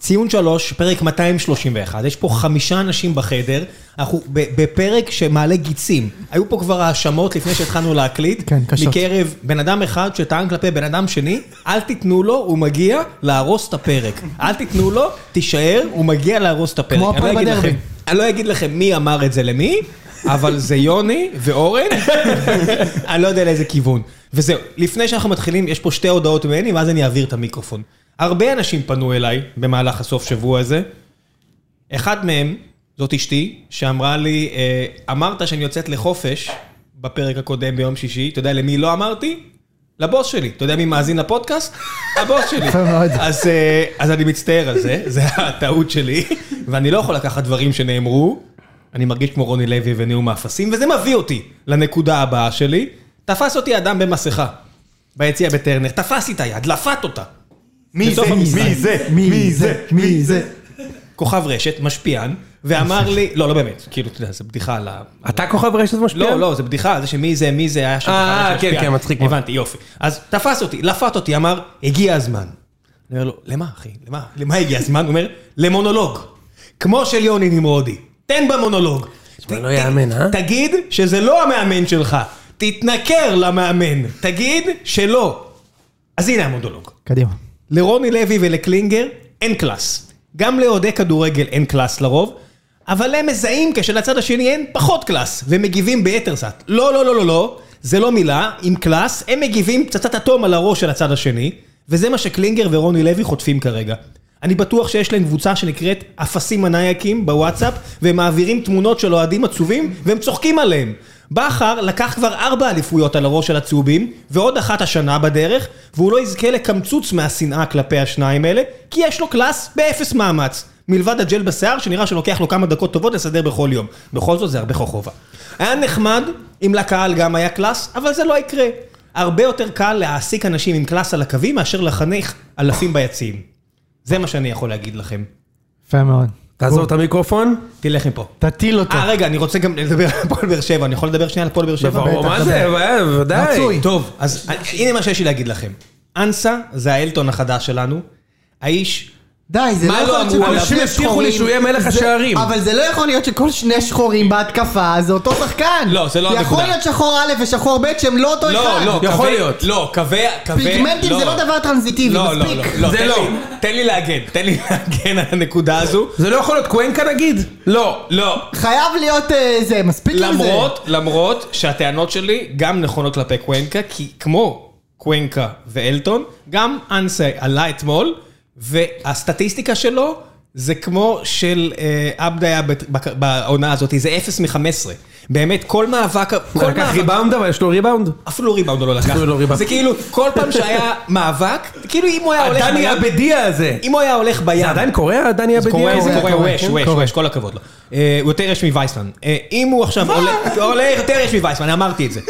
ציון 3, פרק 231, יש פה 5 אנשים בחדר, אנחנו בפרק שמעלה גיצים, היו פה כבר האשמות לפני שהתחלנו להקליט, כן, קשות. מקרב בן אדם אחד שטען כלפי בן אדם שני, אל תיתנו לו, הוא מגיע להרוס את הפרק, אל תיתנו לו, תישאר, הוא מגיע להרוס את הפרק. כמו הפועל בדרבי. אני לא אגיד לכם מי אמר את זה למי, אבל זה יוני ואורן, אני לא יודע לאיזה כיוון. וזהו, לפני שאנחנו מתחילים, יש פה 2 הודעות ממני, ואז אני אעביר את המיקרופון. הרבה אנשים פנו אליי במהלך הסוף שבוע הזה. אחד מהם, זאת אשתי, שאמרה לי, אמרת שאני יוצאת לחופש בפרק הקודם ביום שישי, אתה יודע למי לא אמרתי? לבוס שלי. אתה יודע מי מאזין לפודקאסט? הבוס שלי. אז אני מצטער על זה, זה הטעות שלי, ואני לא יכול לקחת דברים שנאמרו, אני מרגיש כמו רוני לוי ונאום האפסים, וזה מביא אותי לנקודה הבאה שלי. תפס אותי אדם במסכה, ביציאה בטרנר, תפס איתה יד, לפת אותה. מי זה? כוכב רשת, משפיען, ואמר לי, לא באמת, כאילו, אתה יודע, זה בדיחה על ה... אתה כוכב רשת משפיען? לא, זה בדיחה, זה שמי זה, היה שם כוכב רשת משפיען. כן, מצחיק. הבנתי, יופי. אז תפס אותי, לפת אותי, אמר, הגיע הזמן. אני אומר לו, למה אחי? למה הגיע הזמן? הוא אומר, למונולוג. כמו של יוני נמרודי. תן במונולוג. לא יאמן, אה? תגיד שזה לא המאמן שלך. תתנכר למאמן. תגיד שלא. אז הנה המונולוג. קדימה. לרוני לוי ולקלינגר אין קלאס. גם לעודי כדורגל אין קלאס לרוב, אבל הם מזהים כשלצד השני אין פחות קלאס, ומגיבים ביתר סט. לא, זה לא מילה, עם קלאס, הם מגיבים פצצת אטום על הראש של הצד השני, וזה מה שקלינגר ורוני לוי חוטפים כרגע. אני בטוח שיש להם קבוצה שנקראת אפסים מנייקים בוואטסאפ, והם מעבירים תמונות של אוהדים עצובים, והם צוחקים עליהם. בכר לקח כבר 4 אליפויות על הראש של הצהובים, ועוד 1 השנה בדרך, והוא לא יזכה לקמצוץ מהשנאה כלפי השניים האלה, כי יש לו קלאס באפס מאמץ. מלבד הג'ל בשיער, שנראה שלוקח לו כמה דקות טובות לסדר בכל יום. בכל זאת זה הרבה חובה. היה נחמד, אם לקהל גם היה קלאס, אבל זה לא יקרה. הרבה יותר קל להעסיק אנשים עם קלאס על הקווים, מאשר לחנך אלפים ביציעים. זה מה שאני יכול להגיד לכם. יפה מאוד. תעזור את המיקרופון. תלך מפה. תטיל אותו. רגע, אני רוצה גם לדבר על פועל באר שבע. אני יכול לדבר שנייה על פועל באר שבע? מה זה? ודאי. טוב, אז הנה מה שיש לי להגיד לכם. אנסה זה האלטון החדש שלנו. האיש... די, זה לא יכול להיות שכל אנשים שני הבטיחו לי שהוא יהיה מלך השערים. אבל זה לא יכול להיות שכל 2 שחורים בהתקפה, זה אותו שחקן. לא, זה לא הנקודה. יכול להיות שחור א' ושחור ב' שהם לא אותו אחד. לא, יכול להיות. לא, קווי... פיגמנטים זה לא דבר טרנזיטיבי, מספיק. זה לא. תן לי להגן על הנקודה הזו. זה לא יכול להיות קוונקה נגיד? לא. חייב להיות זה, מספיק עם זה. למרות שהטענות שלי גם נכונות כלפי קוונקה, כי כמו קוונקה ואלטון, גם אנסה עלה אתמול, והסטטיסטיקה שלו זה כמו של אבדיה בעונה הזאת, זה 0 מ-15. באמת, כל מאבק... הוא לקח ריבאונד, אבל יש לו ריבאונד? אפילו ריבאונד הוא לא לקח. זה כאילו, כל פעם שהיה מאבק, כאילו אם הוא היה הולך בים... הדני הבדיה הזה. אם הוא היה הולך בים... זה עדיין קורה, הדני הבדיה הזה? זה קורה, וש, כל הכבוד לו. הוא יותר יש מווייסמן. אם הוא עכשיו עולה יותר יש מווייסמן, אמרתי את זה.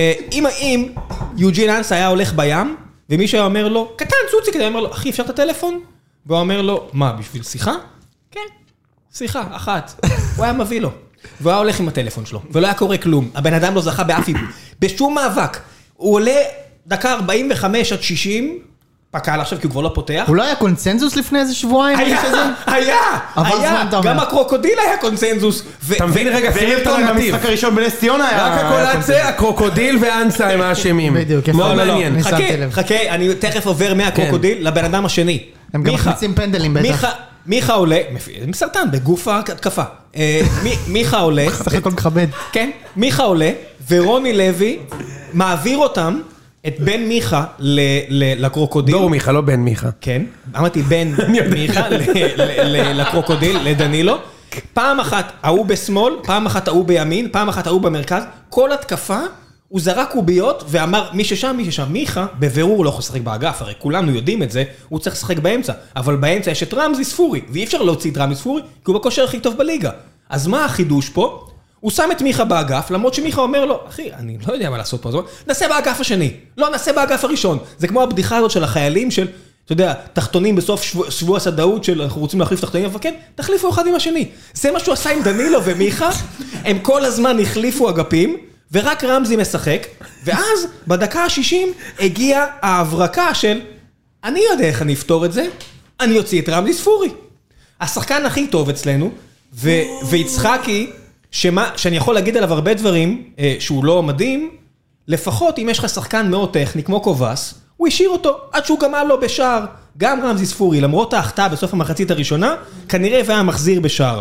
אם יוג'ין אנס היה הולך בים, ומישהו היה אומר לו, קטן, צוציק, הוא אומר לו, אחי, אפשר את הטלפון? והוא אומר לו, מה, בשביל שיחה? כן, שיחה, 1. הוא היה מביא לו. והוא היה הולך עם הטלפון שלו, ולא היה קורה כלום. הבן אדם לא זכה באף איבוד. בשום מאבק. הוא עולה דקה 45 עד 60, פקל עכשיו כי הוא כבר לא פותח. הוא לא היה קונצנזוס לפני איזה שבועיים? היה. גם הקרוקודיל היה קונצנזוס. אתה מבין רגע, פילטון במשחק הראשון בנס ציונה היה... רק הקולציה, הקרוקודיל ואנסה הם האשמים. בדיוק, מאוד מעניין. חכה, אני תכף עובר מהקרוקודיל לבן אדם השני. הם גם מכניסים פנדלים בטח. מיכה עולה, מסרטן, בגוף ההתקפה. מיכה עולה. צריך הכל מכבד. כן, מיכה עולה, ורוני לוי מעביר אותם, את בן מיכה לקרוקודיל. דור מיכה, לא בן מיכה. כן, אמרתי בן מיכה לקרוקודיל, לדנילו. פעם אחת ההוא בשמאל, פעם אחת ההוא בימין, פעם אחת ההוא במרכז. כל התקפה, הוא זרק קוביות ואמר מי ששם. מיכה, בבירור לא יכול לשחק באגף, הרי כולנו יודעים את זה, הוא צריך לשחק באמצע. אבל באמצע יש את רמזי ספורי, ואי אפשר להוציא את רמזי ספורי, כי הוא בכושר הכי טוב בליגה. אז מה החידוש פה? הוא שם את מיכה באגף, למרות שמיכה אומר לו, אחי, אני לא יודע מה לעשות פה, נעשה באגף השני, לא נעשה באגף הראשון. זה כמו הבדיחה הזאת של החיילים של, אתה יודע, תחתונים בסוף שבוע הסדאות של אנחנו רוצים להחליף תחתונים, אבל כן, תחליפו אחד עם השני. זה מה שהוא עשה עם דנילו ומיכה, הם כל הזמן החליפו אגפים, ורק רמזי משחק, ואז בדקה ה-60 הגיעה ההברקה של, אני יודע איך אני אפתור את זה, אני אוציא את רמזי ספורי. השחקן הכי טוב אצלנו, ויצחקי, שאני יכול להגיד עליו הרבה דברים, שהוא לא מדהים, לפחות אם יש לך שחקן מאוד טכני, כמו קובס, הוא השאיר אותו עד שהוא גמל לו בשער. גם רמזי ספורי, למרות ההחטאה בסוף המחצית הראשונה, כנראה והיה מחזיר בשער.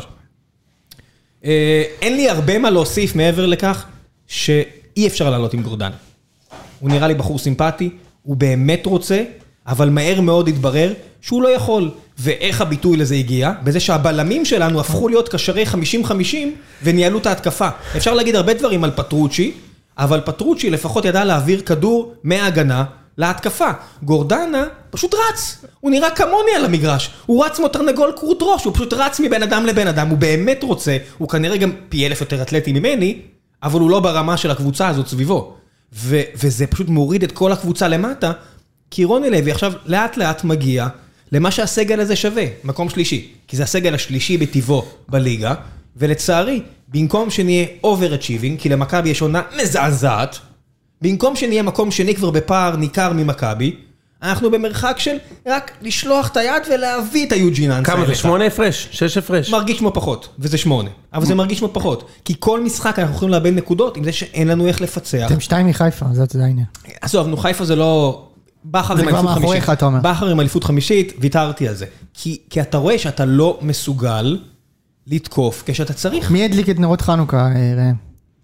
אין לי הרבה מה להוסיף מעבר לכך, שאי אפשר לעלות עם גורדנה. הוא נראה לי בחור סימפטי, הוא באמת רוצה, אבל מהר מאוד התברר שהוא לא יכול. ואיך הביטוי לזה הגיע? בזה שהבלמים שלנו הפכו להיות קשרי 50-50 וניהלו את ההתקפה. אפשר להגיד הרבה דברים על פטרוצ'י, אבל פטרוצ'י לפחות ידע להעביר כדור מההגנה להתקפה. גורדנה פשוט רץ. הוא נראה כמוני על המגרש. הוא רץ כמו תרנגול כרות ראש, הוא פשוט רץ מבן אדם לבן אדם. הוא באמת רוצה, הוא כנראה גם פי 1000 יותר אתלטי ממני, אבל הוא לא ברמה של הקבוצה הזאת סביבו. וזה פשוט מוריד את כל הקבוצה למטה, כי רוני לוי עכשיו לאט לאט מגיע למה שהסגל הזה שווה, מקום שלישי. כי זה הסגל השלישי בטבעו בליגה, ולצערי, במקום שנהיה overachieving, כי למכבי יש עונה מזעזעת, במקום שנהיה מקום שני כבר בפער ניכר ממכבי, אנחנו במרחק של רק לשלוח את היד ולהביא את היוג'ין אנסה. כמה זה? 8 הפרש? 6 הפרש? מרגיש כמו פחות, וזה 8. אבל זה מרגיש כמו פחות. כי כל משחק אנחנו יכולים לאבד נקודות עם זה שאין לנו איך לפצח. אתם 2 מחיפה, זה העניין. עזוב, נו, חיפה זה לא... בכר עם אליפות חמישית. בכר עם אליפות חמישית, ויתרתי על זה. כי אתה רואה שאתה לא מסוגל לתקוף כשאתה צריך. מי הדליק את נרות חנוכה, ראם?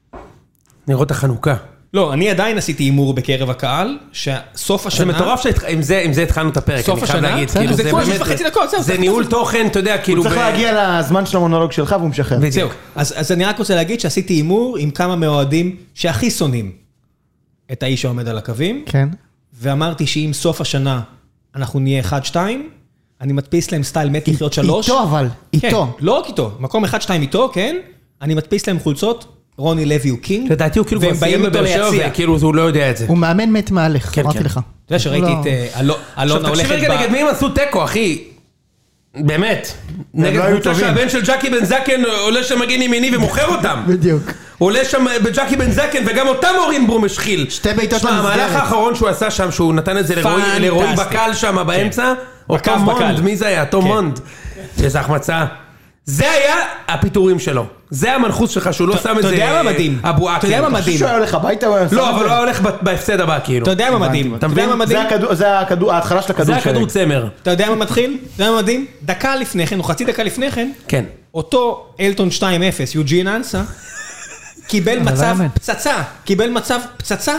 נרות החנוכה. לא, אני עדיין עשיתי אימור בקרב הקהל, שסוף השנה... זה מטורף שעם זה התחלנו את הפרק, סוף השנה? זה כל 6.5 דקות, זהו. זה ניהול תוכן, אתה יודע, כאילו... הוא צריך להגיע לזמן של המונולוג שלך והוא משחרר. זהו. אז אני רק רוצה להגיד שעשיתי אימור עם כמה מהאוהדים שהכי שונאים את האיש שעומד על הקווים. כן. ואמרתי שאם סוף השנה אנחנו נהיה 1-2, אני מדפיס להם סטייל מת לחיות 3. איתו אבל, איתו. לא איתו, מקום 1-2 איתו, כן? אני מדפיס להם חולצות, רוני לוי הוא קינג. לדעתי הוא כאילו כבר סיים בבאר שבע, וכאילו הוא לא יודע את זה. הוא מאמן מת מהלך, אמרתי לך. אתה יודע שראיתי את אלונה הולכת... תקשיב רגע, נגד מי הם עשו טקו, אחי? באמת. נגד קבוצה שהבן של ג'קי בן זקן עולה שם מגן ימיני ומוכר אותם. בדיוק. הוא עולה שם בג'קי בן זקן, וגם אותם אורין ברום השחיל. 2 בעיטות למסגרת. המהלך האחרון שהוא עשה שם, שהוא נתן את זה לרועי בקל שם באמצע, אותו מונד, מי זה היה? אותו מונד. שזה החמצה. זה היה הפיתורים שלו. זה המנחוס שלך, שהוא לא שם את זה... אתה יודע מה מדהים? אתה יודע מה מדהים? שהוא היה הולך הביתה... לא, אבל הוא היה הולך בהפסד הבא, כאילו. אתה יודע מה מדהים? אתה יודע מה מדהים? זה ההתחלה של הכדור. זה הכדור צמר. אתה יודע מה מתחיל? אתה יודע מה מדהים? דקה לפני כן, או חצי דקה לפני כן, כן. אותו אלטון 2-0, יוג'ין אנסה, קיבל מצב פצצה,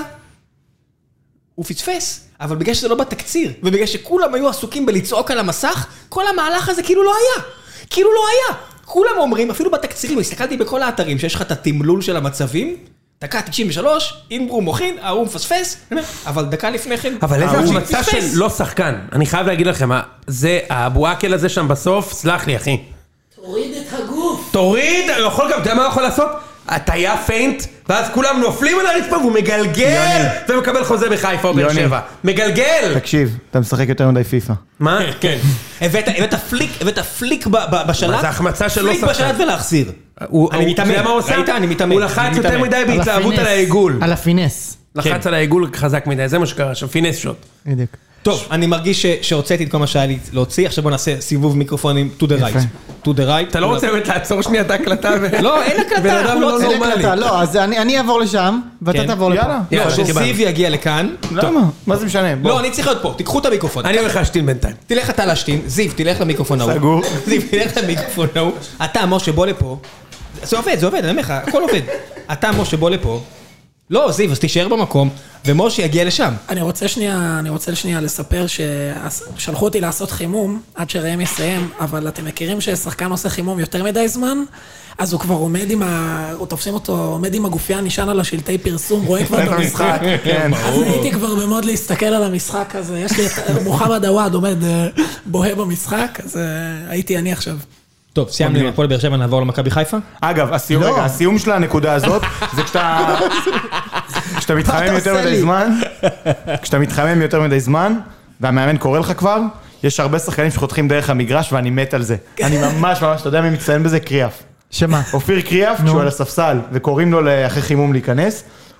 הוא פספס, אבל בגלל שזה לא בתקציר, ובגלל שכולם היו עסוקים בלצעוק על המסך, כל המהלך הזה כאילו לא היה. כאילו לא היה. כולם אומרים, אפילו בתקצירים, הסתכלתי בכל האתרים שיש לך את התמלול של המצבים, דקה 93, אינברום מוכין, ההוא מפספס, אבל דקה לפני כן, אבל איזה המצע של לא שחקן. אני חייב להגיד לכם, זה הבואקל הזה שם בסוף, סלח לי אחי. תוריד את הגוף. תוריד, הוא יכול גם, אתה יודע מה הוא יכול לעשות? הטיה פיינט, ואז כולם נופלים על הרצפה, והוא מגלגל, ומקבל חוזה בחיפה או באר שבע. מגלגל! תקשיב, אתה משחק יותר מדי פיפה. מה? כן. הבאת פליק בשלט, זה החמצה של לא פליק בשלט ולהחזיר. אני מתאמן. אני מתאמן. הוא לחץ יותר מדי בהתלהבות על העיגול. על הפינס. לחץ על העיגול חזק מדי, זה מה שקרה שם, פינס שוט. בדיוק. טוב, אני מרגיש שהוצאתי את כל מה שהיה לי להוציא, עכשיו בוא נעשה סיבוב מיקרופונים to the right. to the right. אתה לא רוצה באמת לעצור שנייה את ההקלטה? לא, אין הקלטה, אנחנו לא אין הקלטה, לא, אז אני אעבור לשם, ואתה תעבור לפה. לא, שזיו יגיע לכאן. למה? מה זה משנה? לא, אני צריך להיות פה, תיקחו את המיקרופון. אני הולך להשתין בינתיים. תלך אתה להשתין, זיו, תלך למיקרופון ההוא. סגור. זיו, תלך למיקרופון ההוא. אתה, משה, בוא לפה. זה עובד, אני אומר לך, הכל עובד. אתה, משה, בוא לפה. לא, זיו, אז תישאר במקום, ומשה יגיע לשם. אני רוצה שנייה לספר ששלחו אותי לעשות חימום, עד שראם יסיים, אבל אתם מכירים ששחקן עושה חימום יותר מדי זמן, אז הוא כבר עומד תופסים אותו, עומד עם הגופייה, נשען על השלטי פרסום, רואה כבר את המשחק. אז הייתי כבר במוד להסתכל על המשחק הזה, יש לי את מוחמד עוואד עומד בוהה במשחק, אז הייתי אני עכשיו. טוב, סיימנו עם הפועל באר שבע, נעבור למכבי חיפה? אגב, הסיום של הנקודה הזאת, זה כשאתה מתחמם יותר מדי זמן, והמאמן קורא לך כבר, יש הרבה שחקנים שחותכים דרך המגרש, ואני מת על זה. אני ממש, אתה יודע מי מצטיין בזה? קריאף. שמה? אופיר קריאף, כשהוא על הספסל, וקוראים לו אחרי חימום להיכנס,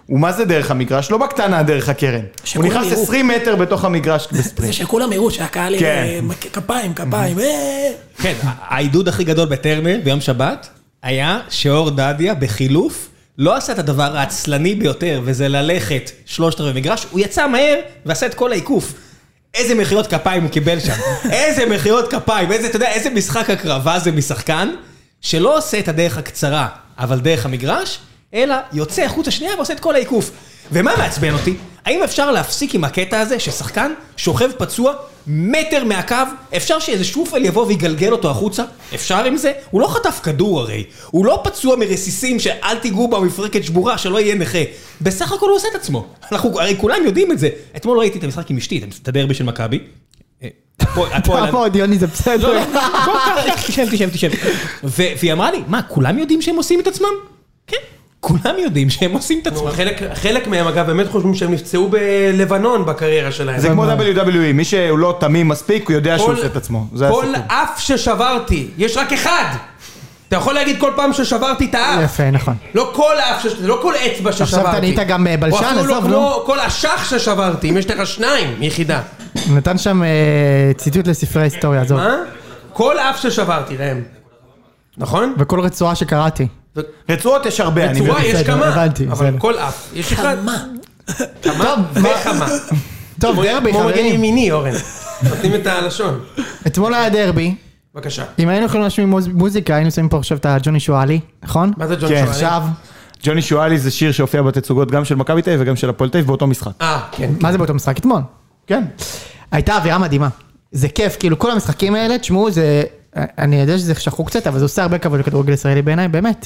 הוא מה זה דרך המגרש? לא בקטנה דרך הקרן. הוא נכנס 20 מטר בתוך המגרש בספרינט. זה שכולם יראו שהקהל כפיים. כן, העידוד הכי גדול בטרנר ביום שבת היה שאור דדיה בחילוף לא עשה את הדבר העצלני ביותר, וזה ללכת 3/4 מגרש, הוא יצא מהר ועשה את כל העיקוף. איזה מחיאות כפיים הוא קיבל שם. איזה מחיאות כפיים, אתה יודע, איזה משחק הקרבה זה משחקן, שלא עושה את הדרך הקצרה, אבל דרך המגרש, אלא יוצא החוץ השנייה ועושה את כל העיקוף. ומה מעצבן אותי? האם אפשר להפסיק עם הקטע הזה ששחקן שוכב פצוע מטר מהקו, אפשר שאיזה שופל יבוא ויגלגל אותו החוצה? אפשר עם זה? הוא לא חטף כדור הרי, הוא לא פצוע מרסיסים שאל תיגעו במפרקת שבורה שלא יהיה נכה. בסך הכל הוא עושה את עצמו. הרי כולם יודעים את זה. אתמול לא ראיתי את המשחק עם אשתי, את הדרבי של מכבי. תעמוד, יוני, זה בסדר. תשב. והיא אמרה לי, מה, כולם יודעים שהם עושים את עצמם? כן. כולם יודעים שהם עושים את עצמם. חלק מהם אגב באמת חושבים שהם נפצעו בלבנון בקריירה שלהם. זה כמו WWE, מי שהוא לא תמים מספיק, הוא יודע שהוא עושה את עצמו. כל אף ששברתי, יש רק אחד. אתה יכול להגיד כל פעם ששברתי את האף. יפה, נכון. לא כל אף, לא כל אצבע ששברתי. עכשיו אתה נהיית גם בלשן, או אפילו לא כמו כל אשך ששברתי, אם יש לך 2 יחידה. נתן שם ציטוט לספרי ההיסטוריה הזאת. מה? כל אף ששברתי, ראם. נכון? וכל רצועה שקראתי. רצועות יש הרבה, אני רצועה יש כמה, הבנתי, אבל כל אף. יש אחד. כמה וכמה. טוב, דרבי, כמו מגן חברים. ימיני, אורן. נותנים את הלשון. אתמול היה דרבי. בבקשה. אם היינו יכולים להשמיע מוזיקה, היינו שמים פה עכשיו את הג'וני שואלי, נכון? מה זה ג'וני כן, שואלי? עכשיו, ג'וני שואלי זה שיר שהופיע בתצוגות גם של מכבי תל אביב וגם של הפועל תל אביב באותו משחק. כן. מה זה באותו משחק? אתמול. כן. הייתה אווירה מדהימה. זה כיף, כאילו כל המשחקים האלה, תשמעו, זה... אני יודע שזה שכחו קצת, אבל זה עושה הרבה כבוד לכדורגל ישראלי בעיניי, באמת.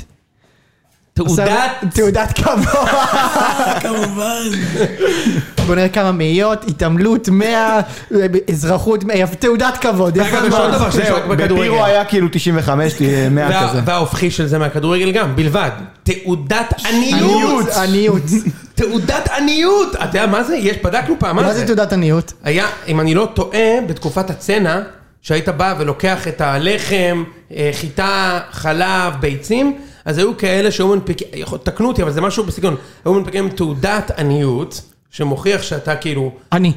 תעודת כבוד. כמובן. בוא נראה כמה מאיות, התעמלות 100, אזרחות 100, תעודת כבוד. רגע, יש עוד דבר שיש רק בכדורגל. בפירו היה כאילו 95, 100 כזה. וההופכי של זה מהכדורגל גם, בלבד. תעודת עניות. עניות. תעודת עניות. אתה יודע מה זה? בדקנו פעם מה זה תעודת עניות? היה, אם אני לא טועה, בתקופת הצנע, שהיית בא ולוקח את הלחם, חיטה, חלב, ביצים, אז היו כאלה שהיו מנפיקים, תקנו אותי, אבל זה משהו בסגנון, היו מנפיקים תעודת עניות, שמוכיח שאתה כאילו,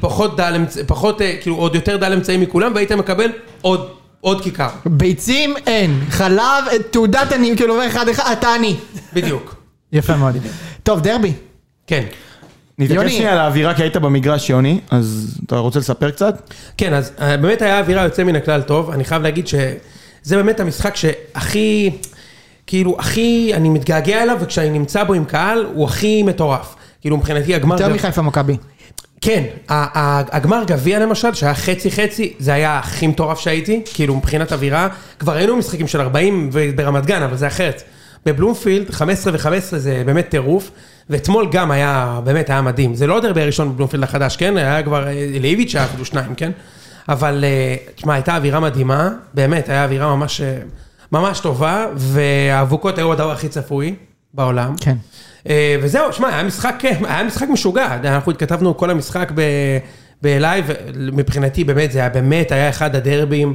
פחות, כאילו עוד יותר דל אמצעים מכולם, והיית מקבל עוד כיכר. ביצים אין, חלב, תעודת עניות, כאילו אומר אחד, אתה עני. בדיוק. יפה מאוד. טוב, דרבי. כן. נתקש שנייה על האווירה כי היית במגרש, יוני, אז אתה רוצה לספר קצת? כן, אז באמת היה אווירה יוצא מן הכלל טוב, אני חייב להגיד שזה באמת המשחק שהכי, כאילו, הכי, אני מתגעגע אליו, וכשאני נמצא בו עם קהל, הוא הכי מטורף. כאילו, מבחינתי, הגמר... יותר מחיפה מכבי. כן, הגמר גביע למשל, שהיה חצי, זה היה הכי מטורף שהייתי, כאילו, מבחינת אווירה, כבר היינו משחקים של 40 ברמת גן, אבל זה אחרת. בבלומפילד, 15 ו-15 זה באמת טירוף, ואתמול גם היה, באמת היה מדהים. זה לא דרבי הראשון בבלומפילד החדש, כן? היה כבר ליביץ' היה אפילו 2, כן? אבל, תשמע, הייתה אווירה מדהימה, באמת, היה אווירה ממש טובה, והאבוקות היו הדבר הכי צפוי בעולם. כן. וזהו, תשמע, היה משחק משוגע, אנחנו התכתבנו כל המשחק בלייב, מבחינתי באמת, זה באמת היה אחד הדרבים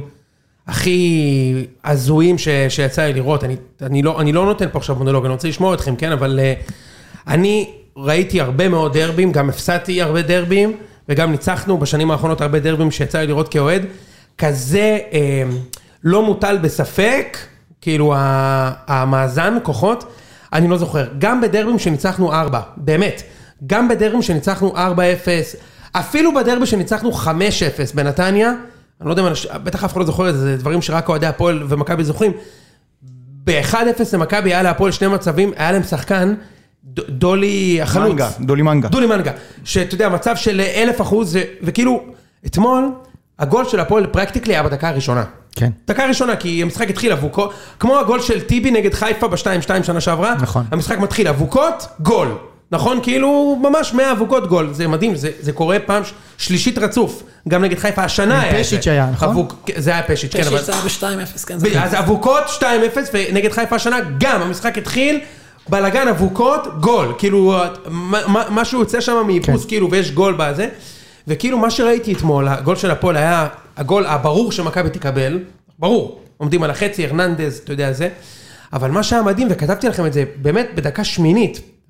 הכי הזויים שיצא לי לראות, אני לא נותן פה עכשיו מונולוג, אני רוצה לשמוע אתכם, כן, אבל אני ראיתי הרבה מאוד דרבים, גם הפסדתי הרבה דרבים, וגם ניצחנו בשנים האחרונות הרבה דרבים שיצא לי לראות כאוהד, כזה לא מוטל בספק, כאילו המאזן, כוחות, אני לא זוכר, גם בדרבים שניצחנו 4, באמת, גם בדרבים שניצחנו 4-0, אפילו בדרבי שניצחנו 5-0 בנתניה, אני לא יודע, בטח אף אחד לא זוכר את זה, זה דברים שרק אוהדי הפועל ומכבי זוכרים, ב-1-0 למכבי היה להפועל 2 מצבים, היה להם שחקן, דולי החלוץ. דולי מנגה. שאתה יודע, מצב של 1000%, וכאילו, אתמול, הגול של הפועל פרקטיקלי היה בדקה הראשונה. כן. דקה הראשונה, כי המשחק התחיל אבוקות, כמו הגול של טיבי נגד חיפה ב-2-2 שנה שעברה. נכון. המשחק מתחיל אבוקות, גול. נכון? כאילו, ממש 100 אבוקות גול. זה מדהים, זה קורה פעם שלישית רצוף. גם נגד חיפה השנה היה את זה. פשיץ' היה, נכון? זה היה פשיץ', כן. פשיץ' זה היה ב-2-0, כן. אז אבוקות 2-0, ונגד חיפה השנה גם, המשחק התחיל, בלגן אבוקות, גול. כאילו, משהו יוצא שם מאיפוס, כאילו, ויש גול בזה. וכאילו, מה שראיתי אתמול, הגול של הפועל היה הגול הברור שמכבי תקבל, ברור. עומדים על החצי, הרננדז, אתה יודע זה. אבל מה שהיה מדהים, וכתבתי לכם את זה, באמת בדקה שמינית,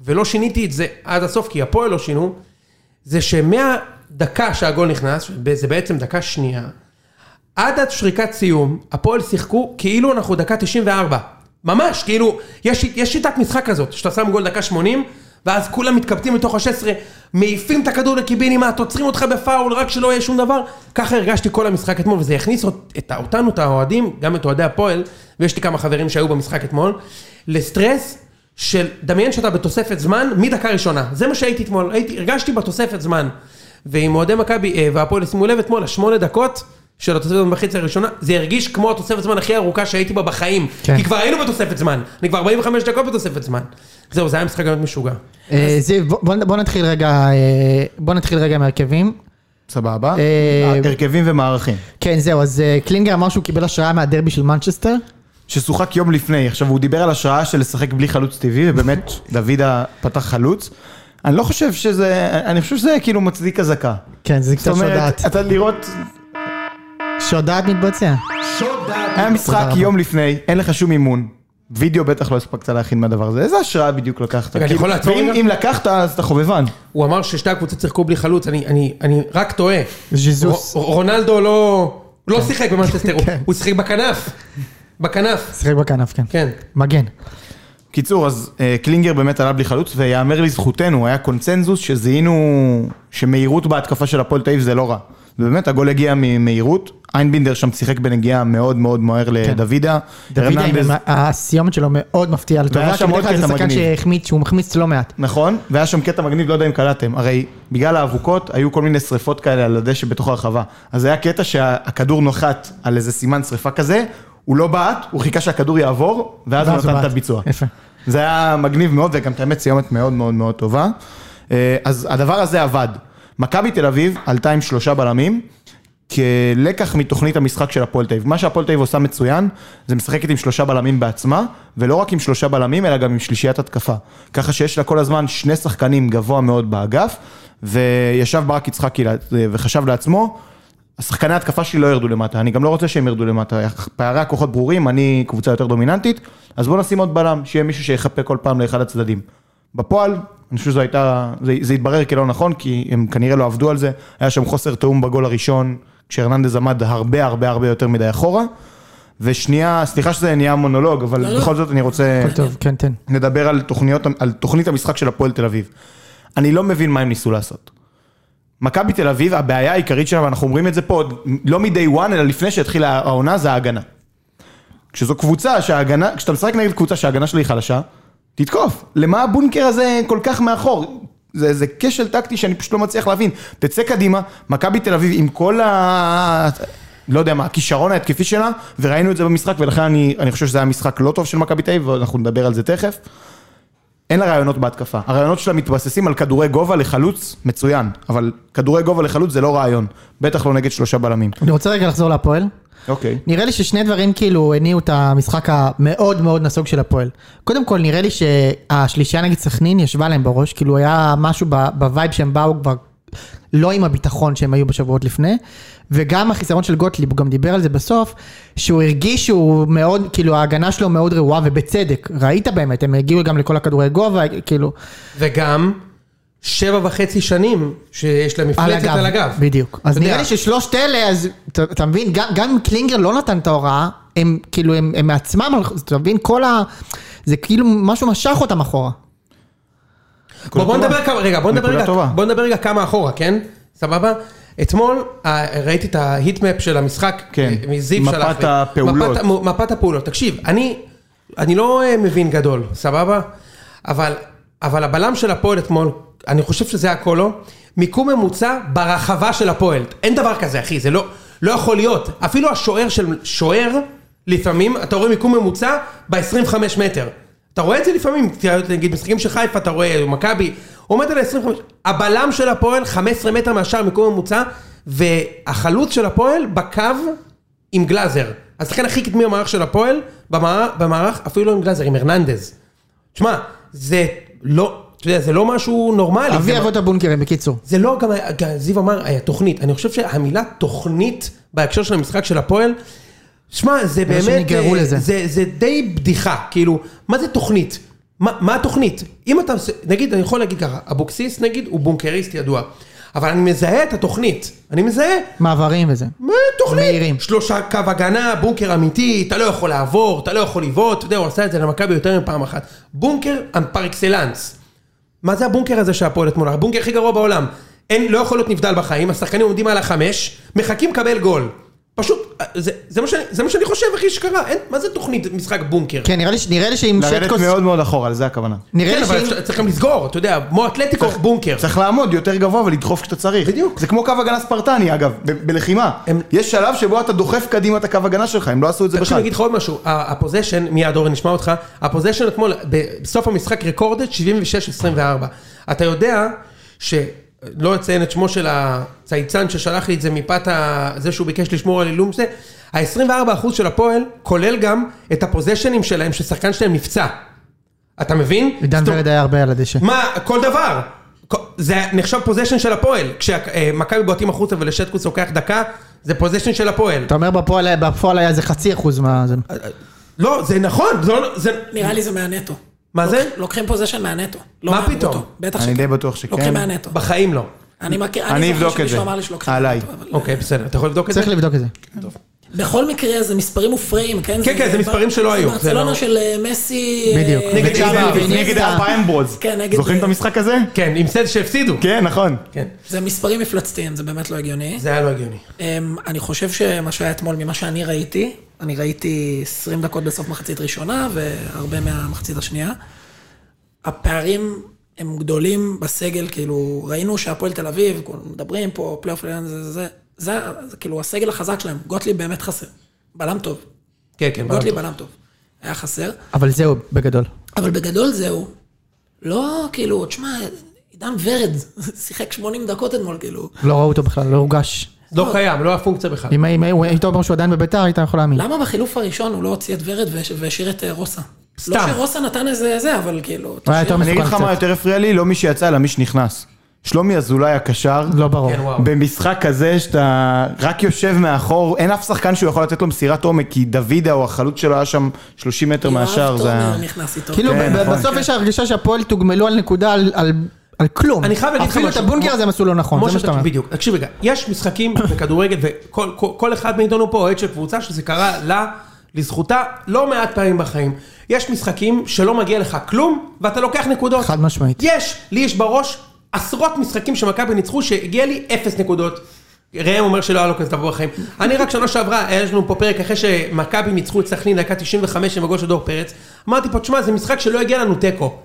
ולא שיניתי את זה עד הסוף, כי הפועל לא שינו, זה שמהדקה שהגול נכנס, זה בעצם דקה שנייה, עד שריקת סיום, הפועל שיחקו כאילו אנחנו דקה 94. ממש, כאילו, יש שיטת משחק כזאת, שאתה שם גול דקה 80, ואז כולם מתקבטים בתוך ה-16, מעיפים את הכדור לקיבינימט, עוצרים אותך בפאול, רק שלא יהיה שום דבר. ככה הרגשתי כל המשחק אתמול, וזה יכניס אותנו, את האוהדים, גם את אוהדי הפועל, ויש לי כמה חברים שהיו במשחק אתמול, לסטרס של דמיין שאתה בתוספת זמן, מדקה ראשונה. זה מה שהייתי אתמול, הרגשתי בתוספת זמן. ועם אוהדי מכבי והפועל, שימו לב אתמול, 8 דקות של התוספת זמן בחצי הראשונה, זה הרגיש כמו התוספת זמן הכי ארוכה שהייתי בה בחיים. כן. כי כבר היינו בתוספת זמן, אני כבר 45 דקות בתוספת זמן. זהו, זה היה משחק גם משוגע. זיו, בוא נתחיל רגע מהרכבים. סבבה. הרכבים ומערכים. כן, זהו, אז קלינגר אמר שהוא קיבל השראה מהדרבי של מנצ'סטר. ששוחק יום לפני. עכשיו, הוא דיבר על השראה של לשחק בלי חלוץ טבעי, ובאמת, דוידה פתח חלוץ. אני לא חושב שזה, אני חושב שזה כאילו מצדיק הזקה. כן, זה קצת שודעת. אתה לראות... שודעת מתבצע. היה משחק יום לפני, אין לך שום אימון. וידאו בטח לא הספקת להכין מהדבר הזה. איזה השראה בדיוק לקחת? אם לקחת, אז אתה חובבן. הוא אמר ששתי הקבוצות שיחקו בלי חלוץ, אני רק טועה. ז'יזוס. רונלדו לא שיחק במנצ'סטר, הוא שיחק בכנף. בכנף. שיחק בכנף, כן. כן. מגן. קיצור, אז קלינגר באמת עלה בלי חלוץ, ויאמר לזכותנו, היה קונצנזוס שזיהינו שמהירות בהתקפה של הפועל תל אביב זה לא רע. ובאמת הגול הגיע ממהירות, איינבינדר שם שיחק בנגיעה מאוד מאוד מהר לדוידה. דוידה, הסיומת שלו מאוד מפתיעה לטובה, כי בדרך כלל זה שחקן שהוא מחמיץ לא מעט. נכון, והיה שם קטע מגניב, לא יודע אם קלטתם, הרי בגלל האבוקות היו כל מיני שריפות כאלה על הדשא בתוך הרחבה, אז היה קטע שהכדור נוחת על איזה סימן שריפה כזה, הוא לא בעט, הוא חיכה שהכדור יעבור, ואז הוא נתן את הביצוע. יפה. זה היה מגניב מאוד, וגם באמת סיומת מאוד מאוד מאוד טובה. אז הדבר הזה עבד. מכבי תל אביב עלתה עם 3 בלמים, כלקח מתוכנית המשחק של הפועל תל אביב. מה שהפועל תל אביב עושה מצוין, זה משחקת עם 3 בלמים בעצמה, ולא רק עם 3 בלמים, אלא גם עם שלישיית התקפה. ככה שיש לה כל הזמן 2 שחקנים גבוה מאוד באגף, וישב ברק יצחקי וחשב לעצמו, השחקני ההתקפה שלי לא ירדו למטה, אני גם לא רוצה שהם ירדו למטה, פערי הכוחות ברורים, אני קבוצה יותר דומיננטית, אז בואו נשים עוד בלם, שיהיה מישהו שיחפה כל פעם לאחד הצדדים. בפועל, אני חושב שזה התברר כלא נכון, כי הם כנראה לא עבדו על זה, היה שם חוסר תאום בגול הראשון, כשהרננדז עמד הרבה הרבה הרבה יותר מדי אחורה, ושנייה, סליחה שזה נהיה מונולוג, אבל בכל זאת אני רוצה לדבר על תוכנית המשחק של הפועל תל אביב. אני לא מבין מה הם ניסו לעשות. מכבי תל אביב, הבעיה העיקרית שלה, ואנחנו אומרים את זה פה, לא מ-day one, אלא לפני שהתחילה העונה, זה ההגנה. כשזו קבוצה שההגנה, כשאתה משחק נגד קבוצה שההגנה שלה היא חלשה, תתקוף. למה הבונקר הזה כל כך מאחור? זה כשל טקטי שאני פשוט לא מצליח להבין. תצא קדימה, מכבי תל אביב עם כל לא יודע מה, הכישרון ההתקפי שלה, וראינו את זה במשחק, ולכן אני חושב שזה היה משחק לא טוב של מכבי תל אביב, ואנחנו נדבר על זה תכף. אין לה רעיונות בהתקפה. הרעיונות שלה מתבססים על כדורי גובה לחלוץ מצוין, אבל כדורי גובה לחלוץ זה לא רעיון, בטח לא נגד 3 בלמים. אני רוצה רגע לחזור להפועל. אוקיי. נראה לי ששני דברים כאילו הניעו את המשחק המאוד מאוד נסוג של הפועל. קודם כל נראה לי שהשלישייה נגד סכנין ישבה להם בראש, כאילו היה משהו בווייב שהם באו כבר לא עם הביטחון שהם היו בשבועות לפני, וגם החיסרון של גוטליב, הוא גם דיבר על זה בסוף, שהוא הרגיש שהוא מאוד, כאילו ההגנה שלו מאוד רעועה ובצדק, ראית באמת, הם הגיעו גם לכל הכדורי גובה, כאילו. וגם 7.5 שנים שיש להם מפלצת על הגב. בדיוק. אז נראה לי ששלושת אלה, אז אתה מבין, גם אם קלינגר לא נתן את ההוראה, הם כאילו, הם מעצמם, אתה מבין, כל זה כאילו משהו משך אותם אחורה. בוא נדבר רגע כמה אחורה, כן? סבבה? אתמול ראיתי את ההיטמפ של המשחק מזיו שלך. מפת הפעולות. מפת הפעולות. תקשיב, אני לא מבין גדול, סבבה? אבל הבלם של הפועל אתמול, אני חושב שזה הכל לא, מיקום ממוצע ברחבה של הפועל. אין דבר כזה, אחי, זה לא יכול להיות. אפילו השוער של שוער, לפעמים, אתה רואה מיקום ממוצע ב-25 מטר. אתה רואה את זה לפעמים, נגיד משחקים של חיפה, אתה רואה מכבי, עומד על 25, הבלם של הפועל 15 מטר מהשאר מיקום ממוצע, והחלוץ של הפועל בקו עם גלאזר. אז לכן הכי קדמי המערך של הפועל, במערך אפילו לא עם גלאזר, עם הרננדז. תשמע, זה לא, אתה יודע, זה לא משהו נורמלי. אבי אבות הבונקרים, בקיצור. זה לא, גם זיו אמר, תוכנית. אני חושב שהמילה תוכנית, בהקשר של המשחק של הפועל, שמע, זה באמת, זה די בדיחה, כאילו, מה זה תוכנית? מה התוכנית? אם אתה, נגיד, אני יכול להגיד ככה, אבוקסיס נגיד, הוא בונקריסט ידוע, אבל אני מזהה את התוכנית, אני מזהה... מעברים וזה. מה תוכנית? מהירים. 3 קו הגנה, בונקר אמיתי, אתה לא יכול לעבור, אתה לא יכול לבעוט, אתה יודע, הוא עשה את זה למכבי יותר מפעם אחת. בונקר פר אקסלנס. מה זה הבונקר הזה שהפועל אתמול? הבונקר הכי גרוע בעולם. לא יכול להיות נבדל בחיים, השחקנים עומדים על 5, מחכים לקבל גול. פשוט, זה מה שאני חושב, אחי, שקרה. מה זה תוכנית משחק בונקר? כן, נראה לי שאם לרדת מאוד מאוד אחורה, על זה הכוונה. כן, אבל צריך גם לסגור, אתה יודע, כמו אתלטיקו בונקר. צריך לעמוד יותר גבוה ולדחוף כשאתה צריך. בדיוק. זה כמו קו הגנה ספרטני, אגב, בלחימה. יש שלב שבו אתה דוחף קדימה את הקו הגנה שלך, הם לא עשו את זה בכלל. תקשיב, נגיד לך עוד משהו, הפוזיישן, מיד אורן נשמע אותך, הפוזיישן אתמול, בסוף המשחק רקורדד 76-24. אתה יודע לא אציין את שמו של הצייצן ששלח לי את זה מפת זה שהוא ביקש לשמור על אילום זה, ה-24% של הפועל כולל גם את הפוזיישנים שלהם ששחקן שלהם נפצע. אתה מבין? עידן ורד היה הרבה על הדשא. מה? כל דבר. זה נחשב פוזיישן של הפועל. כשמכבי בועטים החוצה ולשטקוס לוקח דקה, זה פוזיישן של הפועל. אתה אומר בפועל היה זה 0.5% מה זה. לא, זה נכון. נראה לי זה מהנטו. מה זה? לוקחים פוזיישן מהנטו. מה פתאום? אני די בטוח שכן. לוקחים מהנטו. בחיים לא. אני אבדוק את זה. עליי. אוקיי, בסדר. אתה יכול לבדוק את זה? צריך לבדוק את זה. בכל מקרה זה מספרים מופרעים, כן? כן, זה מספרים שלא היו. זה ברצלונה של מסי... בדיוק. נגד האפיימברוז. זוכרים את המשחק הזה? כן, עם סד שהפסידו. כן, נכון. זה מספרים מפלצתיים, זה באמת לא הגיוני. זה היה לא הגיוני. אני חושב שמה שהיה אתמול ממה שאני ראיתי 20 דקות בסוף מחצית ראשונה, והרבה מהמחצית השנייה. הפערים הם גדולים בסגל, כאילו, ראינו שהפועל תל אביב, מדברים פה, פלייאוף ליאן, זה כאילו הסגל החזק שלהם, גוטליב באמת חסר, בלם טוב. כן, כן, גוטליב בלם טוב, היה חסר. אבל זהו, בגדול. אבל בגדול זהו, לא, כאילו, תשמע, עידן ורד, שיחק 80 דקות אתמול, כאילו. לא ראו אותו בכלל, לא הורגש. לא קיים, לא הפונקציה בכלל. אם היית אומר שהוא עדיין בביתר, היית יכול להאמין. למה בחילוף הראשון הוא לא הוציא את ורד והשאיר את רוסה? סתם. לא שרוסה נתן איזה זה, אבל כאילו... אני אגיד לך מה יותר הפריע לי, לא מי שיצא, אלא מי שנכנס. שלומי אזולאי הקשר, לא ברור. במשחק כזה שאתה רק יושב מאחור, אין אף שחקן שהוא יכול לתת לו מסירת עומק, כי דוידה או החלוץ שלו היה שם 30 מטר מהשאר. תומר נכנס איתו. כאילו בסוף יש הרגשה שהפועל תוגמלו על נקודה על כלום. אני חייב להגיד לך אפילו את הבונקר הזה הם עשו לא נכון, זה מה שאתה אומר. בדיוק, תקשיב רגע, יש משחקים בכדורגל, וכל אחד מאיתנו פה אוהד של קבוצה, שזה קרה לה, לזכותה, לא מעט פעמים בחיים. יש משחקים שלא מגיע לך כלום, ואתה לוקח נקודות. חד משמעית. לי יש בראש עשרות משחקים שמכבי ניצחו, שהגיע לי 0 נקודות. ראם אומר שלא היה לו כזה דבר בחיים. אני רק שנה שעברה, יש לנו פה פרק אחרי שמכבי ניצחו את סכנין, דקה 95 עם הגול של דור פרץ. אמרתי פה, תשמע, זה משחק שלא הגיע לנו טקו.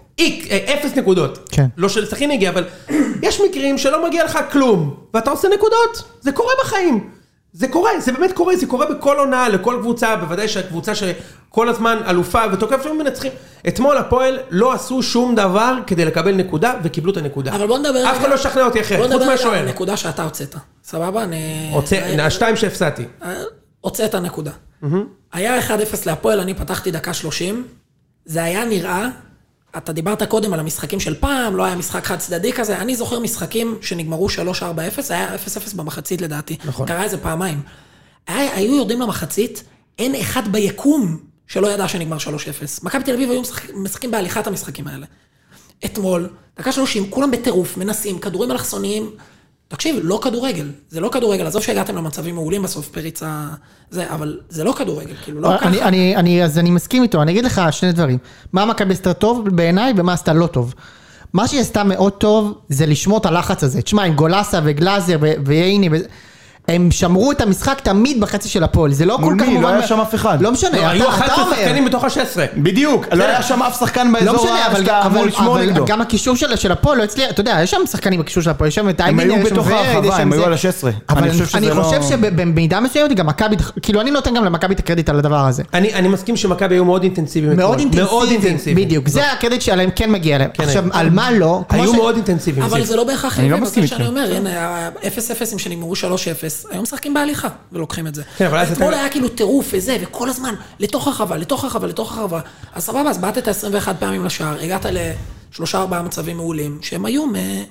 0 נקודות. כן. לא של סכנין הגיע, אבל יש מקרים שלא מגיע לך כלום, ואתה עושה נקודות. זה קורה בחיים. זה קורה, זה באמת קורה, זה קורה בכל עונה, לכל קבוצה, בוודאי שהקבוצה שכל הזמן אלופה ותוקף שהם מנצחים. אתמול הפועל לא עשו שום דבר כדי לקבל נקודה, וקיבלו את הנקודה. אבל בוא נדבר... אף אחד לא שכנע אותי אחרת, חוץ מהשואל. בוא נדבר על הנקודה שאתה הוצאת. סבבה? השתיים שהפסעתי. הוצאת הנקודה. היה 1-0 להפועל, אני פתחתי דקה 30. זה היה נראה... אתה דיברת קודם על המשחקים של פעם, לא היה משחק חד צדדי כזה, אני זוכר משחקים שנגמרו 3-4-0, היה 0-0 במחצית לדעתי, קרה איזה פעמיים. היו יורדים למחצית, אין אחד ביקום שלא ידע שנגמר 3-0. מכבי תל אביב היו משחקים בהליכת המשחקים האלה. אתמול, דקה 30, כולם בטירוף, מנסים, כדורים אלכסוניים, תקשיב, לא כדורגל, זה לא כדורגל, עזוב שהגעתם למצבים מעולים בסוף, פריצה, זה, אבל זה לא כדורגל, כאילו, לא ככה. אז אני מסכים איתו, אני אגיד לך שני דברים, מה מכבי עשתה טוב בעיניי, ומה עשתה לא טוב. מה שהיא עשתה מאוד טוב, זה לשמור את הלחץ הזה, תשמע, עם גולסה וגלאזר וייני, הם שמרו את המשחק תמיד בחצי של הפועל, זה לא כל כך מובן... לא היה שם אף אחד. לא משנה, היו 11 שחקנים בתוך ה-16. בדיוק, לא היה שם אף שחקן באזור שאתה אמור לשמור נגדו. גם הקישור של הפועל לא הצליח, אתה יודע, יש שם שחקנים בקישור של הפועל, יש שם את הם היו בתוך הרחבה, הם היו על ה-16. אבל אני חושב שבמידה מסוימת גם מכבי, כאילו אני נותן גם למכבי את הקרדיט על הדבר הזה. אני מסכים שמכבי היו מאוד אינטנסיביים. מאוד אינטנסיביים, בדיוק, זה הקרדיט שעליהם כן מגיע להם. עכשיו, על מה לא? היו מאוד אינטנסיביים. אבל זה לא בהכרח שאני אומר, הנה, 0-0 שנגמרו 3-0, היום משחקים בהליכה ולוקחים את זה. אתמול היה כאילו טירוף וזה, וכל הזמן לתוך הרחבה, לתוך הרחבה, לתוך הרחבה. אז סבבה, אז באת 21 פעמים לשער, הגעת ל3-4 מצבים מעולים, שהם היו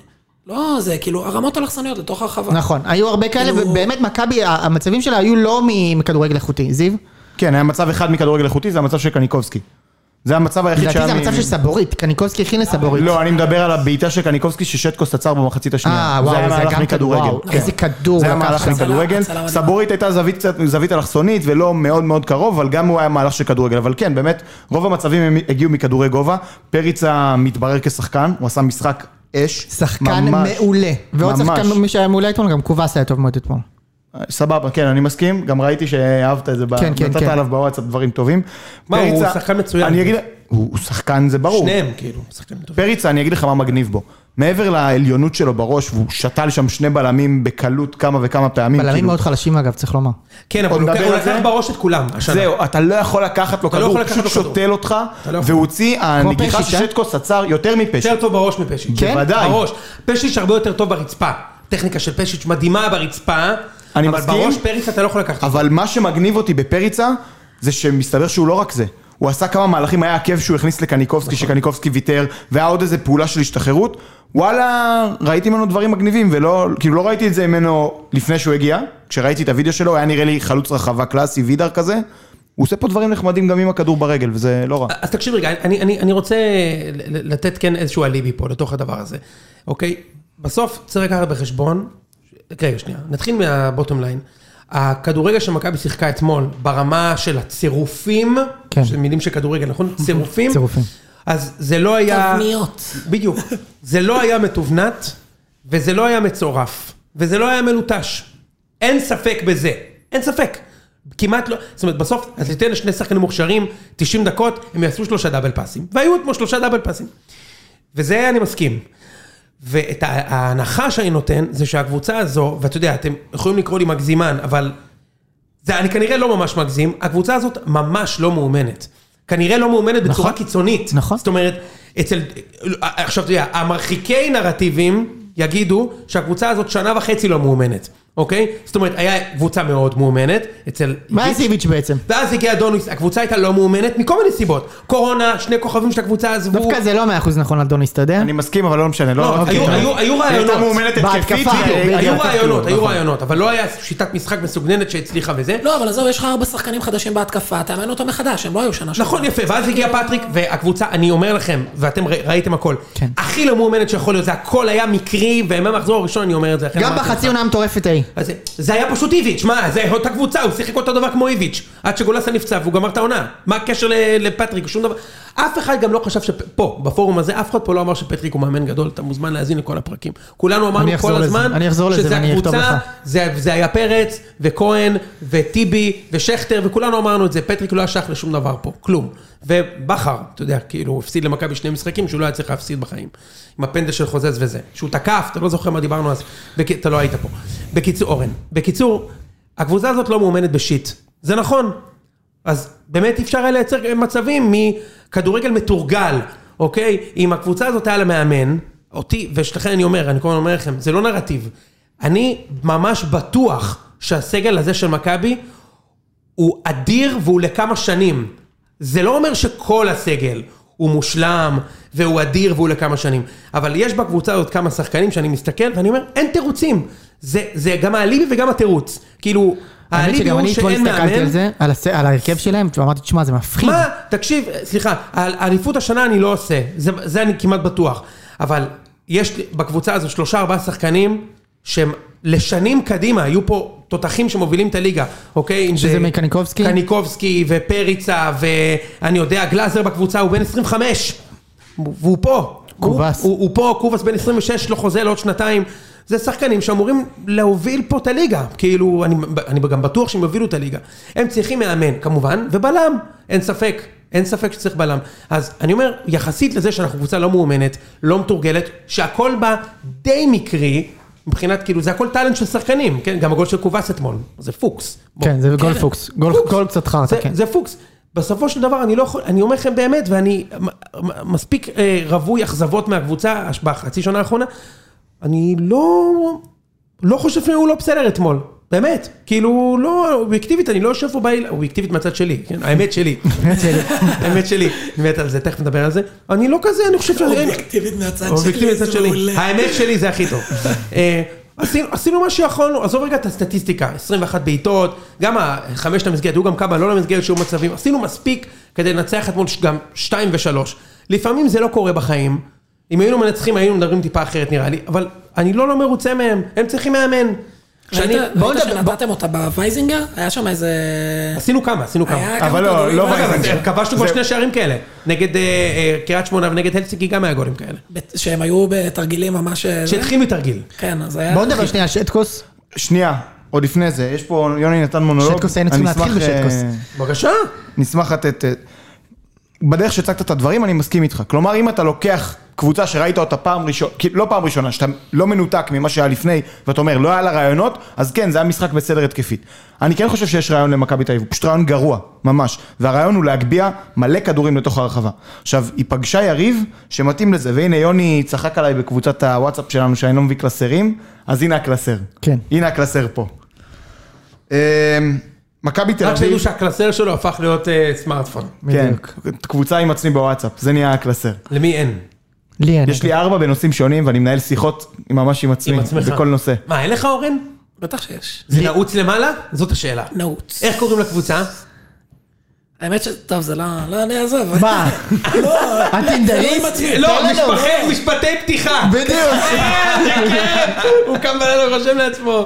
לא, זה כאילו הרמות אלכסוניות לתוך הרחבה. נכון, היו הרבה כאלה, ובאמת מכבי, המצבים שלה היו לא מכדורגל איכותי, זיו? כן, היה מצב אחד מכדורגל איכותי, זה המצב של קניקובסקי. זה המצב היחיד לדעתי זה המצב של סבורית, קניקובסקי הכין לסבורית. לא, אני מדבר על הבעיטה של קניקובסקי ששטקוס עצר במחצית השנייה. וואו, זה היה מהלך מכדורגל. איזה כדור. זה היה מהלך מכדורגל. סבורית הייתה זווית אלכסונית ולא מאוד מאוד קרוב, אבל גם הוא היה מהלך של כדורגל. אבל כן, באמת, רוב המצבים הם הגיעו מכדורי גובה. פריצה מתברר כשחקן, הוא עשה משחק אש. שחקן מעולה. ועוד שחקן מי שהיה מעולה אתמול, גם קובס היה טוב מאוד אתמול. סבבה, כן, אני מסכים, גם ראיתי שאהבת את זה, נתת עליו בוואטסאפ דברים טובים. מה, הוא שחקן מצוין. אני אגיד, הוא שחקן, זה ברור. שניהם, כאילו, שחקן טוב. פריצה, אני אגיד לך מה מגניב בו. מעבר לעליונות שלו בראש, והוא שתל שם שני בלמים בקלות כמה וכמה פעמים. בלמים מאוד חלשים אגב, צריך לומר. כן, אבל הוא לקח בראש את כולם, השנה. זהו, אתה לא יכול לקחת לו כדור, הוא פשוט שותל אותך, והוא הוציא, הנגיחה של שטקוס עצר יותר מפשיץ'. יותר טוב בראש מפשיץ'. כן? בוודאי. בראש. פשיץ' הרבה יותר טוב ברצפה. טכניקה של פשיץ' מדהימה ברצפה. אני אבל מסכים, בראש פריצה אתה לא יכול לקחת. אבל מה שמגניב אותי בפריצה, זה שמסתבר שהוא לא רק זה. הוא עשה כמה מהלכים, היה עקב שהוא הכניס לקניקובסקי, שקניקובסקי ויתר, והיה עוד איזה פעולה של השתחררות. וואלה, ראיתי ממנו דברים מגניבים, ולא, כאילו לא ראיתי את זה ממנו לפני שהוא הגיע. כשראיתי את הוידאו שלו, היה נראה לי חלוץ רחבה קלאסי, וידר כזה. הוא עושה פה דברים נחמדים גם עם הכדור ברגל, וזה לא רע. אז תקשיב רגע, אני רוצה לתת כן איזשהו אליבי פה, לתוך הדבר הזה. אוקיי? בסוף צריך לקחת בחשבון, רגע שנייה, נתחיל מהבוטום ליין. הכדורגל שמכבי שיחקה אתמול, ברמה של הצירופים, של מילים של כדורגל, נכון? צירופים. אז זה לא היה... תבניות. בדיוק. זה לא היה מתובנת, וזה לא היה מצורף, וזה לא היה מלוטש. אין ספק בזה. אין ספק. כמעט לא... זאת אומרת, בסוף, אז תיתן לשני שחקנים מוכשרים, 90 דקות, הם יעשו 3 דאבל פאסים. והיו אתמול 3 דאבל פאסים. וזה אני מסכים. ואת ההנחה שאני נותן, זה שהקבוצה הזו, ואתה יודע, אתם יכולים לקרוא לי מגזימן, אבל זה, אני כנראה לא ממש מגזים, הקבוצה הזאת ממש לא מאומנת. כנראה לא מאומנת בצורה קיצונית. נכון. זאת אומרת, עכשיו אתה יודע, המרחיקי נרטיבים יגידו שהקבוצה הזאת 1.5 שנה לא מאומנת. אוקיי? זאת אומרת, היה קבוצה מאוד מאומנת, אצל... מה היה איביץ' בעצם? ואז הגיע דוניס, הקבוצה הייתה לא מאומנת, מכל מיני סיבות. קורונה, 2 כוכבים של הקבוצה עזבו... דווקא זה לא 100% נכון על דוניס, אתה יודע? אני מסכים, אבל לא משנה, לא... היו רעיונות. הייתה מאומנת התקפית. היו רעיונות, אבל לא היה שיטת משחק מסוגננת שהצליחה וזה. לא, אבל עזוב, יש לך 4 שחקנים חדשים בהתקפה, תאמן אותו מחדש, הם לא היו שנה. נכון, יפה, ואז הגיע פטריק, והקבוצה, אני אומר לכם, ואתם ראיתם הכל, הכי לא מאומנת שיכול להיות, זה הכל היה מקרי, ומהמחזור הראשון אני אומר את זה. גם בחצי עונה מטורפת ההיא. זה היה פשוט איביץ', מה, זה אותה קבוצה, הוא שיחק אותו דבר כמו איביץ', עד שגולסה נפצע והוא גמר את העונה. מה הקשר לפטריק? שום דבר. אף אחד גם לא חשב שפה, בפורום הזה, אף אחד פה לא אמר שפטריק הוא מאמן גדול, אתה מוזמן להאזין לכל הפרקים. כולנו אמרנו כל הזמן, שזה הקבוצה, זה היה פרץ, וכהן, וטיבי, ושכטר, וכולנו אמרנו את זה, פטריק לא השך לשום דבר פה, כלום. ובחר, אתה יודע, כאילו, הוא הפסיד למכבי 2 משחקים, שהוא לא היה צריך להפסיד בחיים. עם הפנדל של חוזז וזה. שהוא תקף, אתה לא זוכר מה דיברנו אז, אתה לא היית פה. בקיצור, אורן, בקיצור, הקבוצה הזאת לא מאומנת בשיט. זה נכון. אז באמת אפשר היה לייצר מצבים מכדורגל מתורגל, אוקיי? אם הקבוצה הזאת היה למאמן, אותי, ושלכן אני אומר, אני כל הזמן אומר לכם, זה לא נרטיב. אני ממש בטוח שהסגל הזה של מכבי הוא אדיר והוא לכמה שנים. זה לא אומר שכל הסגל הוא מושלם והוא אדיר והוא לכמה שנים. אבל יש בקבוצה הזאת כמה שחקנים שאני מסתכל ואני אומר, אין תירוצים. זה גם האליבי וגם התירוץ. כאילו, האליבי הוא שאין מאמן. על ההרכב שלהם, ואמרתי, תשמע, זה מפחיד. מה? תקשיב, סליחה, על אליפות השנה אני לא עושה. זה אני כמעט בטוח. אבל יש בקבוצה הזאת 3-4 שחקנים שהם לשנים קדימה, היו פה תותחים שמובילים את הליגה, אוקיי? שזה מקניקובסקי? קניקובסקי ופריצה, ואני יודע, גלאזר בקבוצה הוא בן 25, והוא פה. קובס. הוא פה, קובס בן 26, לא חוזה לעוד 2 זה שחקנים שאמורים להוביל פה את הליגה, כאילו, אני גם בטוח שהם יובילו את הליגה. הם צריכים מאמן, כמובן, ובלם, אין ספק שצריך בלם. אז אני אומר, יחסית לזה שאנחנו קבוצה לא מאומנת, לא מתורגלת, שהכל בה די מקרי, מבחינת, כאילו, זה הכל טלנט של שחקנים, כן? גם הגול של קובס אתמול, זה פוקס. כן, זה גול פוקס. גול קצת חרטה, כן. זה פוקס. בסופו של דבר, אני אומר לכם באמת, ואני מספיק רווי אכזבות מהקבוצה, בחצי שנה האחרונה, אני לא חושב שהוא לא בסדר אתמול. באמת. כאילו, לא, אובייקטיבית, אני לא יושב פה אובייקטיבית מהצד שלי, כן? האמת שלי. האמת שלי. אני מת על זה, תכף נדבר על זה. אני לא כזה, אני חושב שזה... אובייקטיבית מהצד שלי. אובייקטיבית מהצד שלי. האמת שלי זה הכי טוב. עשינו מה שיכולנו, עזוב רגע את הסטטיסטיקה, 21 בעיטות, גם 5 למסגרת, היו גם כמה לא למסגרת שהיו מצבים, עשינו מספיק כדי לנצח אתמול גם 2 ו3. לפעמים זה לא קורה בחיים, אם היינו מנצחים היינו מדברים טיפה אחרת נראה לי, אבל אני לא מרוצה מהם, הם צריכים מאמן. ראית שנתתם אותה בווייזינגר? היה שם איזה... עשינו כמה. אבל לא וייזינגר. כבשנו כבר 2 שערים כאלה. נגד קריית שמונה ונגד הלסינקי גם היה גולים כאלה. שהם היו בתרגילים ממש... שהתחיל מתרגיל. כן, אז היה... בואו נדבר שנייה, שטקוס. שנייה, עוד לפני זה, יש פה, יוני נתן מונולוג. שטקוס היינו צריכים להתחיל בשטקוס. בבקשה. נשמח לתת... בדרך שהצגת את הדברים אני מסכים איתך. כלומר, אם אתה לוקח קבוצה שראית אותה פעם ראשונה, לא פעם ראשונה, שאתה לא מנותק ממה שהיה לפני, ואתה אומר, לא היה לה רעיונות, אז כן, זה היה משחק בסדר התקפית. אני כן חושב שיש רעיון למכבי תל אביב, פשוט רעיון גרוע, ממש. והרעיון הוא להגביע מלא כדורים לתוך הרחבה. עכשיו, היא פגשה יריב שמתאים לזה, והנה יוני צחק עליי בקבוצת הוואטסאפ שלנו, שאני לא מביא קלסרים, אז הנה הקלסר. כן. הנה הקלסר פה. מכבי תל רק אביב... שידעו שהקלסר שלו הפך להיות סמארטפון. כן, קבוצה עם עצמי בוואטסאפ, זה נהיה הקלסר. למי אין? לי אין. יש לי 4 בנושאים שונים, ואני מנהל שיחות ממש עם עצמי, בכל נושא. מה, אין לך אורן? בטח שיש. זה נעוץ למעלה? זאת השאלה. נעוץ. איך קוראים לקבוצה? האמת טוב, זה לא, אני אעזוב. מה? הטינדריסט? לא, משפטי פתיחה. בדיוק. הוא קם בלילה ורושם לעצמו.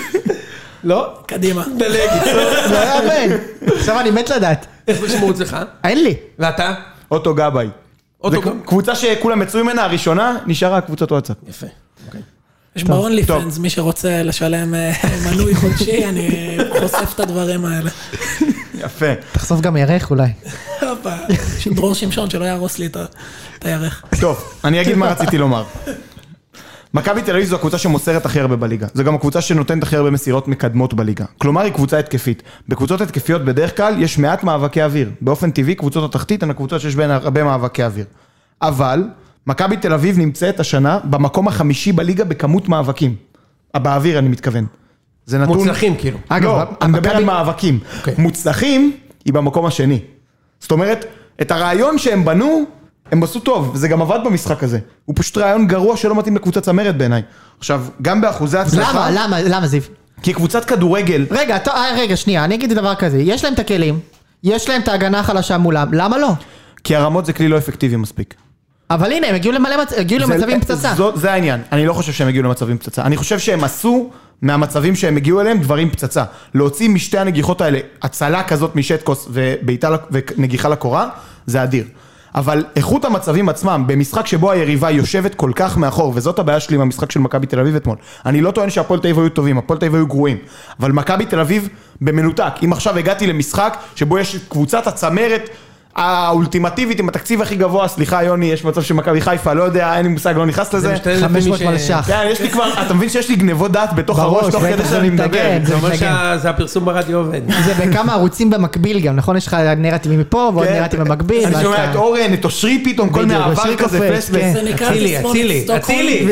לא? קדימה. דלג. לא יאמן. עכשיו אני מת לדעת. איך בשמו אצלך? אין לי. ואתה? אוטו גבאי. אוטו גבאי. קבוצה שכולם מצויים ממנה, הראשונה, נשארה קבוצת וואטסאפ. יפה. יש באונלי פנס, מי שרוצה לשלם מנוי חודשי, אני חושף את הדברים האלה. יפה. תחשוף גם ירח אולי. הופה, דרור שמשון שלא יהרוס לי את הירח. טוב, אני אגיד מה רציתי לומר. מכבי תל אביב זו הקבוצה שמוסרת הכי הרבה בליגה. זו גם הקבוצה שנותנת הכי הרבה מסירות מקדמות בליגה. כלומר, היא קבוצה התקפית. בקבוצות התקפיות בדרך כלל יש מעט מאבקי אוויר. באופן טבעי, קבוצות התחתית הן הקבוצות שיש בהן הרבה מאבקי אוויר. אבל, מכבי תל אביב נמצאת השנה במקום ה5 בליגה בכמות מאבקים. באוויר אני מתכוון. זה נתון... מוצלחים כאילו. לא, אני מדבר על מאבקים. מוצלחים היא במקום השני. זאת אומרת, את הרעיון שהם בנו, הם עשו טוב, וזה גם עבד במשחק הזה. הוא פשוט רעיון גרוע שלא מתאים לקבוצת צמרת בעיניי. עכשיו, גם באחוזי הצלחה... למה זיו? כי קבוצת כדורגל... רגע, שנייה, אני אגיד דבר כזה. יש להם את הכלים, יש להם את ההגנה החלשה מולם, למה לא? כי הרמות זה כלי לא אפקטיבי מספיק. אבל הנה, הם הגיעו למצבים פצצה. זה העניין. אני לא חושב שהם הגיעו למצבים פצצה. אני חושב שהם עשו מהמצבים שהם הגיעו אליהם דברים פצצה. להוציא משתי הנגיחות האלה, הצלה כזאת משטקוס ונגיחה לקורה, זה אדיר. אבל איכות המצבים עצמם, במשחק שבו היריבה יושבת כל כך מאחור, וזאת הבעיה שלי עם המשחק של מכבי תל אביב אתמול. אני לא טוען שהפועל תל אביב היו טובים, הפועל תל אביב היו גרועים. אבל מכבי תל אביב במנותק. אם עכשיו הגעתי למשחק שבו יש קבוצת הצמרת האולטימטיבית עם התקציב הכי גבוה, סליחה יוני, יש מצב שמכבי חיפה, לא יודע, אין לי מושג, לא נכנס לזה. 500 מלשך. כן, יש לי כבר, אתה מבין שיש לי גנבות דעת בתוך הראש, תוך כדי שאני מדבר. זה אומר שזה הפרסום ברדיו עובד. זה בכמה ערוצים במקביל גם, נכון? יש לך נרטיבים מפה ועוד נרטיבים במקביל. אני שומע את אורן, את אושרי פתאום, כל מהעבר כזה פלספלס. זה נקרא אצילי.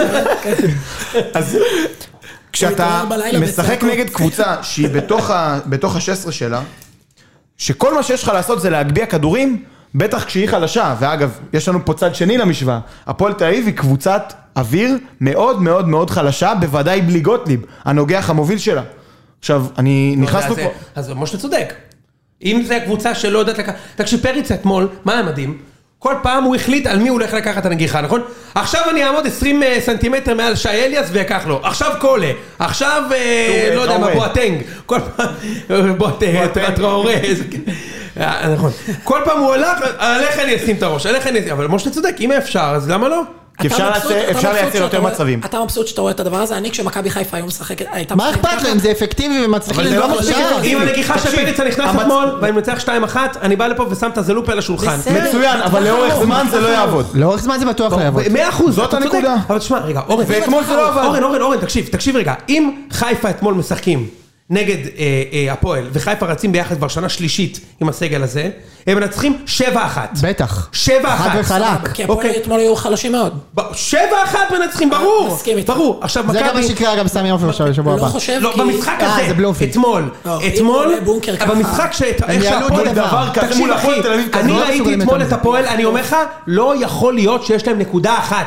אז כשאתה משחק נגד קבוצה שהיא בתוך ה-16 שלה, שכל מה שיש לך לעשות זה להגביע כדורים, בטח כשהיא חלשה, ואגב, יש לנו פה צד שני למשוואה, הפועל תל אביב היא קבוצת אוויר מאוד מאוד מאוד חלשה, בוודאי בלי גוטליב, הנוגח המוביל שלה. עכשיו, אני נכנסנו פה... אז משה צודק. אם זה הקבוצה שלא יודעת לקחת... תקשיב, פריץ אתמול, מה היה מדהים? כל פעם הוא החליט על מי הוא הולך לקחת את הנגיחה, נכון? עכשיו אני אעמוד 20 סנטימטר מעל שי אליאס ויקח לו. עכשיו קולה. עכשיו, לא יודע מה, בועטנג. כל פעם, בועטנג, טראורה. נכון. כל פעם הוא הולך, עליך אני אשים את הראש, עליך אני אשים. אבל משה צודק, אם אפשר, אז למה לא? כי אפשר לייצר יותר מצבים. אתה מבסוט שאתה רואה את הדבר הזה, אני כשמכבי חיפה היום משחקת, מה אכפת להם? זה אפקטיבי ומצליחים. אבל זה לא מספיק. אם הנגיחה של פריצה נכנס אתמול, ואני מנצח 2-1, אני בא לפה ושם את הזלופ על השולחן. מצוין, אבל לאורך זמן זה לא יעבוד. לאורך זמן זה בטוח לא יעבוד. 100%, זאת הנקודה. אבל תשמע, רגע, אורן. ואתמול זה לא עבד. אורן, תקשיב רגע. אם חיפה אתמול משחקים נגד הפועל, וחיפה רצים ביחד כבר שנה שלישית עם הסגל הזה, הם מנצחים 7-1. בטח. 7-1. חד וחלק. כי הפועל אתמול היו חלשים מאוד. 7-1 מנצחים, ברור. מסכים איתך. ברור. עכשיו זה גם מה שיקרה גם סמי עופר בשבוע הבא. לא חושב לא, במשחק הזה, זה בלופים. אתמול, במשחק שהפועל דבר כזה מול הפועל תל אביב, אני ראיתי אתמול את הפועל, אני אומר לך, לא יכול להיות שיש להם נקודה אחת.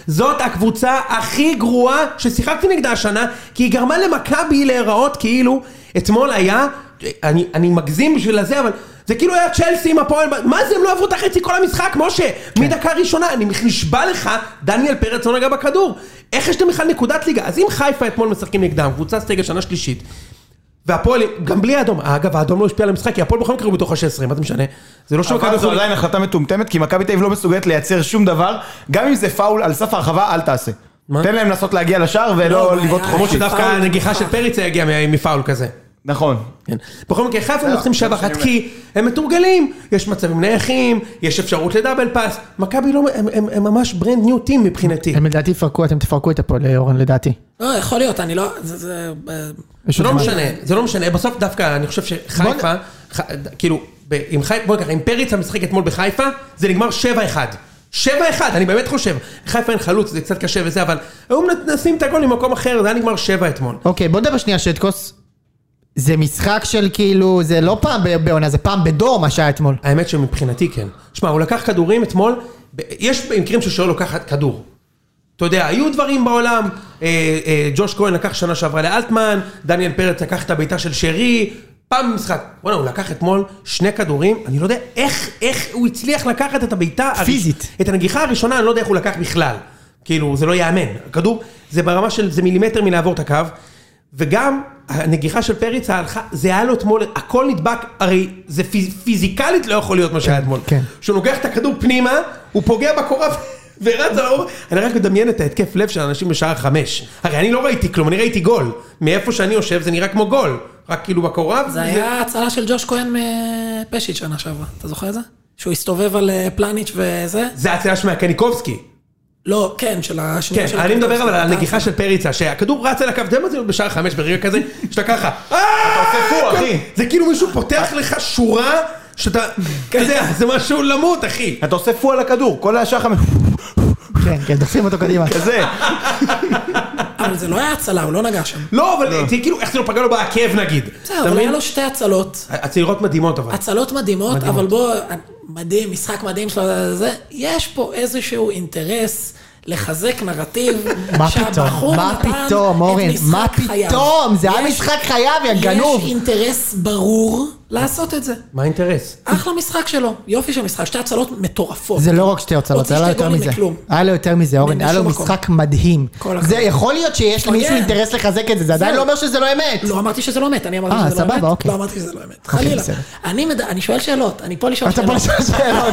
זאת הקבוצה הכי גרועה ששיחקתי נגדה השנה, כי היא גרמה למכבי להיראות כאילו, אתמול היה, אני מגזים בשביל הזה, אבל זה כאילו היה צ'לסי עם הפועל, מה זה, הם לא עברו את החצי כל המשחק, משה, מדקה ראשונה, אני נשבע לך, דניאל פרץ לא נגע בכדור, איך יש להם בכלל נקודת ליגה? אז אם חיפה אתמול משחקים נגדם, קבוצה סגל שנה שלישית, והפועל, גם בלי האדום, אגב, האדום לא השפיע על המשחק, כי הפועל בכל מקרה בתוך ה-16, מה זה משנה? זה לא שמכבי זו עדיין החלטה מטומטמת, כי מכבי תל אביב לא מסוגלת לייצר שום דבר, גם אם זה פאול על סף הרחבה, אל תעשה. תן להם לנסות להגיע לשער ולא לבעוט חופשי. כמו שדווקא הנגיחה של פריצה יגיע מפאול כזה. נכון. בכל מקרה, חיפה הם נוצרים 7-1, כי הם מתורגלים, יש מצבים נייחים, יש אפשרות לדאבל פאס, מכבי לא, הם ממש ברנד ניו טים מבחינתי. הם לדעתי תפרקו, אתם תפרקו את הפועל, אורן, לדעתי. לא, יכול להיות, אני לא, זה לא משנה, זה לא משנה, בסוף דווקא אני חושב שחיפה, כאילו, עם פריצה משחק אתמול בחיפה, זה נגמר 7-1. 7-1, אני באמת חושב, חיפה אין חלוץ, זה קצת קשה וזה, אבל היום נשים את הגול ממקום אחר, זה היה נגמר 7 אתמול. אוקיי, בוא נדבר שנייה שטקוס. זה משחק של כאילו, זה לא פעם בעונה, זה פעם בדור מה שהיה אתמול. האמת שמבחינתי כן. שמע, הוא לקח כדורים אתמול, יש מקרים ששואל לוקח כדור. אתה יודע, היו דברים בעולם, ג'וש כהן לקח שנה שעברה לאלטמן, דניאל פרץ לקח את הביתה של שרי, פעם במשחק. בוא'נה, הוא לקח אתמול 2 כדורים, אני לא יודע איך הוא הצליח לקחת את הביתה. פיזית. את הנגיחה הראשונה, אני לא יודע איך הוא לקח בכלל. כאילו, זה לא יאמן. הכדור, זה ברמה של, זה מילימטר מלעבור את הקו. וגם הנגיחה של פריץ ההלכה, זה היה לו אתמול, הכל נדבק, הרי זה פיזיקלית לא יכול להיות מה שהיה אתמול. כשהוא נוגח את הכדור פנימה, הוא פוגע בקורה ורץ על האור. אני רק מדמיין את ההתקף לב של אנשים בשעה 5. הרי אני לא ראיתי כלום, אני ראיתי גול. מאיפה שאני יושב זה נראה כמו גול. רק כאילו בקורה. זה היה הצלה של ג'וש כהן מפשיט שנה שעברה. אתה זוכר את זה? שהוא הסתובב על פלניץ' וזה? זה הצלה של קניקובסקי. לא, כן, של השנייה של... כן, אני מדבר על הנגיחה של פריצה, שהכדור רץ על הקו, די מה זה בשעה 5 ברגע כזה, שאתה ככה, אתה עושה פו, אחי. זה כאילו מישהו פותח לך שורה, שאתה, כזה, זה משהו למות, אחי. אתה עושה פו על הכדור, כל השעה 5. כן, דוחפים אותו קדימה. כזה. אבל זה לא היה הצלה, הוא לא נגע שם. לא, אבל כאילו, איך זה לא פגע לו בעקב נגיד. בסדר, אבל היה לו 2 הצלות. הצעירות מדהימות אבל. הצלות מדהימות, אבל בוא, מדהים, משחק מדהים שלו, יש פה איזשהו אינטרס לחזק נרטיב. מה פתאום? מה פתאום, אורן? מה פתאום? זה היה משחק חייב, יא גנוב. יש אינטרס ברור לעשות את זה. מה האינטרס? אחלה משחק שלו, יופי של משחק, 2 הצלות מטורפות. זה לא רק 2 הצלות, זה היה לו יותר מזה. היה לו יותר מזה, אורן, היה לו משחק מדהים. זה יכול להיות שיש למישהו אינטרס לחזק את זה, זה עדיין לא אומר שזה לא אמת. לא אמרתי שזה לא אמת, אני אמרתי שזה לא אמת. לא אמרתי שזה לא אמת. חלילה. אני שואל שאלות, אני פה לשאול שאלות. אתה פה לשאול שאלות.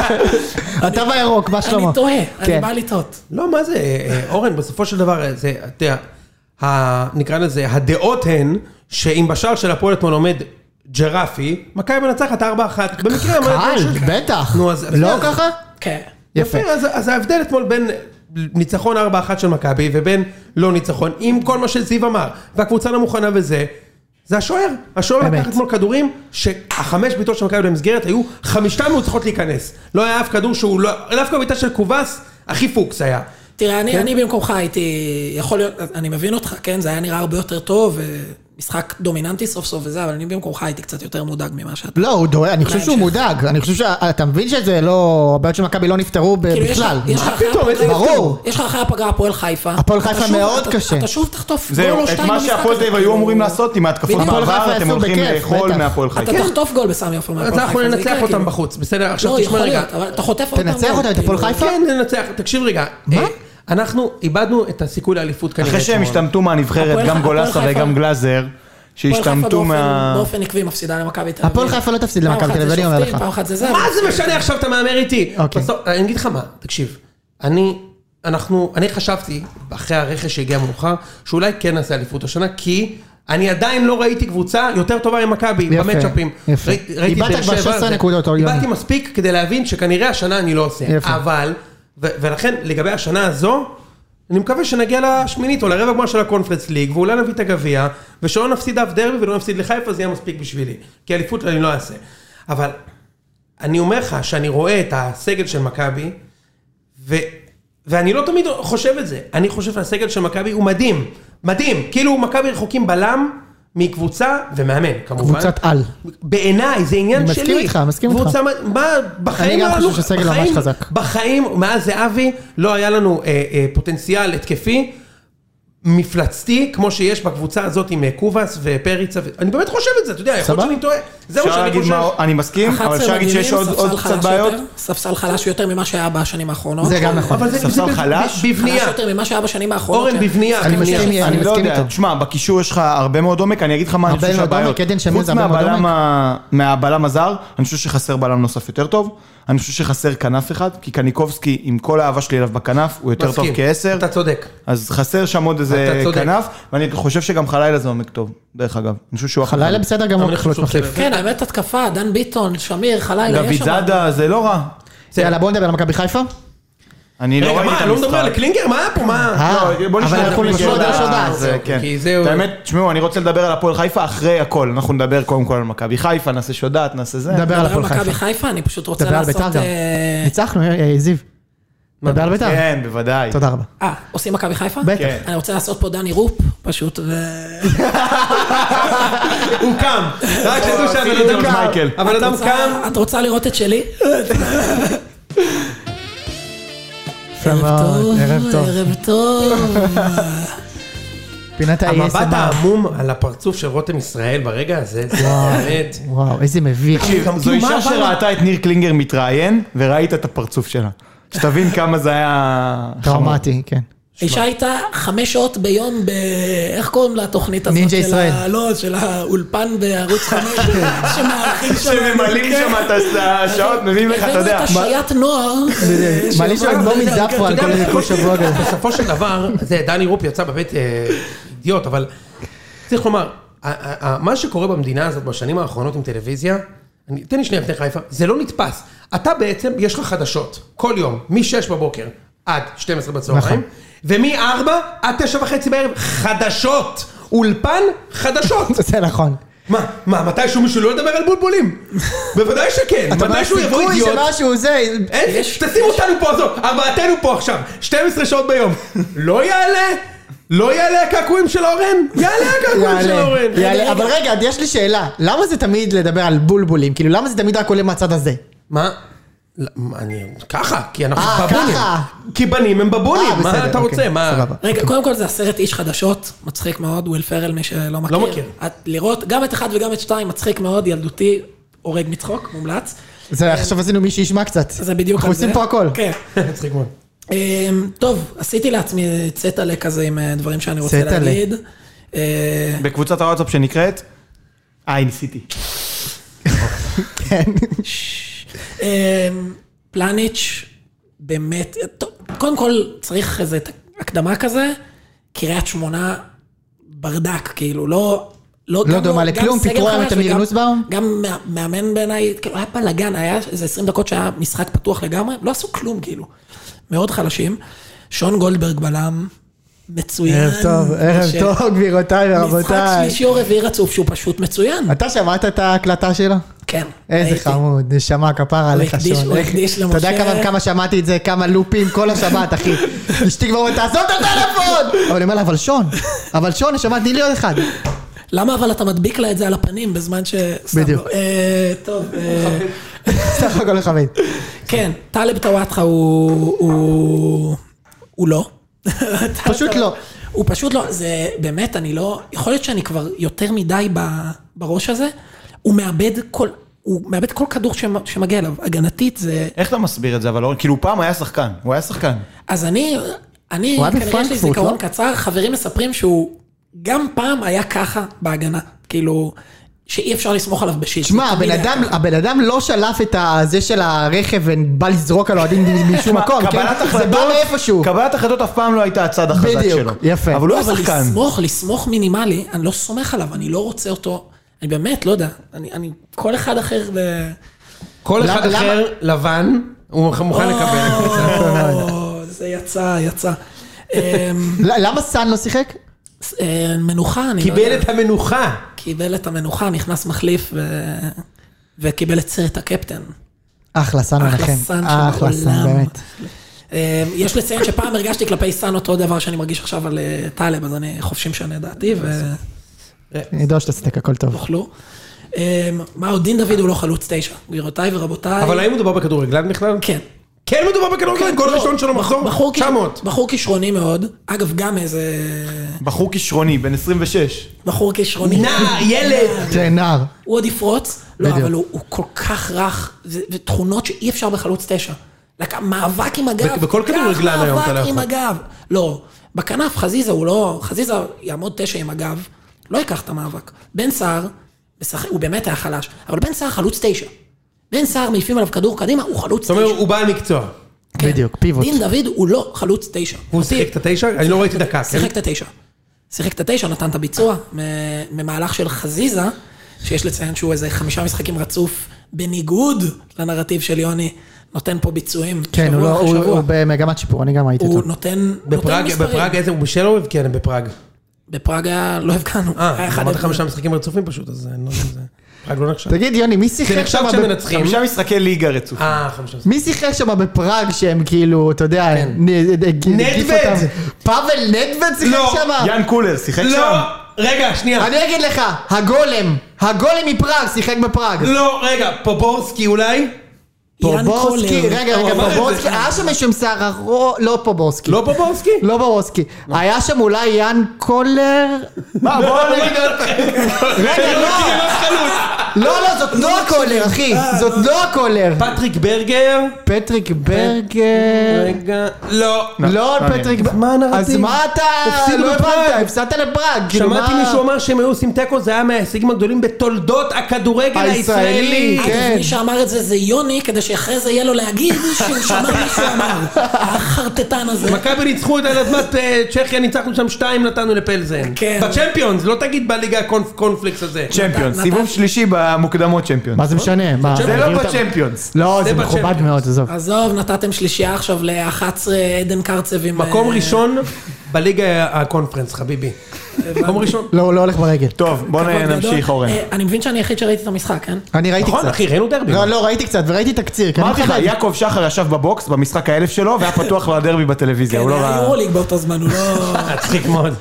אתה בירוק, מה שלמה? אני טועה, אני בא לטעות. לא, מה זה, אורן, בסופו של דבר, זה, אתה יודע, נקרא לזה, הדעות הן, שאם בשער של הפועל אתמול עומד ג'רפי, מכבי מנצחת 4-1. במקרה, קל, בטח. לא ככה? כן. יפה, אז ההבדל אתמול בין ניצחון 4-1 של מכבי, ובין לא ניצחון, עם כל מה שזיו אמר, והקבוצה לא מוכנה וזה, זה השוער. השוער לקח אתמול כדורים, שהחמש ביתות של מכבי במסגרת, היו 5 צריכות להיכנס. לא היה אף כדור שהוא לא, דווקא ביתה של קובס, הכי פוקס היה. תראה, אני במקומך הייתי, יכול להיות, אני מבין אותך, כן, זה היה נראה הרבה יותר טוב, משחק דומיננטי סוף סוף וזה, אבל אני במקומך הייתי קצת יותר מודאג ממה שאתה... לא, אני חושב שהוא מודאג, אני חושב שאתה מבין שזה לא, הבעיות של מכבי לא נפטרו בכלל. ברור. יש לך אחרי הפגרה הפועל חיפה. הפועל חיפה מאוד קשה. אתה שוב תחטוף גול או 2 במשחק. זה את מה שהפועל חיפה היו אמורים לעשות עם ההתקפות מעבר, אתם הולכים לאכול מהפועל חיפה. אתה תחטוף גול בסמי עופר מהפועל חיפה. אנחנו ננצח אותם בחוץ, בסדר, עכשיו תשמע רגע. אתה חוטף אותם. תנצח אותם, את הפועל חיפה? כן, ננצח, תקשיב רגע. אנחנו איבדנו את הסיכוי לאליפות כנראה. אחרי שהם השתמטו מהנבחרת, גם גולסה וגם גלאזר, שהשתמטו באופן עקבי מפסידה למכבי תל אביב. הפועל חיפה לא תפסיד למכבי תל אביב, אני אומר לך. מה זה משנה עכשיו אתה מאמר איתי? אני אגיד לך מה, תקשיב. אני חשבתי, אחרי הרכש שהגיע מאוחר, שאולי כן נעשה אליפות השנה, כי אני עדיין לא ראיתי קבוצה יותר טובה ממכבי, במאצ'אפים. איבדת כבר 16 נקודות. איבדתי מספיק כדי להבין שכנראה השנה אני לא עושה. אבל, ולכן לגבי השנה הזו, אני מקווה שנגיע לשמינית או לרבע גמר של הקונפרנס ליג, ואולי נביא את הגביע, ושלא נפסיד אף דרבי ולא נפסיד לחיפה, זה יהיה מספיק בשבילי. כי אליפות אני לא אעשה. אבל אני אומר לך שאני רואה את הסגל של מכבי, ואני לא תמיד חושב את זה. אני חושב שהסגל של מכבי הוא מדהים. מדהים. כאילו מכבי רחוקים בלם, מקבוצה ומאמן, כמובן. קבוצת על. בעיניי, זה עניין שלי. אני מסכים איתך. מה, בחיים אני גם חושב שסגל ממש חזק. בחיים, מאז זהבי, לא היה לנו פוטנציאל התקפי, מפלצתי, כמו שיש בקבוצה הזאת עם קובס ופריצה, אני באמת חושב את זה, אתה יודע, יכול להיות שאני טועה, זה מה שאני חושב. אני מסכים, אבל אפשר להגיד שיש עוד קצת בעיות. ספסל חלש יותר ממה שהיה בשנים האחרונות. זה גם נכון. ספסל חלש? בבנייה. חלש יותר ממה שהיה בשנים האחרונות. אורן, בבנייה. אני לא יודע, תשמע, בקישור יש לך הרבה מאוד עומק, אני אגיד לך מה אני חושב שהבעיות. חוץ מהבלם הזר, אני חושב שחסר בלם נוסף יותר טוב, אני חושב שחסר כנף אחד, כי קניקובסקי, עם כל האהבה שלי אליו בכנף, הוא יותר טוב כ10. אתה צודק. אז חסר שם עוד איזה כנף, ואני חושב שגם חלילה זה עומק טוב, דרך אגב. אני חושב שהוא חלילה בסדר גם הוא חלוץ מחליף. כן, האמת התקפה, דן ביטון, שמיר, חלילה, דוד זאדה, זה לא רע. יאללה, בוא נדבר על מכבי חיפה. אני לא ראיתי את המשחק. לא מדבר על קלינגר? מה היה פה? מה? בוא נשמע אבל אנחנו נשמע דעה. האמת, תשמעו, אני רוצה לדבר על הפועל חיפה אחרי הכל. אנחנו נדבר קודם כל על מכבי חיפה, נעשה שודעת, נעשה זה. נדבר על הפועל מכבי חיפה, אני פשוט רוצה לעשות... ניצחנו, זיו. נדבר על ביתר. כן, בוודאי. תודה רבה. עושים מכבי חיפה? בטח. אני רוצה לעשות פה דני רופ, פשוט הוא קם. רק שתדעו שהבן אדם קם. הבן אדם קם. את רוצה לראות את שלי? ערב טוב. ערב טוב. פינת ה-ASMR. המבט העמום על הפרצוף של רותם ישראל ברגע הזה, זה באמת... וואו, איזה מביך. זו אישה שראתה את ניר קלינגר מתראיין, וראית את הפרצוף שלה. שתבין כמה זה היה... טראומטי, כן. אישה הייתה 5 שעות ביום איך קוראים לה התוכנית הזאת? נינג'ה ישראל. לא, של האולפן בערוץ 5, שמארחים שם. שממלאים שם את השעות, מביאים לך, אתה יודע. הבאנו את השיית נוער. מעלי שם לא מזדפו על כל שבוע. בסופו של דבר, דני רופ יצא בבית אידיוט, אבל צריך לומר, מה שקורה במדינה הזאת בשנים האחרונות עם טלוויזיה, תן לי שנייה לפני חיפה, זה לא נתפס. אתה בעצם, יש לך חדשות, כל יום, מ-6 בבוקר עד 12 בצהריים, ומ-4 עד 9:30 בערב, חדשות, אולפן חדשות. זה נכון. מה, מתישהו מישהו לא ידבר על בולבולים? בוודאי שכן, מתישהו יבוא אידיוט. אתה אומר שמשהו זה... תשים אותנו פה, ארבעתנו פה עכשיו, 12 שעות ביום. לא יעלה הקעקועים של אורן? יעלה הקעקועים של אורן. אבל רגע, יש לי שאלה. למה זה תמיד לדבר על בולבולים? כאילו, למה זה תמיד רק עולה מהצד הזה? מה? ככה, כי אנחנו בבונים. כי בנים הם בבונים, מה אתה רוצה? רגע, קודם כל זה 10 איש חדשות, מצחיק מאוד, וויל פרל, מי שלא מכיר. לא מכיר. לראות גם את 1 וגם את 2, מצחיק מאוד, ילדותי, הורג מצחוק, מומלץ. זה עכשיו עשינו מי שישמע קצת. זה בדיוק אנחנו עושים פה הכל. כן. מצחיק מאוד. טוב, עשיתי לעצמי צטלה כזה עם דברים שאני רוצה להגיד. בקבוצת הוואטסאפ שנקראת, ניסיתי. כן. פלניץ' באמת, קודם כל צריך איזה הקדמה כזה, קריית שמונה ברדק, כאילו, לא דומה לכלום, פיטרו היום את אמיר נוסבאום. גם מאמן בעיניי, כאילו, היה פלגן, היה איזה 20 דקות שהיה משחק פתוח לגמרי, לא עשו כלום, כאילו, מאוד חלשים. שון גולדברג בלם, מצוין. ערב טוב, גבירותיי ורבותיי. משחק שלישי או רביעי רצוף, שהוא פשוט מצוין. אתה שמעת את ההקלטה שלו? כן. איזה חמוד, נשמה כפרה עליך שון. הוא הקדיש למשה. אתה יודע כמה שמעתי את זה, כמה לופים כל השבת, אחי. אשתי כבר אומרת, תעזוב את הטלפון! אבל אני אומר לה, אבל שון, שמעתי, תני לי עוד אחד. למה אבל אתה מדביק לה את זה על הפנים בזמן ש... בדיוק. טוב. סך הכל לכבד. כן, טלב טוואטחה הוא לא. פשוט לא. הוא פשוט לא, זה באמת, אני לא, יכול להיות שאני כבר יותר מדי בראש הזה, הוא מאבד כל כדור שמגיע אליו, הגנתית זה... איך אתה מסביר את זה, אבל כאילו פעם היה שחקן, הוא היה שחקן. אז אני כנראה יש לי זיכרון קצר, חברים מספרים שהוא גם פעם היה ככה בהגנה, כאילו... שאי אפשר לסמוך עליו בשיט. שמע, הבן אדם לא שלף את זה של הרכב ובא לזרוק על אוהדים משום מקום, זה בא מאיפשהו. קבלת החלטות אף פעם לא הייתה הצד החזק שלו. בדיוק, יפה. אבל הוא היה שחקן. לסמוך מינימלי, אני לא סומך עליו, אני לא רוצה אותו, אני באמת לא יודע, כל אחד אחר... כל אחד אחר לבן, הוא מוכן לקבל. זה יצא. למה סן לא שיחק? מנוחה, אני לא יודע. קיבל את המנוחה. נכנס מחליף וקיבל את סרט הקפטן. אחלה סן עליכם. אחלה סן, באמת. יש לציין שפעם הרגשתי כלפי סן אותו דבר שאני מרגיש עכשיו על טלב, אז אני חופשים שאני דעתי. אני יודע שאתה צדק, הכל טוב. תאכלו. מה עוד? דין דוד הוא לא חלוץ 9. גבירותיי ורבותיי. אבל האם מדובר בכדורגלן בכלל? כן. כן מדובר בכדורגלן, גול ראשון שלו מחזור 900. בחור כישרוני מאוד. אגב, גם איזה... בחור כישרוני, בן 26. בחור כישרוני. ילד. כן, נער. הוא עוד יפרוץ. לא, בדיוק. אבל הוא כל כך רך, ותכונות שאי אפשר בחלוץ 9. מאבק עם הגב. בכל כדורגלן היום אתה לא מאבק יכול. עם הגב. לא, בכנף חזיזה הוא לא... חזיזה יעמוד 9 עם הגב, לא ייקח את המאבק. בן סער, הוא באמת היה חלש, אבל בן סער חלוץ 9. בן סער מעיפים עליו כדור קדימה, הוא חלוץ 9. זאת אומרת, הוא בעל מקצוע. כן. בדיוק, פיבוט. דין דוד הוא לא חלוץ 9. הוא שיחק את 9? אני לא ראיתי דקה, כן? שיחק את 9. שיחק את 9, נתן את הביצוע, ממהלך של חזיזה, שיש לציין שהוא איזה 5 משחקים רצוף, בניגוד לנרטיב של יוני, נותן פה ביצועים. כן, הוא במגמת שיפור, אני גם ראיתי אותו. הוא נותן מספרים. בפראג איזה, הוא בשל או הבקיע בפראג? בפראג לא הבקענו. אמרת 5 משחקים רצופים פשוט, אז אני לא יודע אם זה... פראג לא נחשב. תגיד, יוני, מי שיחק זה נחשב שם? שהם מנצחים. 5 משחקי ליגה רצופים. 5 מי שיחק שם בפראג שהם כאילו, אתה יודע, נדווד. פאבל נדווד שיחק לא. שם? יאן קולר, שיחק שם. לא! רגע, שנייה. אני אגיד לך, הגולם מפראג שיחק בפראג. לא, רגע, פובורסקי אולי? פובורסקי, רגע, אמר את פובורסקי, זה. היה שם משום שער, לא פובורסקי. לא פובורסקי? לא פובורסקי. היה שם אולי יאן קולר? מה, בוא נגיד... רגע, לא, זאת לא הקולר, אחי. זאת לא הקולר. פטריק ברגר? פטריק ברגר... רגע, לא. לא על פטריק ברגר. מה הנרטיב? אז מה אתה... הפסידו לא לפראג. הבנת, הפסדת לפראג. שמעתי מישהו אומר שהם היו עושים תיקו, זה היה מההישגים הגדולים בתולדות הכדורגל הישראלי. כן. מי שאמר את זה זה יוני, כדי שאחרי זה יהיה לו להגיד שהוא שמע מישהו אמר. החרטטן הזה. מכבי ניצחו את אדמת צ'כיה, ניצחנו שם 2, נתנו לפלזן. כן. בצ'מפיונס, לא תגיד בליגה הקונפליקס הזה. צ'מפיונס, סיבוב שלישי במוקדמות צ'מפיונס. מה זה משנה? זה לא בצ'מפיונס. לא, זה מכובד בצ'מפיונס. מאוד, עזוב. עזוב, נתתם שלישייה עכשיו ל-11 עדן קרצב עם... מקום ראשון בליגה הקונפרנס, חביבי. מקום ראשון. לא הולך ברגל. טוב, בוא נמשיך אורן. אני מבין שאני היחיד שראיתי את המשחק, כן? אני ראיתי נכון, קצת. אחי, ראינו דרבי. לא, ראיתי קצת, וראיתי תקציר. אמרתי לך, יעקב שחר ישב בבוקס במשחק ה1000 שלו, והיה פתוח לו הדרבי בטלוויזיה. כן, הוא לא היה ראה... יורוליג באותו זמן, הוא לא... הצחיק מאוד.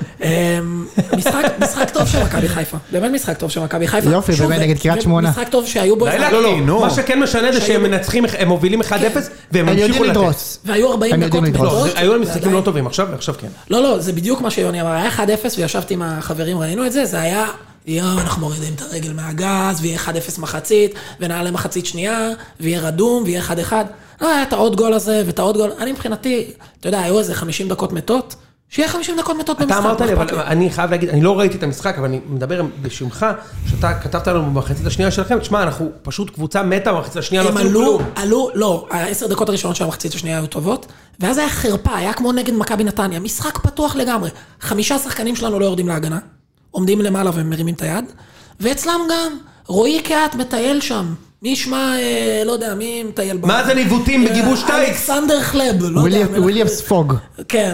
משחק טוב של מכבי חיפה. באמת משחק טוב של מכבי חיפה. יופי, שוב, באמת, נגד קריית שמונה. משחק טוב שהיו בו... לא, מה שכן משנה זה שהם מנצחים, הם מובילים 1-0 והם הם יודעים המשיכו לתת. לדרוס. והיו 40 הם דקות יודעים לדרוס. מתות. היו להם משחקים לא טובים, עכשיו כן. לא, זה בדיוק מה שיוני אמר. היה 1-0 וישבתי עם החברים, ראינו את זה, זה היה... אנחנו מורידים את הרגל מהגז, ויהיה 1-0 מחצית, ונעלה מחצית שנייה, ויהיה רדום, ויהיה 1-1. היה את העוד גול הזה, ואת העוד גול. אני מבחינתי, אתה יודע, היו איזה 50 דקות מתות, שיהיה 50 דקות מתות במשחק. אתה אמרת לי, אבל אני חייב להגיד, אני לא ראיתי את המשחק, אבל אני מדבר בשמך, שאתה כתבת לנו במחצית השנייה שלכם, תשמע, אנחנו פשוט קבוצה מתה במחצית השנייה, הם לא, 10 דקות הראשונות של המחצית השנייה היו טובות, ואז היה חרפה, היה כמו נגד מכבי נתניה, משחק פתוח לגמרי. 5 שחקנים שלנו לא יורדים להגנה, עומדים למעלה ומרימים את היד, ואצלם גם, רועי קהת מטייל שם, מי ישמע, לא יודע, מי מטייל בו. מה זה ניווטים בגיבוש טייץ? אלכסנדר חלב, לא יודע. וויליאם ספוג. כן.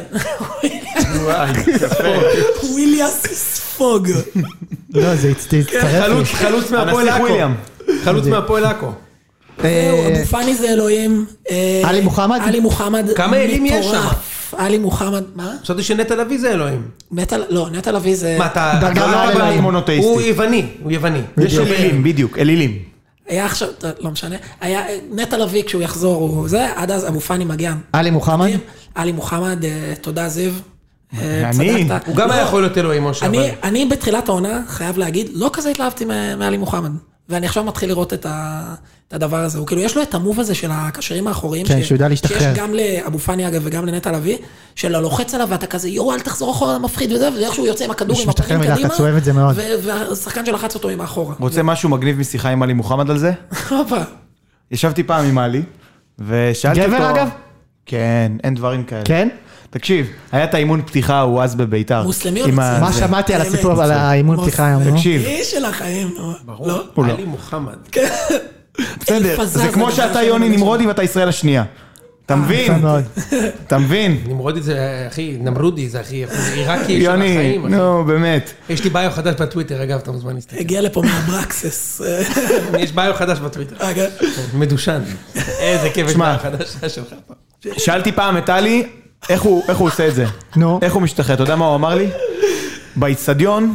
וויליאס ספוג. לא, זה הצטרף לי. חלוץ מהפועל עכו. חלוץ מהפועל עכו. אבו פאני זה אלוהים. עלי מוחמד? עלי מוחמד. כמה אלים יש שם? עלי מוחמד, מה? חשבתי שנטע לביא זה אלוהים. לא, נטע לביא זה... מה, אתה... דרגה מעל אלוהים. הוא יווני. יש אלילים, בדיוק, אלילים. היה עכשיו, לא משנה, היה נטע לביא כשהוא יחזור, הוא זה, עד אז אבו פאני מגיע. עלי מוחמד? עלי מוחמד, תודה זיו. צדקת. הוא גם היה יכול להיות אלוהים, משה, אבל... אני בתחילת העונה, חייב להגיד, לא כזה התלהבתי מעלי מוחמד. ואני עכשיו מתחיל לראות את הדבר הזה. הוא כאילו, יש לו את המוב הזה של הקשרים האחוריים. כן, שהוא יודע להשתחרר. שיש גם לאבו פאני אגב וגם לנטע לביא, של הלוחץ עליו ואתה כזה, יואו, אל תחזור אחורה, מפחיד וזה, ואיך שהוא יוצא עם הכדור עם הפנים קדימה. אתה אוהב את זה מאוד. והשחקן שלחץ אותו עם האחורה. רוצה משהו מגניב משיחה עם עלי מוחמד על זה? הופה. ישבתי פעם עם עלי, ושאלתי אותו... גבר אגב? כן, אין דברים כאלה. כן? תקשיב, היה את האימון פתיחה, הוא אז בביתר. מוסלמי או עם נוצרי? מה שמעתי על הסיפור, על האימון פתיחה היום, נו? תקשיב, איש של החיים, ברור, לא? עלי מוחמד. בסדר, זה כמו שאתה יוני נמרודי ואתה ישראל השנייה. אתה מבין? אתה מבין? נמרודי זה הכי, נמרודי זה הכי עיראקי של יוני, החיים. אחי. נו, באמת. יש לי ביו חדש בטוויטר, אגב, אתה מוזמן להסתכל. הגיע לפה מהברקסס. יש ביו חדש בטוויטר. אגב. מדושן. איזה כיף שמע. ביו חדש שלך פה. שאלתי פעם את עלי, איך הוא עושה את זה? נו. איך הוא משתחרר? אתה יודע מה הוא אמר לי? באצטדיון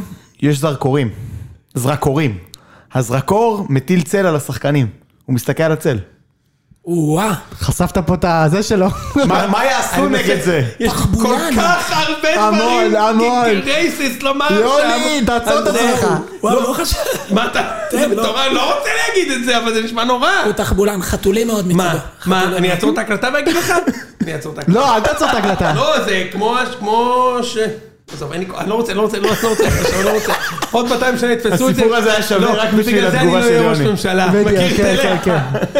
יש זרקורים. הזרקור מטיל צל על השחקנים. הוא מסתכל על הצל. וואה. חשפת פה את הזה שלו. מה יעשו נגד זה? יש כל כך הרבה דברים. רייסיסט לומר שם. יוני, תעצור את עצמך. וואו, לא חשב. מה אתה? לא רוצה להגיד את זה, אבל זה נשמע נורא. הוא תחבולן, חתולים מאוד מצדו. מה? אני אעצור את ההקלטה ואגיד לך? אני אעצור את ההקלטה. לא, אל תעצור את ההקלטה. לא, זה כמו ש... אני לא רוצה, עוד 200 שנה יתפסו את זה. הסיפור הזה היה שווה רק בשביל התגובה של יוני. בגלל זה אני לא אהיה ראש ממשלה. כן.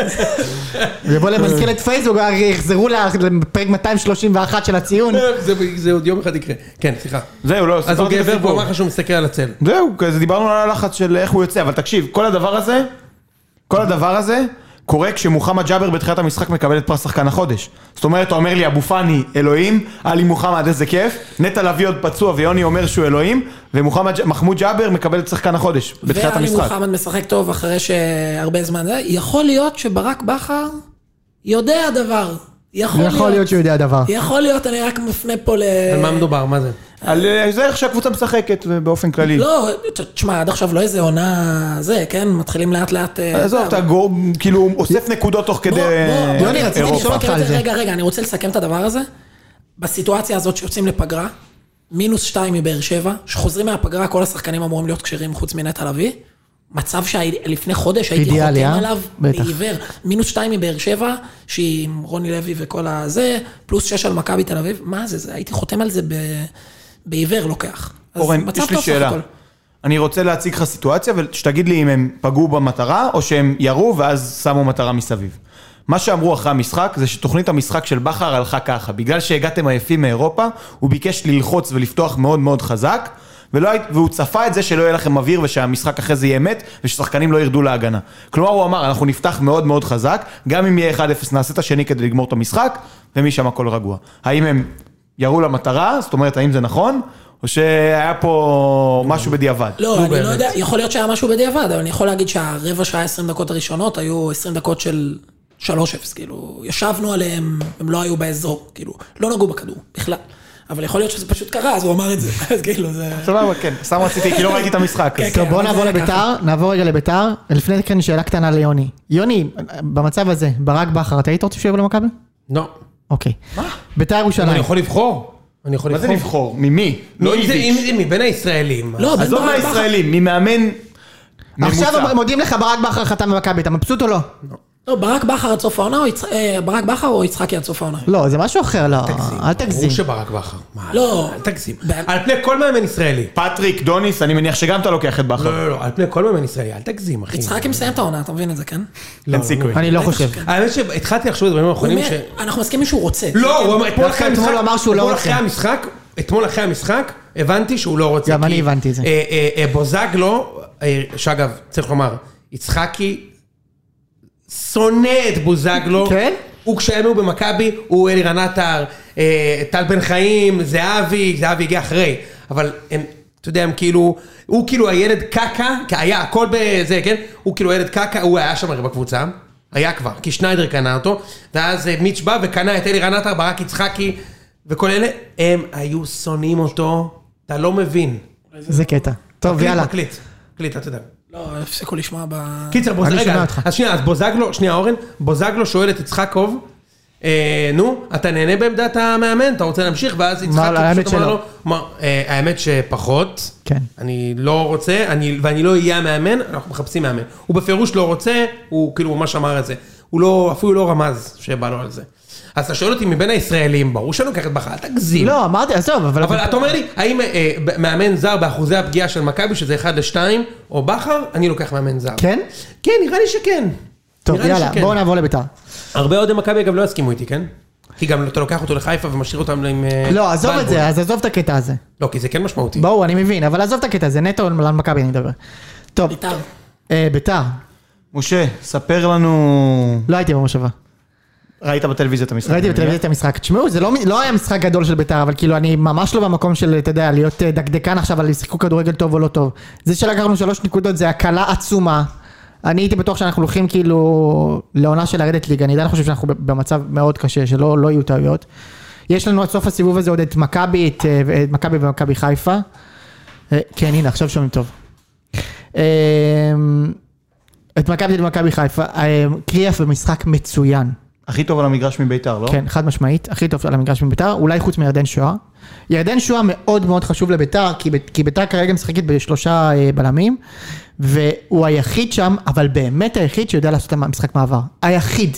ויבוא למזכירת פייסבוק, יחזרו לפרק 231 של הציון. זה עוד יום אחד יקרה. כן, סליחה. זהו, לא, אז הוא גבר והוא אמר לך שהוא מסתכל על הצל. זהו, דיברנו על הלחץ של איך הוא יוצא, אבל תקשיב, כל הדבר הזה קורה כשמוחמד ג'אבר בתחילת המשחק מקבל את פרס שחקן החודש. זאת אומרת, הוא אומר לי, אבו פאני, אלוהים, עלי מוחמד, איזה כיף, נטע לביא עוד פצוע ויוני אומר שהוא אלוהים, ומחמוד ג'אבר מקבל את שחקן החודש בתחילת המשחק. ועלי מוחמד משחק טוב אחרי שהרבה זמן זה, יכול להיות שברק בכר יודע דבר. יכול להיות שהוא יודע דבר. יכול להיות, אני רק מפנה פה על מה מדובר, מה זה? על זה איך שהקבוצה משחקת באופן כללי. לא, תשמע, עד עכשיו לא איזה עונה זה, כן? מתחילים לאט לאט... עזוב, אתה כאילו אוסף נקודות תוך כדי אירופה. רגע, אני רוצה לסכם את הדבר הזה. בסיטואציה הזאת שיוצאים לפגרה, -2 מבאר שבע, שחוזרים מהפגרה, כל השחקנים אמורים להיות כשרים חוץ מנטע לביא. מצב שלפני חודש הייתי חותם עליו בעיוור, -2 מבאר שבע, שהיא עם רוני לוי וכל הזה, +6 על מכבי תל אביב, מה זה? הייתי חותם על זה בעיוור לוקח. אורן, יש לי שאלה. אני רוצה להציג לך סיטואציה, ושתגיד לי אם הם פגעו במטרה, או שהם ירו ואז שמו מטרה מסביב. מה שאמרו אחרי המשחק, זה שתוכנית המשחק של בכר הלכה ככה. בגלל שהגעתם עייפים מאירופה, הוא ביקש ללחוץ ולפתוח מאוד מאוד חזק, והוא צפה את זה שלא יהיה לכם אוויר, ושהמשחק אחרי זה יהיה מת, וששחקנים לא ירדו להגנה. כלומר, הוא אמר, אנחנו נפתח מאוד מאוד חזק, גם אם יהיה 1-0, נעשה את השני כדי לגמור את המשחק, ומשם הכל רגוע. האם הם ירו למטרה, זאת אומרת, האם זה נכון, או שהיה פה משהו בדיעבד? לא, אני לא יודע, יכול להיות שהיה משהו בדיעבד, אבל אני יכול להגיד שהרבע שעה 20 דקות הראשונות, היו 20 דקות של 3-0, כאילו, ישבנו עליהם, הם לא היו באזור, כאילו, לא נגעו בכדור, בכלל. אבל יכול להיות שזה פשוט קרה, אז הוא אמר את זה, אז כאילו זה... סבבה, כן, סתם רציתי, כי לא ראיתי את המשחק. טוב, בואו נעבור רגע לביתר, לפני כן שאלה קטנה ליוני. יוני, במצב הזה, ברק בכר, אתה היית רוצה שיבוא למכבי? לא. אוקיי. מה? ביתר ירושלים. אני יכול לבחור. מה זה לבחור? ממי? לא איביץ'. מבין הישראלים. עזוב מהישראלים, ממאמן... עכשיו מודיעים לך ברק בכר חתם במכבי, אתה מבסוט או לא? לא, ברק בכר עד סוף העונה, ברק בכר או יצחקי עד סוף העונה? לא, זה משהו אחר, לא, אל תגזים. ברור שברק בכר. לא. אל תגזים. על פני כל מאמן ישראלי. פטריק, דוניס, אני מניח שגם אתה לוקח את בכר. לא, על פני כל מאמן ישראלי, אל תגזים, אחי. יצחקי מסיים את העונה, אתה מבין את זה, כן? אין סיכוי. אני לא חושב. האמת שהתחלתי לחשוב את הדברים האחרונים ש... אנחנו מסכימים שהוא רוצה. לא, אתמול אחרי המשחק, הבנתי שהוא לא רוצה. גם אני הבנתי את זה. בוזגלו, שאגב, צריך לומר, יצחקי שונא את בוזגלו. כן? הוא כשהם היו במכבי, הוא אלירן עטר, טל בן חיים, זהבי הגיע אחרי. אבל הם, אתה יודע, הם כאילו, הוא כאילו הילד קקה, היה הכל בזה, כן? הוא כאילו הילד קקה, הוא היה שם הרי בקבוצה, היה כבר, כי שניידר קנה אותו, ואז מיץ' בא וקנה את אלירן עטר, ברק יצחקי, וכל אלה, הם היו שונאים אותו, אתה לא מבין. זה קטע. טוב, יאללה. קליט, אתה יודע. לא, הפסיקו לשמוע ב... קיצר, רגע, אז שנייה, אז בוזגלו, שנייה אורן, בוזגלו שואל את יצחקוב, נו, אתה נהנה בעמדת המאמן, אתה רוצה להמשיך, ואז יצחקוב פשוט אמר לו, האמת שפחות, אני לא רוצה, ואני לא אהיה המאמן, אנחנו מחפשים מאמן. הוא בפירוש לא רוצה, הוא כאילו ממש אמר את זה, הוא אפילו לא רמז שבא לו על זה. אז אתה שואל אותי מבין הישראלים, ברור שאני לוקח את בכר, אל תגזים. לא, אמרתי, עזוב, אבל אתה אומר לי, האם מאמן זר באחוזי הפגיעה של מכבי, שזה 1-2, או בכר, אני לוקח מאמן זר. כן? כן, נראה לי שכן. טוב, יאללה, בואו נעבור לביתר. הרבה אוהדי מכבי אגב לא יסכימו איתי, כן? כי גם אתה לוקח אותו לחיפה ומשאיר אותם עם... לא, עזוב את זה, אז עזוב את הקטע הזה. לא, כי זה כן משמעותי. ברור, אני מבין, אבל עזוב את הקטע הזה, נטו למכבי אני מדבר. טוב. ביתר. ביתר. משה, ספר לנו... לא הייתי במושבה. ראית בטלוויזיה את המשחק? ראיתי בטלוויזיה את המשחק. תשמעו, זה לא היה משחק גדול של ביתר, אבל כאילו אני ממש לא במקום של, אתה יודע, להיות דקדקן עכשיו על שיחקו כדורגל טוב או לא טוב. זה שלקחנו 3 נקודות, זה הקלה עצומה. אני הייתי בטוח שאנחנו הולכים כאילו לעונה של לרדת ליגה. אני עדיין חושב שאנחנו במצב מאוד קשה, שלא יהיו טעויות. יש לנו עד סוף הסיבוב הזה עוד את מכבי ומכבי חיפה. כן, הנה, עכשיו שומעים טוב. את מכבי חיפה, קריאף במשחק מצוין. הכי טוב על המגרש מביתר, לא? כן, חד משמעית, הכי טוב על המגרש מביתר, אולי חוץ מירדן שואה. ירדן שואה מאוד מאוד חשוב לביתר, כי ביתר כרגע משחקת בשלושה בלמים, והוא היחיד שם, אבל באמת היחיד שיודע לעשות משחק מעבר. היחיד.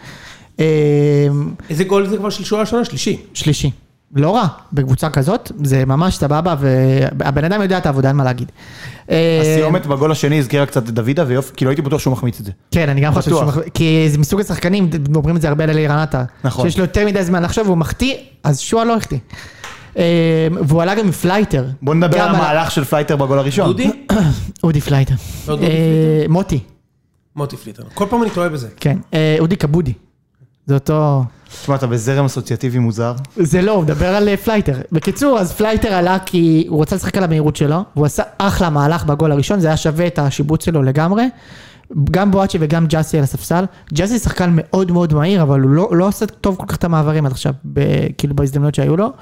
איזה גול זה כבר של שואה השנה? שלישי. לא רע, בקבוצה כזאת, זה ממש סבבה, והבן אדם יודע את העבודה, אין מה להגיד. הסיומת בגול השני הזכירה קצת את דוידה, ויופי, כי לא הייתי בטוח שהוא מחמיץ את זה. כן, אני גם חושב שהוא מחמיץ, כי זה מסוג השחקנים, אומרים את זה הרבה על אלי רנטה, שיש לו יותר מדי זמן לחשוב, והוא מחטיא, אז שואה לא החטיא. והוא עלה גם מפלייטר. בוא נדבר על המהלך של פלייטר בגול הראשון. אודי פלייטר. מוטי פלייטר. כל פעם אני טועה בזה. כן, אודי קבודי. זה אותו... תשמע, אתה בזרם אסוציאטיבי מוזר. זה לא, הוא מדבר על פלייטר. בקיצור, אז פלייטר עלה כי הוא רוצה לשחק על המהירות שלו, והוא עשה אחלה מהלך בגול הראשון, זה היה שווה את השיבוץ שלו לגמרי. גם בואצ'י וגם ג'אסי על הספסל. ג'אסי שחקן מאוד מאוד מהיר, אבל הוא לא עושה טוב כל כך את המעברים עד עכשיו, כאילו בהזדמנות שהיו לו.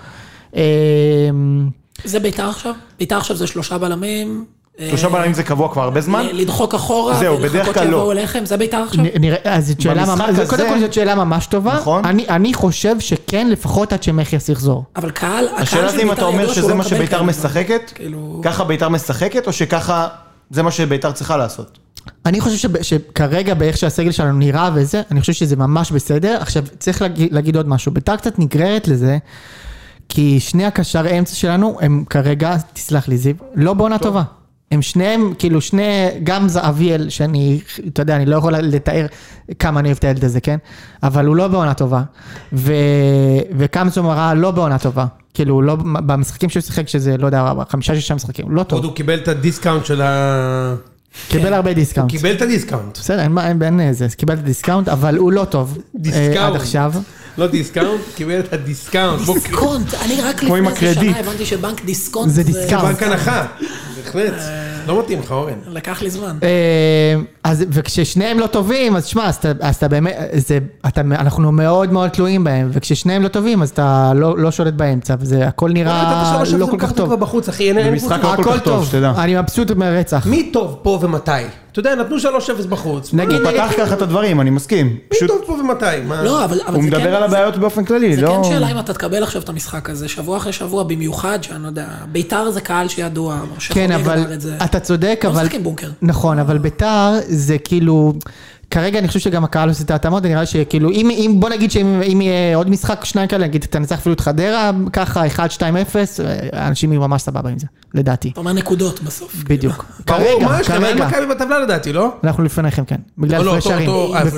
זה ביתר עכשיו? ביתר עכשיו זה 3 בלמים. 3 בלמים זה קבוע כבר הרבה זמן? לדחוק אחורה, זהו, בדרך כלל לא. זה ביתר עכשיו? אז קודם כל זאת שאלה ממש טובה. אני חושב שכן, לפחות עד שמחיאס יחזור. אבל קהל, השאלה זה אם אתה אומר שזה מה שביתר משחקת, ככה ביתר משחקת, או שככה זה מה שביתר צריכה לעשות? אני חושב שכרגע באיך שהסגל שלנו נראה וזה, אני חושב שזה ממש בסדר. עכשיו, צריך להגיד עוד משהו. ביתר קצת נגררת לזה, כי שני הקשר האמצע שלנו, הם כרגע, תסלח לי זיו, לא בעונה טובה. הם שניהם, כאילו גם אביאל, שאני, אתה יודע, אני לא יכול לתאר כמה אני אוהב את הילד הזה, כן? אבל הוא לא בעונה טובה. וקמצו מראה לא בעונה טובה. כאילו, לא, במשחקים שהוא שיחק, שזה, לא יודע, 5-6 משחקים, לא טוב. עוד הוא קיבל את הדיסקאונט של קיבל הרבה דיסקאונט. הוא קיבל את הדיסקאונט. בסדר, אין איזה, קיבל את הדיסקאונט, אבל הוא לא טוב. עד עכשיו. לא דיסקאונט, קיבל את הדיסקאונט. דיסקאונט, אני רק לפני שנה הבנתי שבנק דיסקאונט זה דיסקאונט. בנק הנחה, בהחלט. לא מתאים לך, אורן. לקח לי זמן. וכששניהם לא טובים, אז תשמע, אז אתה באמת, אנחנו מאוד מאוד תלויים בהם, וכששניהם לא טובים, אז אתה לא שולט באמצע, וזה הכל נראה לא כל כך טוב. הכל טוב, אני מבסוט מהרצח. מי טוב פה ומתי? אתה יודע, נתנו 3-0 בחוץ. הוא פתח ככה את הדברים, אני מסכים. מי טוב פה ומתי? לא, אבל הוא מדבר על הבעיות באופן כללי, זה כן שאלה אם אתה תקבל עכשיו את המשחק הזה, שבוע אחרי שבוע, במיוחד, שאני לא יודע, ביתר זה קהל שידוע, כן, אבל אתה צודק, אבל... לא משחקים בונקר. נכון, אבל ביתר זה כאילו... כרגע אני חושב שגם הקהל עושה את ההתאמות, אני נראה שכאילו, בוא נגיד שאם יהיה עוד משחק 2 כאלה, נגיד, תנצח אפילו את חדרה, ככה 1-2-0, אנשים יהיו ממש סבבה עם זה, לדעתי. אתה אומר נקודות בסוף. בדיוק. ברור, מה יש לך? אין מכבי בטבלה לדעתי, לא? אנחנו לפניכם, כן. בגלל הפרשרים.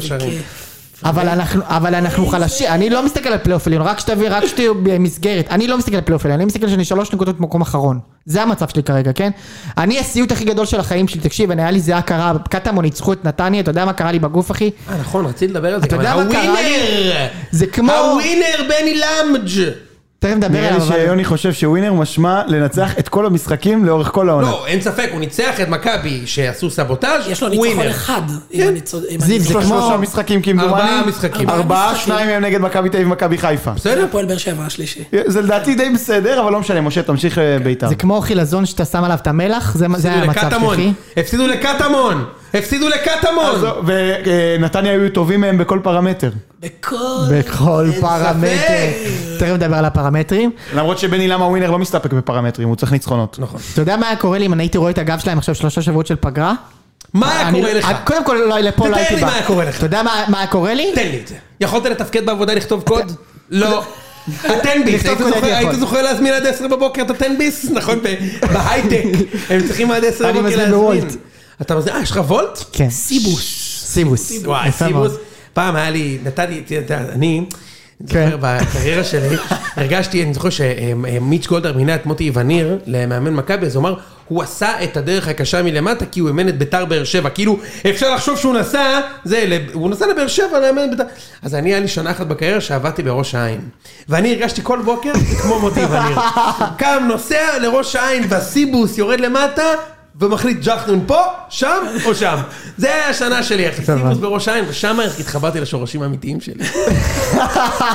אבל אנחנו חלשים, אני לא מסתכל על פלייאוף עליון, רק שתהיו במסגרת, אני לא מסתכל על פלייאוף עליון, אני מסתכל שאני 3 נקודות במקום אחרון, זה המצב שלי כרגע, כן? אני הסיוט הכי גדול של החיים שלי, תקשיב, היה לי זה קרה, קטמון ניצחו את נתניה, אתה יודע מה קרה לי בגוף, אחי? נכון, רציתי לדבר על זה, אתה יודע מה קרה לי? זה כמו... הווינר בני למג' תכף נדבר עליו. נראה לי שיוני חושב שווינר משמע לנצח את כל המשחקים לאורך כל העונה. לא, אין ספק, הוא ניצח את מכבי שעשו סבוטאז' יש לו ניצחון אחד. זיו, זה כמו... 3 משחקים כמדומני. 4 משחקים. 4, 2 מהם נגד מכבי תל אביב ומכבי חיפה. בסדר? הפועל באר שבע השלישי. זה לדעתי די בסדר, אבל לא משנה, משה, תמשיך ביתר. זה כמו חילזון שאתה שם עליו את המלח, זה היה המצב שלי. הפסידו לקטמון. הפסידו לקטמון. ונתניה היו טובים מהם בכל פרמטר. בכל פרמטר. תכף נדבר על הפרמטרים. למרות שבני למה ווינר לא מסתפק בפרמטרים, הוא צריך ניצחונות. נכון. אתה יודע מה היה קורה לי אם אני הייתי רואה את הגב שלהם עכשיו 3 שבועות של פגרה? מה היה קורה לך? קודם כל לפה לא הייתי בא. תתאר לי מה היה קורה לך. אתה יודע מה היה קורה לי? תן לי את זה. יכולת לתפקד בעבודה לכתוב קוד? לא. הטנביס, היית זוכר להזמין עד 10 בבוקר את הטנביס? נכון, בהייטק. הם צריכים עד 10 בבוקר להזמין. אתה מזמין, יש לך וולט? כן. סיבוס. וואי, סיבוס. פעם היה לי, נתתי, אני זוכר בקריירה שלי, הרגשתי, אני זוכר שמיץ' גולדהר מינה את מוטי וניר למאמן מכבי, אז הוא אמר, הוא עשה את הדרך הקשה מלמטה, כי הוא אימן את ביתר באר שבע, כאילו אפשר לחשוב שהוא נסע, הוא נסע לבאר שבע לאמן את ביתר, אז אני היה לי שנה אחת בקריירה שעבדתי בראש העין, ואני הרגשתי כל בוקר כמו מוטי וניר, קם נוסע לראש העין, והסיבוס יורד למטה, ומחליט ג'חנון פה, שם או שם. זה היה השנה שלי, אחי, סיבוס בראש העין, ושם התחברתי לשורשים האמיתיים שלי.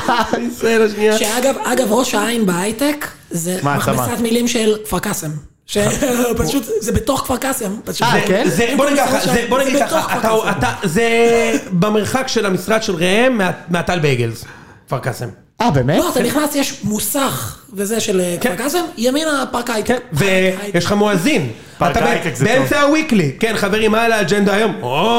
ישראל השנייה. שאגב, ראש העין בהייטק, זה מכבסת מילים של כפר קאסם. פשוט, זה בתוך כפר קאסם. כן? בוא נגיד ככה, זה במרחק של המשרד של ראם מהטל בייגלס, כפר קאסם. באמת? לא, אתה נכנס, יש מוסך וזה של כפר קאסם, ימין הפארק הייטק. ויש לך מואזין. פארק הייטק זה טוב. באמצע הוויקלי. כן, חברים, מה על האג'נדה היום?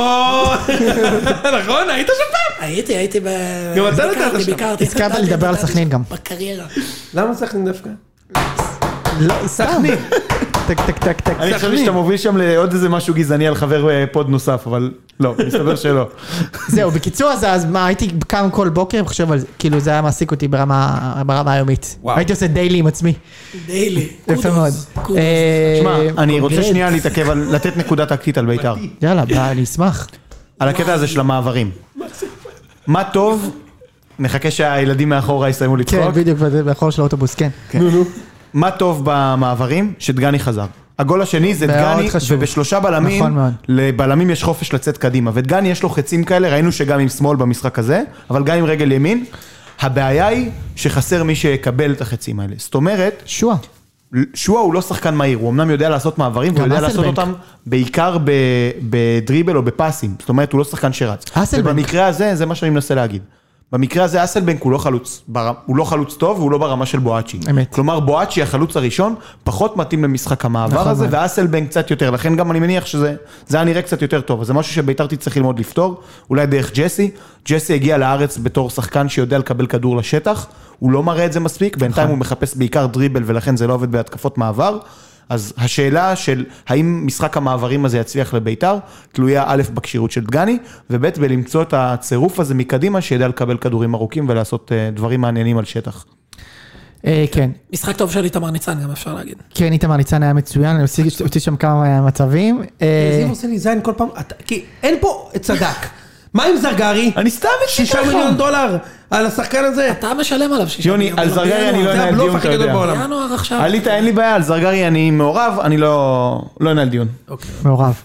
נכון, היית שם פעם? הייתי גם אתה נתת שם. ביקרתי. הזכרת לדבר על סכנין גם. בקריירה. למה סכנין דווקא? לא, סכנין. טק, טק, טק, טק. אני חושב שאתה מוביל שם לעוד איזה משהו גזעני על חבר פוד נוסף, אבל לא, מסתבר שלא. זהו, בקיצור, אז מה, הייתי קם כל בוקר וחושב על זה, כאילו זה היה מעסיק אותי ברמה היומית. הייתי עושה דיילי עם עצמי. דיילי. יפה מאוד. שמע, אני רוצה שנייה להתעכב על לתת נקודה טקטית על בית"ר. יאללה, אני אשמח. על הקטע הזה של המעברים. מה טוב, נחכה שהילדים מאחורה יסיימו לצחוק. כן, בדיוק, באחור של האוטובוס, כן. מה טוב במעברים? שדגני חזר. הגול השני זה דגני, ובשלושה בלמים, לבלמים יש חופש לצאת קדימה, ודגני יש לו חצים כאלה, ראינו שגם עם שמאל במשחק הזה, אבל גם עם רגל ימין, הבעיה היא שחסר מי שיקבל את החצים האלה. זאת אומרת, שואה הוא לא שחקן מהיר, הוא אמנם יודע לעשות מעברים, הוא יודע לעשות אותם בעיקר בדריבל או בפסים, זאת אומרת הוא לא שחקן שרץ. ובמקרה הזה, זה מה שאני מנסה להגיד. במקרה הזה אסלבנק הוא לא חלוץ טוב, והוא לא ברמה של בואצ'י. כלומר, בואצ'י, החלוץ הראשון, פחות מתאים למשחק המעבר הזה, ואסלבנק קצת יותר. לכן גם אני מניח שזה היה נראה קצת יותר טוב. אז זה משהו שבית"ר תצטרך ללמוד לפתור, אולי דרך ג'סי. ג'סי הגיע לארץ בתור שחקן שיודע לקבל כדור לשטח, הוא לא מראה את זה מספיק, בינתיים הוא מחפש בעיקר דריבל, ולכן זה לא עובד בהתקפות מעבר. אז השאלה של האם משחק המעברים הזה יצליח לבית"ר, תלויה א' בקשירות של דגני, וב' בלמצוא את הצירוף הזה מקדימה, שידע לקבל כדורים ארוכים ולעשות דברים מעניינים על שטח. כן. משחק טוב של איתמר ניצן, גם אפשר להגיד. כן, איתמר ניצן היה מצוין, אני עושה שם כמה מצבים. זיו עושה לי זין כל פעם, כי אין פה צדק. מה עם זרגרי? אני סתם $6 מיליון על השחקן הזה. אתה משלם עליו 6 מיליון. יוני, על זרגרי אני לא אנהל דיון, אתה יודע. ינואר עכשיו. עלית, אין לי בעיה, על זרגרי אני מעורב, אני לא אנהל דיון. מעורב.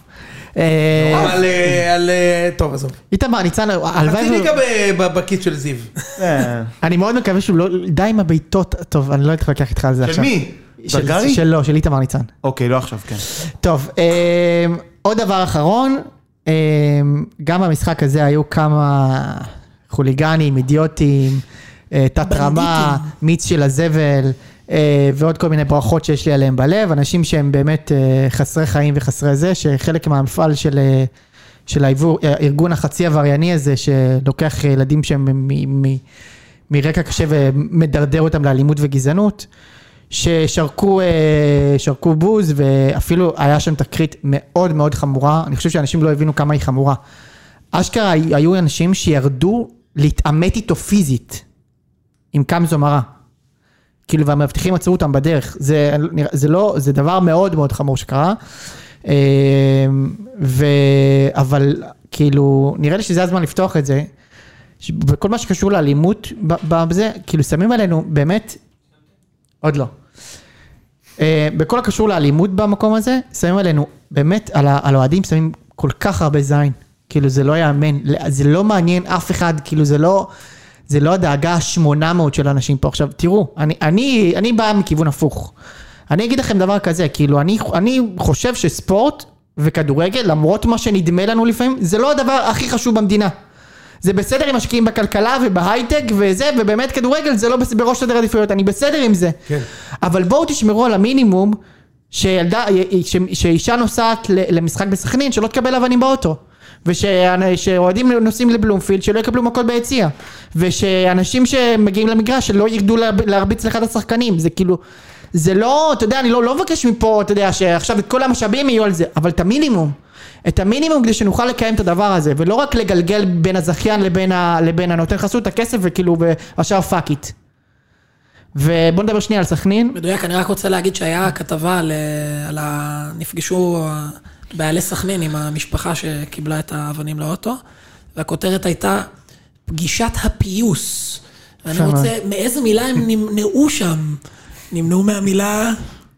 טוב, עזוב. איתמר ניצן, חצי ליגה בכיס של זיו. אני מאוד מקווה שהוא לא, די עם הביתות, טוב, אני לא הייתי לקח איתך על זה עכשיו. של מי? זרגרי? שלו, של איתמר ניצן. אוקיי, לא עכשיו, כן. טוב, עוד דבר אחרון, גם במשחק הזה היו כמה חוליגנים, אידיוטים, תת רמה, מיץ של הזבל, ועוד כל מיני ברכות שיש לי עליהם בלב, אנשים שהם באמת חסרי חיים וחסרי זה, שחלק מהמפעל של הארגון החצי עברייני הזה, שלוקח ילדים שהם מרקע קשה ומדרדר אותם לאלימות וגזענות, ששרקו בוז, ואפילו היה שם תקרית מאוד מאוד חמורה, אני חושב שאנשים לא הבינו כמה היא חמורה. אשכרה היו אנשים שירדו להתעמת איתו פיזית, עם קמזו מרה. כאילו, והמבטיחים עצרו אותם בדרך. זה דבר מאוד מאוד חמור שקרה. אבל כאילו, נראה לי שזה הזמן לפתוח את זה, וכל מה שקשור לאלימות בזה, כאילו שמים עלינו באמת, עוד לא. בכל הקשור לאלימות במקום הזה, שמים עלינו באמת, על האוהדים שמים כל כך הרבה זין. כאילו זה לא יאמן, זה לא מעניין אף אחד, כאילו זה לא הדאגה ה-800 של אנשים פה. עכשיו, תראו, אני בא מכיוון הפוך. אני אגיד לכם דבר כזה, כאילו, אני חושב שספורט וכדורגל, למרות מה שנדמה לנו לפעמים, זה לא הדבר הכי חשוב במדינה. זה בסדר אם משקיעים בכלכלה ובהייטק וזה, ובאמת כדורגל זה לא בראש סדר העדיפויות, אני בסדר עם זה. כן. אבל בואו תשמרו על המינימום, שאישה נוסעת למשחק בסכנין, שלא תקבל אבנים באוטו. ושאוהדים נוסעים לבלומפילד שלא יקבלו מכות ביציאה, ושאנשים שמגיעים למגרש שלא ירדו להרביץ לאחד השחקנים. זה כאילו, זה לא, אתה יודע, אני לא מבקש מפה, אתה יודע, שעכשיו את כל המשאבים יהיו על זה, אבל את המינימום כדי שנוכל לקיים את הדבר הזה, ולא רק לגלגל בין הזכיין לבין הנותן חסות הכסף, וכאילו עכשיו פאק איט. ובוא נדבר שנייה על סכנין. מדויק, אני רק רוצה להגיד שהיה כתבה נפגשו בעלי סכנין עם המשפחה שקיבלה את האבנים לאוטו, והכותרת הייתה פגישת הפיוס. ואני רוצה, מאיזה מילה הם נמנעו שם? נמנעו מהמילה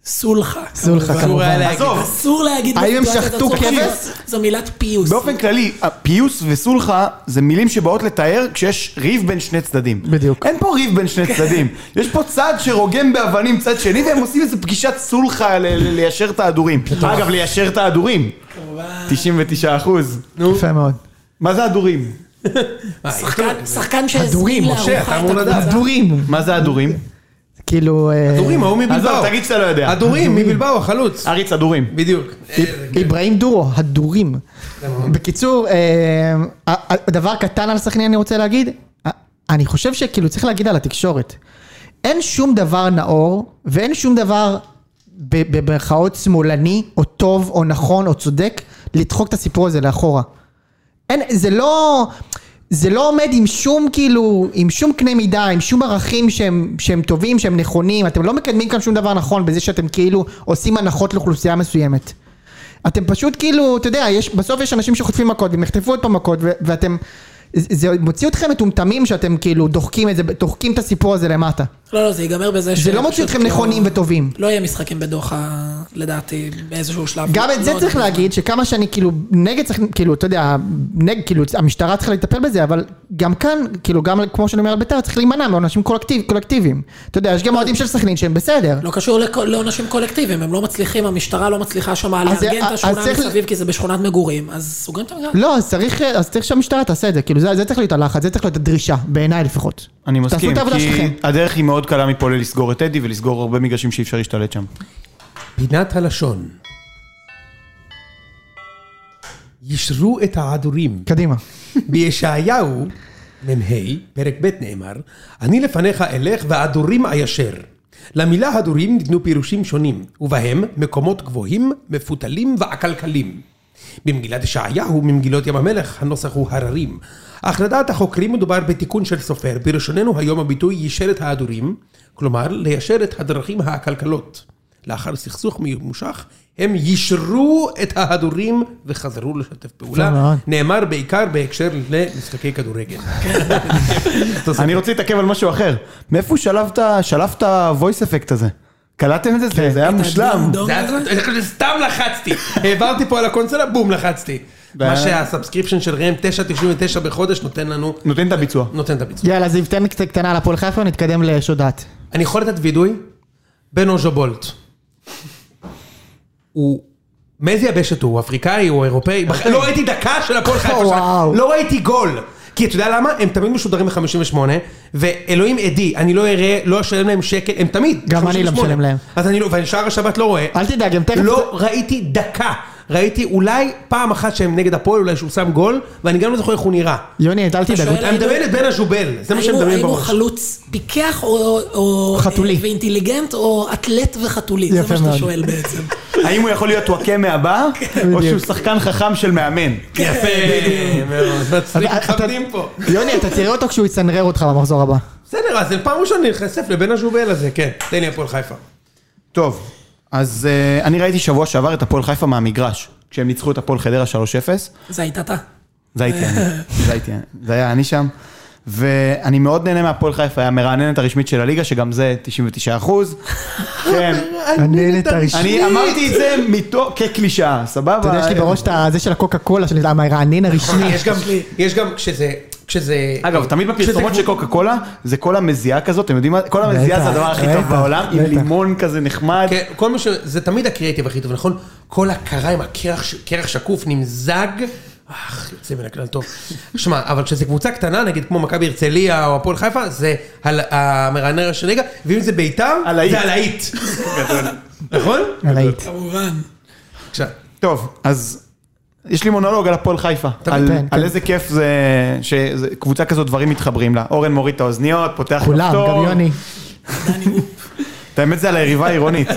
סולחה. כמובן. עזוב. אסור להגיד האם הם בסיטואציה שחטו הזאת, כבש? זו מילת פיוס. באופן כללי, פיוס וסולחה זה מילים שבאות לתאר כשיש ריב בין שני צדדים. בדיוק. אין פה ריב בין שני צדדים. יש פה צד שרוגם באבנים צד שני, והם עושים איזו פגישת סולחה ליישר את ההדורים. אגב, ליישר את ההדורים. 99%. יפה מאוד. מה זה הדורים? שחקן שהזמין לארוחה את הקבוצה. הדורים. מה זה הדורים? כאילו... הדורים, ההוא מבלבאו. עזוב, תגיד שאתה לא יודע. הדורים מבלבאו, החלוץ. אריץ הדורים. בדיוק. איברהים דורו, הדורים. בקיצור, דבר קטן על סכנין אני רוצה להגיד, אני חושב שכאילו צריך להגיד על התקשורת. אין שום דבר נאור, ואין שום דבר במרכאות שמאלני, או טוב, או נכון, או צודק, לדחוק את הסיפור הזה לאחורה. אין, זה לא עומד עם שום כאילו, עם שום קנה מידה, עם שום ערכים שהם טובים, שהם נכונים, אתם לא מקדמים כאן שום דבר נכון בזה שאתם כאילו עושים הנחות לאוכלוסייה מסוימת. אתם פשוט כאילו, אתה יודע, בסוף יש אנשים שחוטפים מכות והם יחטפו עוד פעם מכות ואתם, זה מוציא אתכם מטומטמים שאתם כאילו דוחקים את הסיפור הזה למטה. לא, זה ייגמר בזה זה לא מוציא אתכם נכונים וטובים. לא יהיה משחקים בדוחה, לדעתי, באיזשהו שלב. גם את זה צריך להגיד, שכמה שאני כאילו נגד, כאילו, אתה יודע, כאילו, המשטרה צריכה לטפל בזה, אבל גם כאן, כאילו, גם כמו שאני אומר על בית"ר, צריך להימנע מאנשים קולקטיביים. אתה יודע, יש גם אוהדים של סכנין שהם בסדר. לא קשור לאנשים קולקטיביים, הם לא מצליחים, המשטרה לא מצליחה שם לארגן את השכונה מסביב, כי זה בשכונת מגורים, אז סוגרים את המגרש. לא, אז צריך שהמשטרה תעשה את זה, כאילו, זה צריך להיות הלחץ, זה צריך להיות הדרישה, בעיניי לפחות. אני מסכים, כי הדרך היא מאוד קלה מפה לסגור את טדי ולסגור הרבה מגרשים שאי אפשר להשתלט שם. פינת הלשון. ישרו את ההדורים. קדימה. בישעיהו, ממהי, פרק ב' נאמר, אני לפניך אלך וההדורים הישר. למילה הדורים ניתנו פירושים שונים, ובהם מקומות גבוהים, מפותלים ועקלקלים. במגילת ישעיהו, ממגילות ים המלך, הנוסח הוא הררים. אך לדעת החוקרים מדובר בתיקון של סופר, בראשוננו היום הביטוי יישר את ההדורים, כלומר ליישר את הדרכים העקלקלות. לאחר סכסוך ממושך, הם ישרו את ההדורים וחזרו לשתף פעולה. נאמר בעיקר בהקשר למשחקי כדורגל. אני רוצה להתעכב על משהו אחר. מאיפה שלפת ה-voice effect הזה? קלטתם את זה? זה היה מושלם. סתם לחצתי. העברתי פה על הקונסולה, בום, לחצתי. מה שהסאבסקריפשן של רם 9.99 בחודש נותן לנו... נותן את הביצוע. יאללה, זיו, תן קטנה על הפועל חיפה, נתקדם לשודעת. אני יכול לתת וידוי? בנו ז'ובולט. הוא... מאיזה יבשת הוא? אפריקאי או אירופאי? לא ראיתי דקה של הפועל חיפה. לא ראיתי גול. כי אתה יודע למה? הם תמיד משודרים ב-58, ואלוהים עדי, אני לא אראה, לא אשלם להם שקל, הם תמיד. גם אני לא משלם להם. אז אני לא, ואני שער השבת לא רואה. אל תדאג, הם תכף... לא ראיתי דקה. ראיתי אולי פעם אחת שהם נגד הפועל, אולי שהוא שם גול, ואני גם לא זוכר איך הוא נראה. יוני, אל תדאג. אני מדמיין את בן הז'ובל, זה מה שהם מדברים האם הוא בראש. חלוץ פיקח או... חתולי. ואינטליגנט או אתלט וחתולי, זה מה שאתה שואל בעצם. האם הוא יכול להיות וואקה מהבא, או שהוא שחקן חכם של מאמן? יפה, מצליח חמדים פה. יוני, אתה תראה אותו כשהוא יצנרר אותך במחזור הבא. בסדר, אז זה פעם ראשונה נחשף לבן הז'ובל הזה, כן. תן לי הפועל חיפה. טוב, אז אני ראיתי שבוע שעבר את הפועל חיפה מהמגרש, כשהם ניצחו את הפועל חדרה 3-0. זה היית אתה. זה הייתי, זה היה אני שם. ואני מאוד נהנה מהפועל חיפה, היה מרעננת הרשמית של הליגה, שגם זה 99%. כן. מרעננת הרשמית. אני אמרתי את זה כקלישה, סבבה? אתה יודע, יש לי בראש את זה של הקוקה קולה, של המרענן הרשמי. יש גם כשזה... אגב, תמיד בפרסומות של קוקה קולה, זה כל המזיעה כזאת, אתם יודעים מה? כל המזיעה זה הדבר הכי טוב בעולם, עם לימון כזה נחמד. כן, כל מה זה תמיד הקריאטיב הכי טוב, נכון? כל הקרה עם הקרח שקוף נמזג, יוצא מן הכלל טוב. שמע, אבל כשזה קבוצה קטנה, נגיד כמו מכבי הרצליה או הפועל חיפה, זה המרענן של ליגה, ואם זה בית"ר, זה הלהיט. נכון? הלהיט. כמובן. טוב, אז... יש לי מונולוג על הפועל חיפה, על איזה כיף זה, שקבוצה כזאת דברים מתחברים לה. אורן מוריד את האוזניות, פותח כפתור. כולם, גם יוני. את האמת זה על היריבה העירונית.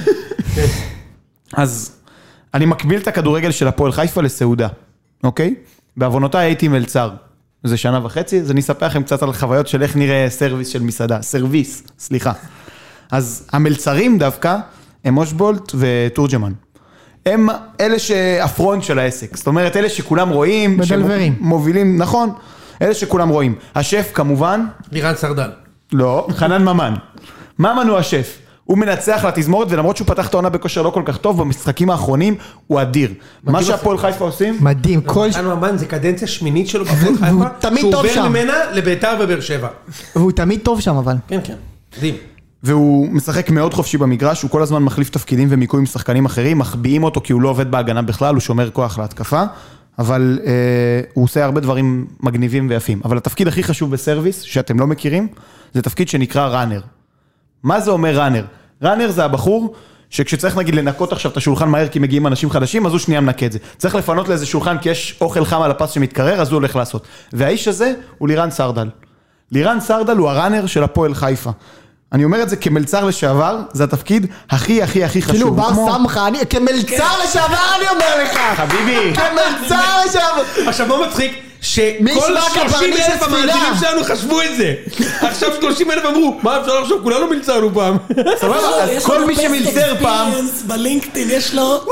אז אני מקביל את הכדורגל של הפועל חיפה לסעודה, אוקיי? בעוונותיי הייתי מלצר, זה 1.5 שנה, אז אני אספר לכם קצת על חוויות של איך נראה סרוויס של מסעדה, סליחה. אז המלצרים דווקא הם אושבולט וטורג'מן. הם אלה שהפרונט של העסק, זאת אומרת, אלה שכולם רואים, מדלברים. מובילים, נכון, אלה שכולם רואים. השף כמובן... לירן סרדל. לא, חנן ממן. ממן הוא השף. הוא מנצח לתזמורת, ולמרות שהוא פתח את העונה בכושר לא כל כך טוב, במשחקים האחרונים הוא אדיר. מה שהפועל חיפה עושים... מדהים, זה קדנציה שמינית שלו בהפועל חיפה, שהוא עובר ממנה לביתר ובאר שבע. והוא תמיד טוב שם אבל. כן, מדהים. והוא משחק מאוד חופשי במגרש, הוא כל הזמן מחליף תפקידים ומיקוי עם שחקנים אחרים, מחביאים אותו כי הוא לא עובד בהגנה בכלל, הוא שומר כוח להתקפה, אבל הוא עושה הרבה דברים מגניבים ויפים. אבל התפקיד הכי חשוב בסרוויס, שאתם לא מכירים, זה תפקיד שנקרא ראנר. מה זה אומר ראנר? ראנר זה הבחור שכשצריך נגיד לנקות עכשיו את השולחן מהר כי מגיעים אנשים חדשים, אז הוא שנייה מנקה את זה. צריך לפנות לאיזה שולחן כי יש אוכל חם על הפס שמתקרר, אז הוא הולך לעשות. והאיש הזה הוא לירן סרדל. לירן סרדל הוא הראנר של הפועל חיפה. אני אומר את זה כמלצר לשעבר, זה התפקיד הכי חשוב. כאילו בר סמכה, כמלצר לשעבר אני אומר לך. חביבי. כמלצר לשעבר. עכשיו מה מצחיק? שכל 30,000 המאזינים שלנו חשבו את זה. עכשיו 30,000 אמרו, מה אפשר לחשוב? כולנו מלצרנו פעם. סבבה, אז כל מי שמלצר פעם... בלינקדאין יש לו...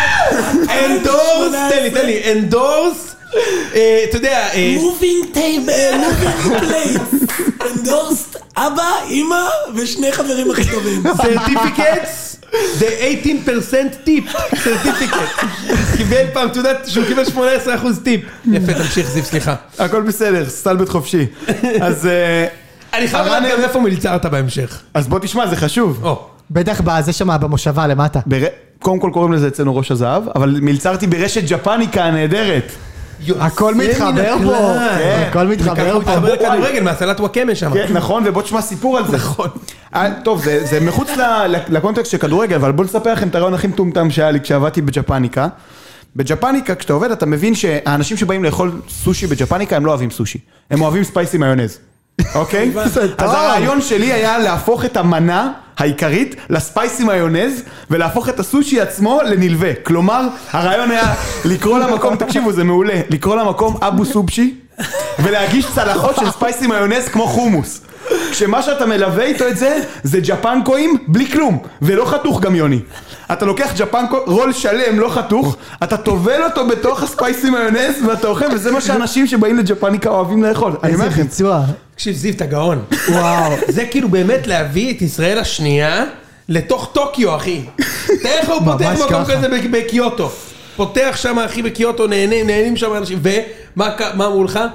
אנדורס, תן לי, אנדורס, אתה יודע... מובינג טייבל, מובינג פלייס. אנדורס, אבא, אמא ושני חברים הכי טובים. סרטיפיקטס, the 18% טיפ, סרטיפיקט. קיבל פעם, אתה יודעת שהוא קיבל 18% טיפ. יפה, תמשיך זיו, סליחה. הכל בסדר, סטלבט חופשי. אז... אני חייב לדעת גם איפה מלצרת בהמשך. אז בוא תשמע, זה חשוב. בטח בזה שמה, במושבה למטה. קודם כל קוראים לזה אצלנו ראש הזהב, אבל מלצרתי ברשת ג'פניקה הנהדרת. הכל מתחבר פה, הכל מתחבר פה. מתחבר לכדורגל, מהסלט וואקמה שם. נכון, ובוא תשמע סיפור על זה. נכון. טוב, זה מחוץ לקונטקסט של כדורגל, אבל בוא נספר לכם את הרעיון הכי מטומטם שהיה לי כשעבדתי בג'פניקה. בג'פניקה, כשאתה עובד, אתה מבין שהאנשים שבאים לאכול סושי בג'פניקה, הם לא אוהבים סושי. הם אוהבים ספייסי מיונז. אוקיי? אז הרעיון שלי היה להפוך את המנה העיקרית לספייסי מיונז, ולהפוך את הסושי עצמו לנלווה. כלומר, הרעיון היה לקרוא למקום, תקשיבו, זה מעולה, לקרוא למקום אבו סובשי, ולהגיש צלחות של ספייסי מיונז כמו חומוס. כשמה שאתה מלווה איתו את זה, זה ג'פנקואים בלי כלום, ולא חתוך גם יוני. אתה לוקח ג'פנקו, רול שלם, לא חתוך, אתה תובל אותו בתוך הספייסי מיונז, ואתה אוכל, וזה מה שאנשים שבאים לג'פניקה אוהבים לאכול. איזה ביצוע. תקשיב, זיו, אתה גאון. וואו. זה כאילו באמת להביא את ישראל השנייה לתוך טוקיו, אחי. תראה איך הוא פותח מקום כזה בקיוטו. פותח שם, אחי, בקיוטו, נהנים שם אנשים. ומה אמרו לך?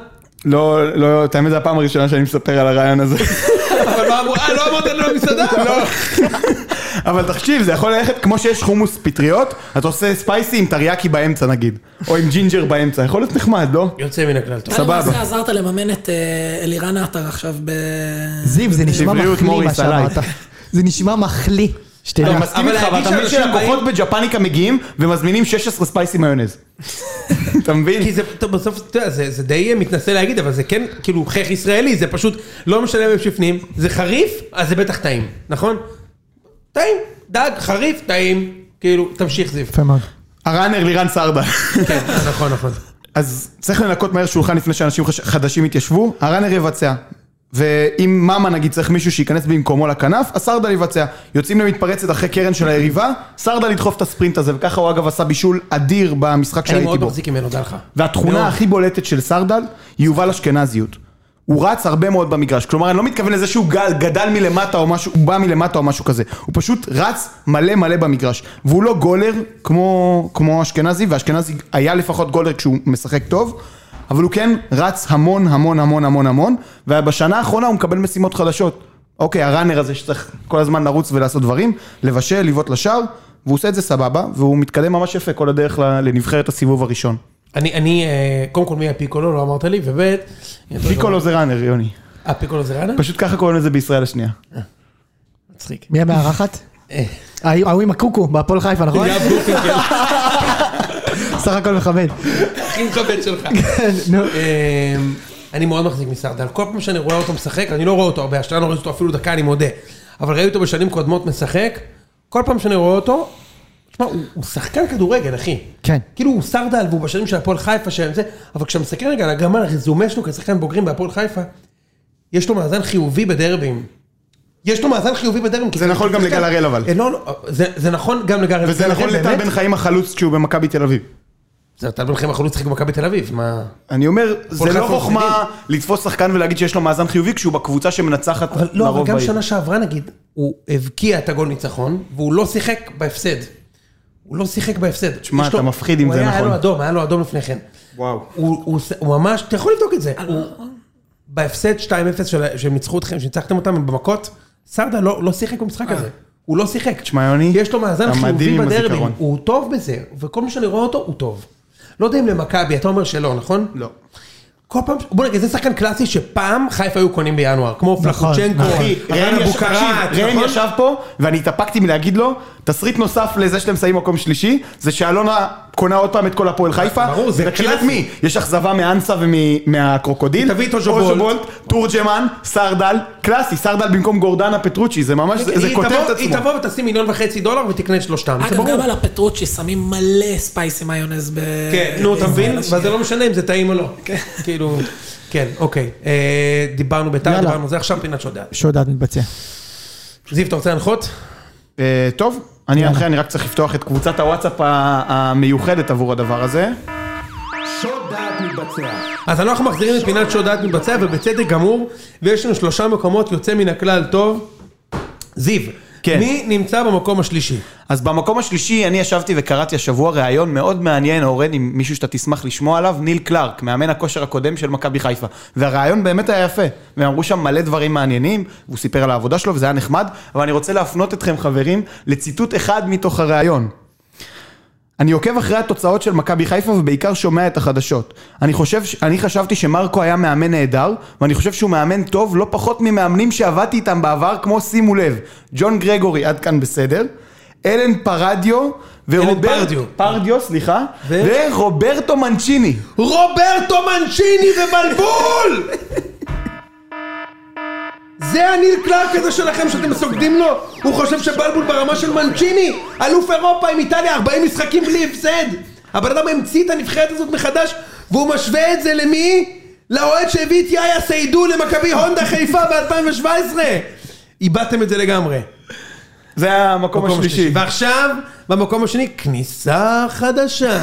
לא, תאמת זה הפעם הראשונה שאני מספר על הרעיון הזה. אבל מה אמרו? לא אמרת לנו במסעדה? לא. אבל תחשיב, זה יכול ללכת כמו שיש חומוס פטריות, אתה עושה ספייסי עם טריאקי באמצע נגיד, או עם ג'ינג'ר באמצע, יכול להיות נחמד, לא? יוצא מן הכלל, טוב. סבבה. אתה עזרת לממן את אלירן עטר עכשיו זיו, זה נשמע מחלי מה שאמרת. זה נשמע מחלי. אני מסכים איתך, אבל אתה מבין שהלקוחות בג'פניקה מגיעים ומזמינים 16 ספייסי מיונז. אתה מבין? כי זה, בסוף, זה די מתנסה להגיד, אבל זה כן, כאילו, חייך ישראלי, זה פשוט לא משנה בפנים, זה חריף, אז זה בטח טעים, נכון? טעים, דג, חריף, טעים, כאילו, תמשיך זיו. יפה מאוד. הראנר לירן סרדה. כן, נכון. אז צריך לנקות מהר שולחן לפני שאנשים חדשים יתיישבו, הראנר יבצע. ואם מאמה נגיד צריך מישהו שיכנס במקומו לכנף, אז סרדל יבצע. יוצאים למתפרצת אחרי קרן של היריבה, סרדל ידחוף את הספרינט הזה, וככה הוא אגב עשה בישול אדיר במשחק שהייתי בו. אני מאוד מחזיק ממנו, דע לך. והתכונה הכי בולטת של סרדל היא יובל אשכנזיות. הוא רץ הרבה מאוד במגרש, כלומר אני לא מתכוון לזה שהוא גדל מלמטה או משהו, הוא בא מלמטה או משהו כזה. הוא פשוט רץ מלא במגרש, והוא לא גולר כמו אשכנזי, ואשכנזי היה לפחות גולר כשהוא משחק טוב. אבל הוא כן רץ המון, ובשנה האחרונה הוא מקבל משימות חדשות. אוקיי, הראנר הזה שצריך כל הזמן לרוץ ולעשות דברים, לבשל, לבעוט לשער, והוא עושה את זה סבבה, והוא מתקדם ממש יפה כל הדרך לנבחרת הסיבוב הראשון. אני, קודם כל מי הפיקולו, לא אמרת לי, ובית... פיקולו זה ראנר, יוני. פיקולו זה ראנר? פשוט ככה קוראים לזה בישראל השנייה. מצחיק. מי המארחת? ההוא עם הקוקו, בהפועל חיפה, נכון? סך הכל מכבד. הכי מכבד שלך. אני מאוד מחזיק מסרדל. כל פעם שאני רואה אותו משחק, אני לא רואה אותו הרבה, השנה לא רואה אותו אפילו דקה, אני מודה. אבל ראיתי אותו בשנים קודמות משחק, כל פעם שאני רואה אותו, תשמע, הוא שחקן כדורגל, אחי. כן. כאילו הוא סרדל, והוא בשנים של הפועל חיפה, אבל כשמסתכל רגע על הגרמה, הרזומה שלו כשחקן בוגרים בהפועל חיפה, יש לו מאזן חיובי בדרבים. זה נכון גם לגל הראל אבל. זה נכון גם לגל הראל. וזה נכון לטל בן חיים החלוץ כשהוא במכבי תל אביב. זה טל בן חיים יכולו לשחק במכבי תל אביב, מה... אני אומר, זה לא חוכמה לתפוס שחקן ולהגיד שיש לו מאזן חיובי, כשהוא בקבוצה שמנצחת לרוב בעיר. לא, אבל גם שנה שעברה נגיד, הוא הבקיע את הגול ניצחון, והוא לא שיחק בהפסד. הוא לא שיחק בהפסד. תשמע, אתה מפחיד אם זה נכון. היה לו אדום לפני כן. וואו. הוא ממש, אתה יכול לבדוק את זה. בהפסד 2-0 שהם ניצחו אתכם, שניצחתם אותם במכות, סרדה לא שיחק במשחק הזה. הוא לא שיחק. תשמע, יוני, יש לו מאזן חיובי בדרבי. הוא טוב בזה, וכל מי שאני רואה אותו, הוא טוב. לא יודע אם למכבי, אתה אומר שלא, נכון? לא. כל פעם, בוא נגיד, זה שחקן קלאסי שפעם חיפה היו קונים בינואר, כמו פלקוצ'נקו, רן אבוקרט, רן ישב פה, ואני התאפקתי מלהגיד לו, תסריט נוסף לזה שאתם שמים מקום שלישי, זה שאלונה קונה עוד פעם את כל הפועל חיפה, ברור, זה קלאסי. מי? יש אכזבה מאנסה ומהקרוקודיל, תביא את אוז'ובולט, תורג'מן, סרדל, קלאסי, סרדל במקום גורדנה פטרוצ'י, זה ממש, זה כותב את עצמו. היא תבוא ותשים $1.5 מיליון ותקנה את שלושתם. אגב, גם על הפטרוצ'י שמים מלא ספייסי מיונז. כן, נו, אתה מבין? וזה לא משנה אם זה טעים או לא. כאילו, כן, אוקיי. דיברנו בית"ר, דיברנו זה, עכשיו פינת שודד. שודד מתבצע. זיו, אתה רוצה להנחות? טוב, אני רק צריך לפתוח את קבוצת הוואטסאפ המיוחדת עבור הדבר הזה. שודד מתבצע. אז אנחנו מחזירים את פינת שודד מתבצע, ובצדק גמור, ויש לנו 3 מקומות יוצא מן הכלל טוב. זיו, מי נמצא במקום השלישי? אז במקום השלישי אני ישבתי וקראתי השבוע ראיון מאוד מעניין, אורן, עם מישהו שאתה תשמח לשמוע עליו, ניל קלארק, מאמן הכושר הקודם של מכבי חיפה. והראיון באמת היה יפה, והם אמרו שם מלא דברים מעניינים, והוא סיפר על העבודה שלו וזה היה נחמד, אבל אני רוצה להפנות אתכם חברים לציטוט אחד מתוך הראיון. אני עוקב אחרי התוצאות של מכבי חיפה ובעיקר שומע את החדשות. אני חשבתי שמרקו היה מאמן נהדר, ואני חושב שהוא מאמן טוב, לא פחות ממאמנים שעבדתי איתם בעבר, כמו שימו לב, ג'ון גרגורי עד כאן בסדר, אלן פרדיו, ורוברטו מנצ'יני. רוברטו מנצ'יני ובלבול! זה הניל קלארק הזה שלכם שאתם סוגדים לו. הוא חושב שבלבול ברמה של מנצ'יני, אלוף אירופה עם איטליה, 40 משחקים בלי הפסד. הבן אדם המציא את הנבחרת הזאת מחדש, והוא משווה את זה למי? לאוהד שהביא את יאיה סיידו למכבי הונדה חיפה ב-2017. איבדתם את זה לגמרי. זה המקום השלישי. ועכשיו, במקום השני, כניסה חדשה.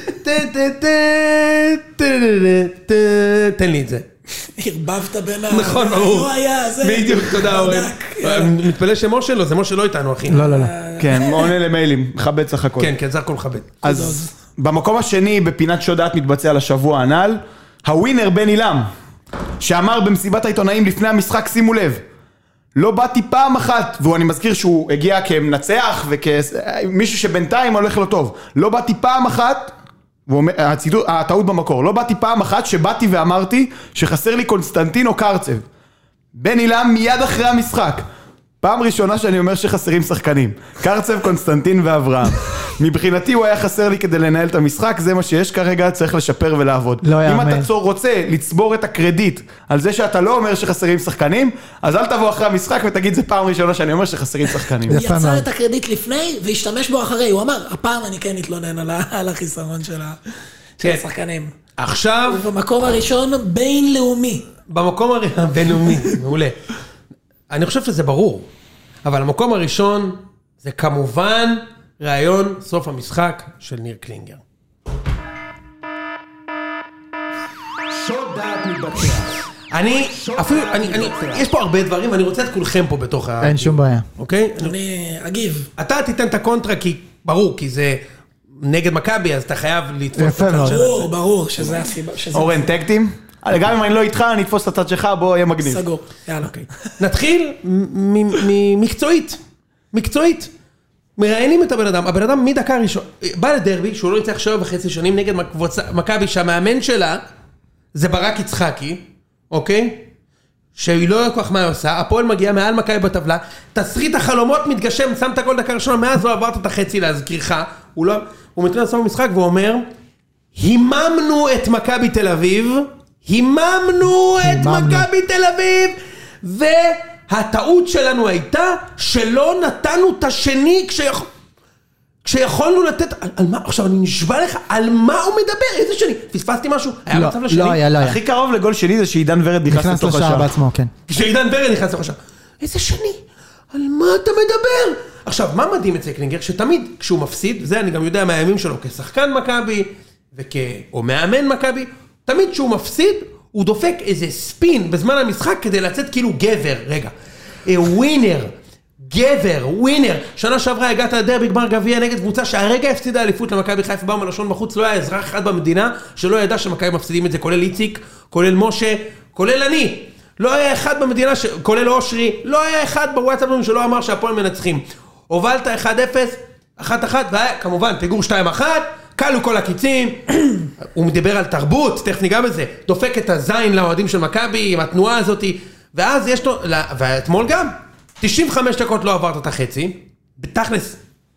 תן לי את זה. הרבבת בין נכון, ברור. בדיוק, תודה אורן. מתפלא שמשה לא, זה משה לא איתנו, אחי. לא. כן, עונה למיילים, מכבד סך הכל. כן, זה הכל מכבד. אז במקום השני, בפינת שודעת מתבצע לשבוע הנ"ל, הווינר בן אילם, שאמר במסיבת העיתונאים לפני המשחק, שימו לב, לא באתי פעם אחת, ואני מזכיר שהוא הגיע כמנצח וכמישהו שבינתיים הולך לו טוב, לא באתי פעם אחת, הטעות במקור, לא באתי פעם אחת שבאתי ואמרתי שחסר לי קונסטנטין או קרצב. בן אילם מיד אחרי המשחק. פעם ראשונה שאני אומר שחסרים שחקנים. קרצב, קונסטנטין ואברהם. מבחינתי הוא היה חסר לי כדי לנהל את המשחק, זה מה שיש כרגע, צריך לשפר ולעבוד. אם אתה רוצה לצבור את הקרדיט על זה שאתה לא אומר שחסרים שחקנים, אז אל תבוא אחרי המשחק ותגיד זה פעם ראשונה שאני אומר שחסרים שחקנים. יצר את הקרדיט לפני והשתמש בו אחרי, הוא אמר, הפעם אני כן אתלונן על החיסרון של השחקנים. עכשיו... במקום הראשון בינלאומי. במקום הראשון בינלאומי, מעולה. אני חושב שזה ברור, אבל המקום הראשון זה כמובן ראיון סוף המשחק של ניר קלינגר. שודד מתבצע. יש פה הרבה דברים, ואני רוצה את כולכם פה בתוך אין שום בעיה. אוקיי? אני אגיב. אתה תיתן את הקונטרה, כי ברור, כי זה נגד מכבי, אז אתה חייב לתפוס את הצד שלך. ברור, שזה הסיבה. אורן, טקטים? גם אם אני לא איתך, אני אתפוס את הצד שלך, בוא, יהיה מגניב. סגור, יאללה. נתחיל מקצועית. מראיינים את הבן אדם מדקה ראשון. בא לדרבי, שהוא לא יצטרך 7.5 שנים נגד מכבי, שהמאמן שלה, זה ברק יצחקי, אוקיי? שהיא לא יודע כל כך מה היא עושה, הפועל מגיע מעל מכבי בטבלה, תסריט החלומות מתגשם, שם את הכל דקה ראשונה, מאז לא עברת את החצי להזכירך, הוא מתחיל לסוף במשחק והוא היממנו את מכבי תל אביב, והטעות שלנו הייתה שלא נתנו את השני כשיכולנו לתת, על מה, עכשיו אני נשבע לך, על מה הוא מדבר, איזה שני, פספסתי משהו, היה מצב לשני, לא היה. הכי קרוב לגול שלי זה שעידן ורד נכנס לתוך השער בעצמו, כן. כשעידן ורד נכנס לתוך השער, איזה שני, על מה אתה מדבר? עכשיו, מה מדהים אצל קלינגר? שתמיד כשהוא מפסיד, זה אני גם יודע מהימים שלו, כשחקן מכבי, או מאמן מכבי, תמיד שהוא מפסיד, הוא דופק איזה ספין בזמן המשחק כדי לצאת כאילו גבר, רגע. ווינר, גבר, ווינר. שנה שעברה הגעת לדרבי גמר גביע נגד קבוצה שהרגע הפסידה אליפות למכבי חיפה, באו מלשון בחוץ, לא היה אזרח אחד במדינה שלא ידע שמכבי מפסידים את זה, כולל איציק, כולל משה, כולל אני. לא היה אחד במדינה, כולל אושרי, לא היה אחד בוואטסאפ שלא אמר שהפועל מנצחים. הובלת 1-0, 1-1, והיה כמובן פיגור 2-1, קלו כל הקיצים, הוא מדבר על תרבות, תכף ניגע בזה, דופק את הזין לאוהדים של מכבי עם התנועה הזאת, ואז יש לו, ואתמול גם, 95 דקות לא עברת את החצי, בתכלס,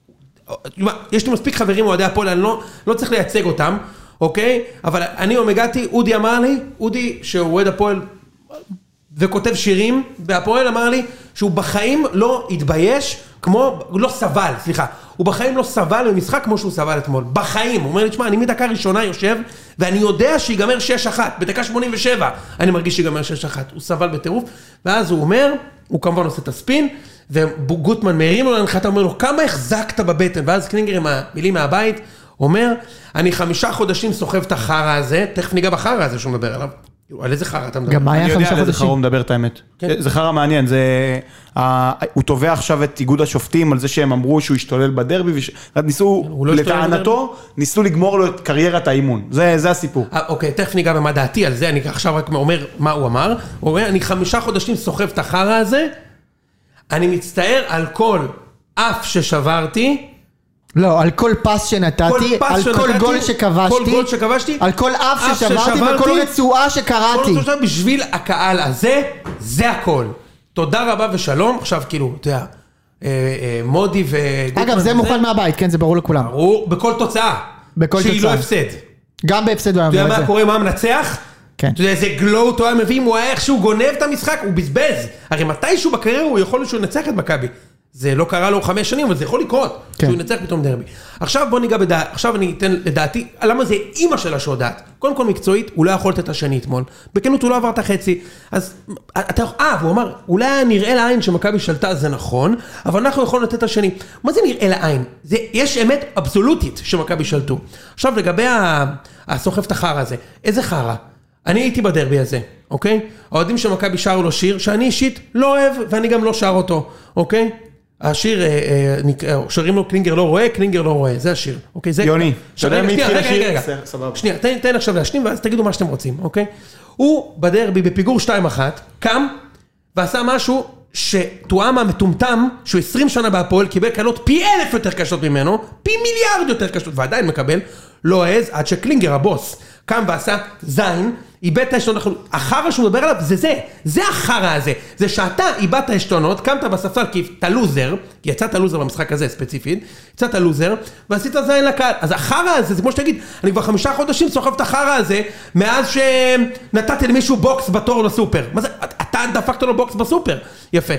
יש לי מספיק חברים אוהדי הפועל, אני לא צריך לייצג אותם, אוקיי? אבל אני הגעתי, אודי אמר לי, אודי שהוא אוהד הפועל, וכותב שירים, והפועל אמר לי, שהוא בחיים לא התבייש, לא סבל, סליחה, הוא בחיים לא סבל במשחק כמו שהוא סבל אתמול, בחיים, הוא אומר לי, תשמע, אני מדקה ראשונה יושב, ואני יודע שיגמר 6-1, בדקה 87, אני מרגיש שיגמר 6-1, הוא סבל בטירוף, ואז הוא אומר, הוא כמובן עושה את הספין, וגוטמן מעירים לו להנחתה, אומר לו, כמה החזקת בבטן, ואז קלינגר עם המילים מהבית, אומר, אני 5 חודשים סוחב את החרא הזה, תכף ניגע בחרא הזה שהוא מדבר עליו, על איזה חרא אתה מדבר? גם מה היה 5 חודשים? אני יודע על איזה חרא הוא מדבר את האמת. זה חרא מעניין, הוא תובע עכשיו את איגוד השופטים על זה שהם אמרו שהוא השתולל בדרבי, ניסו, לטענתו, ניסו לגמור לו את קריירת האימון. זה הסיפור. אוקיי, תכף ניגע במה דעתי על זה, אני עכשיו רק אומר מה הוא אמר. הוא אומר, אני 5 חודשים סוחב את החרא הזה, אני מצטער על כל אף ששברתי, לא, על כל פס שנתתי, על כל גול שכבשתי, על כל אף ששברתי וכל רצועה שקראתי. בשביל הקהל הזה, זה הכל. תודה רבה ושלום. עכשיו כאילו, אתה יודע, מודי וגוטמן. אגב, זה מוכן מהבית, כן, זה ברור לכולם. ברור, בכל תוצאה. שהיא לא הפסד. גם בהפסד הוא היה מביא את זה. אתה יודע מה קורה, מה מנצח? כן. אתה יודע, איזה גלוט הוא היה מביא, הוא היה איכשהו גונב את המשחק, הוא בזבז. הרי מתישהו בקריירה הוא יכול שהוא ינצח את מכבי. זה לא קרה לו 5 שנים, אבל זה יכול לקרות, שהוא ינצח פתאום דרבי. עכשיו בוא ניגע עכשיו אני אתן לדעתי, למה זה אמא שלה שהודעת? קודם כל מקצועית, הוא לא יכול לתת את השני אתמול. בכנות הוא לא עבר את החצי. אז, והוא אמר, אולי נראה לעין שמכבי שלטה, זה נכון, אבל אנחנו יכולים לתת את השני. מה זה נראה לעין? יש אמת אבסולוטית שמכבי שלטו. עכשיו לגבי הסוחף את החרא הזה, איזה חרא? אני הייתי בדרבי הזה, אוקיי? האוהדים של מכבי שרו לו שיר, שאני אישית לא אוהב, ואני גם לא שר אותו, אוקיי? השיר, שרים לו קלינגר לא רואה, קלינגר לא רואה, זה השיר, אוקיי? יוני, אתה יודע מי התחיל השיר? סבבה. שנייה, תן עכשיו להשלים, ואז תגידו מה שאתם רוצים, אוקיי? הוא בדרבי בפיגור 2-1, קם, ועשה משהו שתואם המטומטם, שהוא 20 שנה בהפועל, קיבל קלות פי 1000 יותר קשות ממנו, פי מיליארד יותר קשות, ועדיין מקבל, לא העז, עד שקלינגר, הבוס, קם ועשה זין, איבד את האשתונות, החרא שהוא מדבר עליו, זה החרא הזה, זה שאתה איבדת האשתונות, קמת בספסל כי אתה לוזר, כי יצאת לוזר במשחק הזה ספציפית, יצאת לוזר, ועשית זין לקהל, אז החרא הזה, זה כמו שתגיד, אני כבר 5 חודשים סוחב את החרא הזה, מאז שנתתי למישהו בוקס בתור לסופר, מה זה, אתה דפקת לו בוקס בסופר, יפה,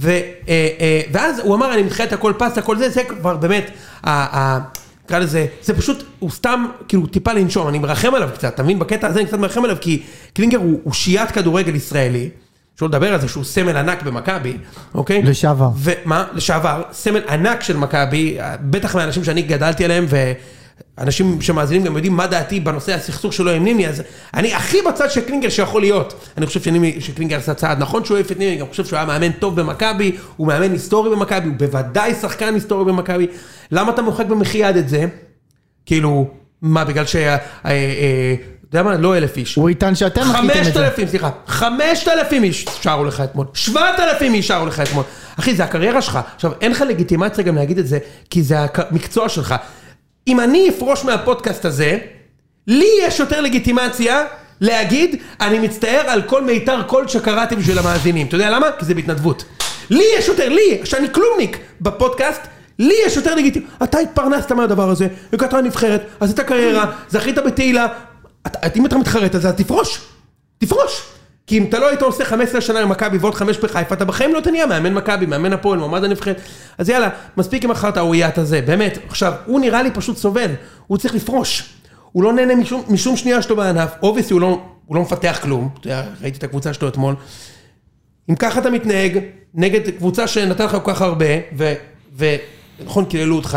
ואז הוא אמר, אני מתחיל את הכל פס, הכל זה כבר באמת, קרא לזה, זה פשוט, הוא סתם, כאילו, טיפה לנשום, אני מרחם עליו קצת, תבין, בקטע הזה אני קצת מרחם עליו, כי קלינגר הוא שיית כדורגל ישראלי, שלא לדבר על זה שהוא סמל ענק במכבי, אוקיי? לשעבר. ומה? לשעבר, סמל ענק של מכבי, בטח מהאנשים שאני גדלתי עליהם, ואנשים שמאזינים גם יודעים מה דעתי בנושא הסכסוך שלו עם נימי, אז אני הכי בצד של קלינגר שיכול להיות, אני חושב שקלינגר עשה צעד נכון שהוא העיף את נימי, אני חושב שהוא היה מאמן טוב במכבי, הוא מאמן היסטורי במכבי, הוא בוודאי שחקן היסטורי במכבי, למה אתה מוחק במחייד את זה? כאילו, מה, בגלל אתה יודע מה? לא 1,000 איש. הוא איתן שאתם מחליטים את זה. 5,000, סליחה. 5,000 איש שרו לך אתמול. 7,000 איש שרו לך אתמול. אחי, זה הקריירה שלך. עכשיו, אין לך לגיטימציה גם להגיד את זה, כי זה המקצוע שלך. אם אני אפרוש מהפודקאסט הזה, לי יש יותר לגיטימציה להגיד, אני מצטער על כל מיתר קול שקראתי בשביל המאזינים. אתה יודע למה? כי זה בהתנדבות. לי יש יותר, שאני כלומניק בפודקאסט, לי יש יותר לגיטימציה. אתה התפרנסת מהדבר הזה, הגעת נבחרת, אז אתה קריירה, זכית בתהילה, אם אתה מתחרט על זה, אז תפרוש. כי אם אתה לא היית עושה 15 שנה במכבי ועוד 5 בחיפה, אתה בחיים לא תנהיה מאמן מכבי, מאמן הפועל, מועמד הנבחרת. אז יאללה, מספיק עם אחרת האויית הזה, באמת. עכשיו, הוא נראה לי פשוט סובל, הוא צריך לפרוש. הוא לא נהנה משום שנייה שלו בענף, אובייסי הוא לא מפתח כלום, ראיתי את הקבוצה שלו אתמול. אם ככה אתה מתנהג, נגד קבוצה שנתן לך כל כך הרבה, ונכון, קיללו אותך,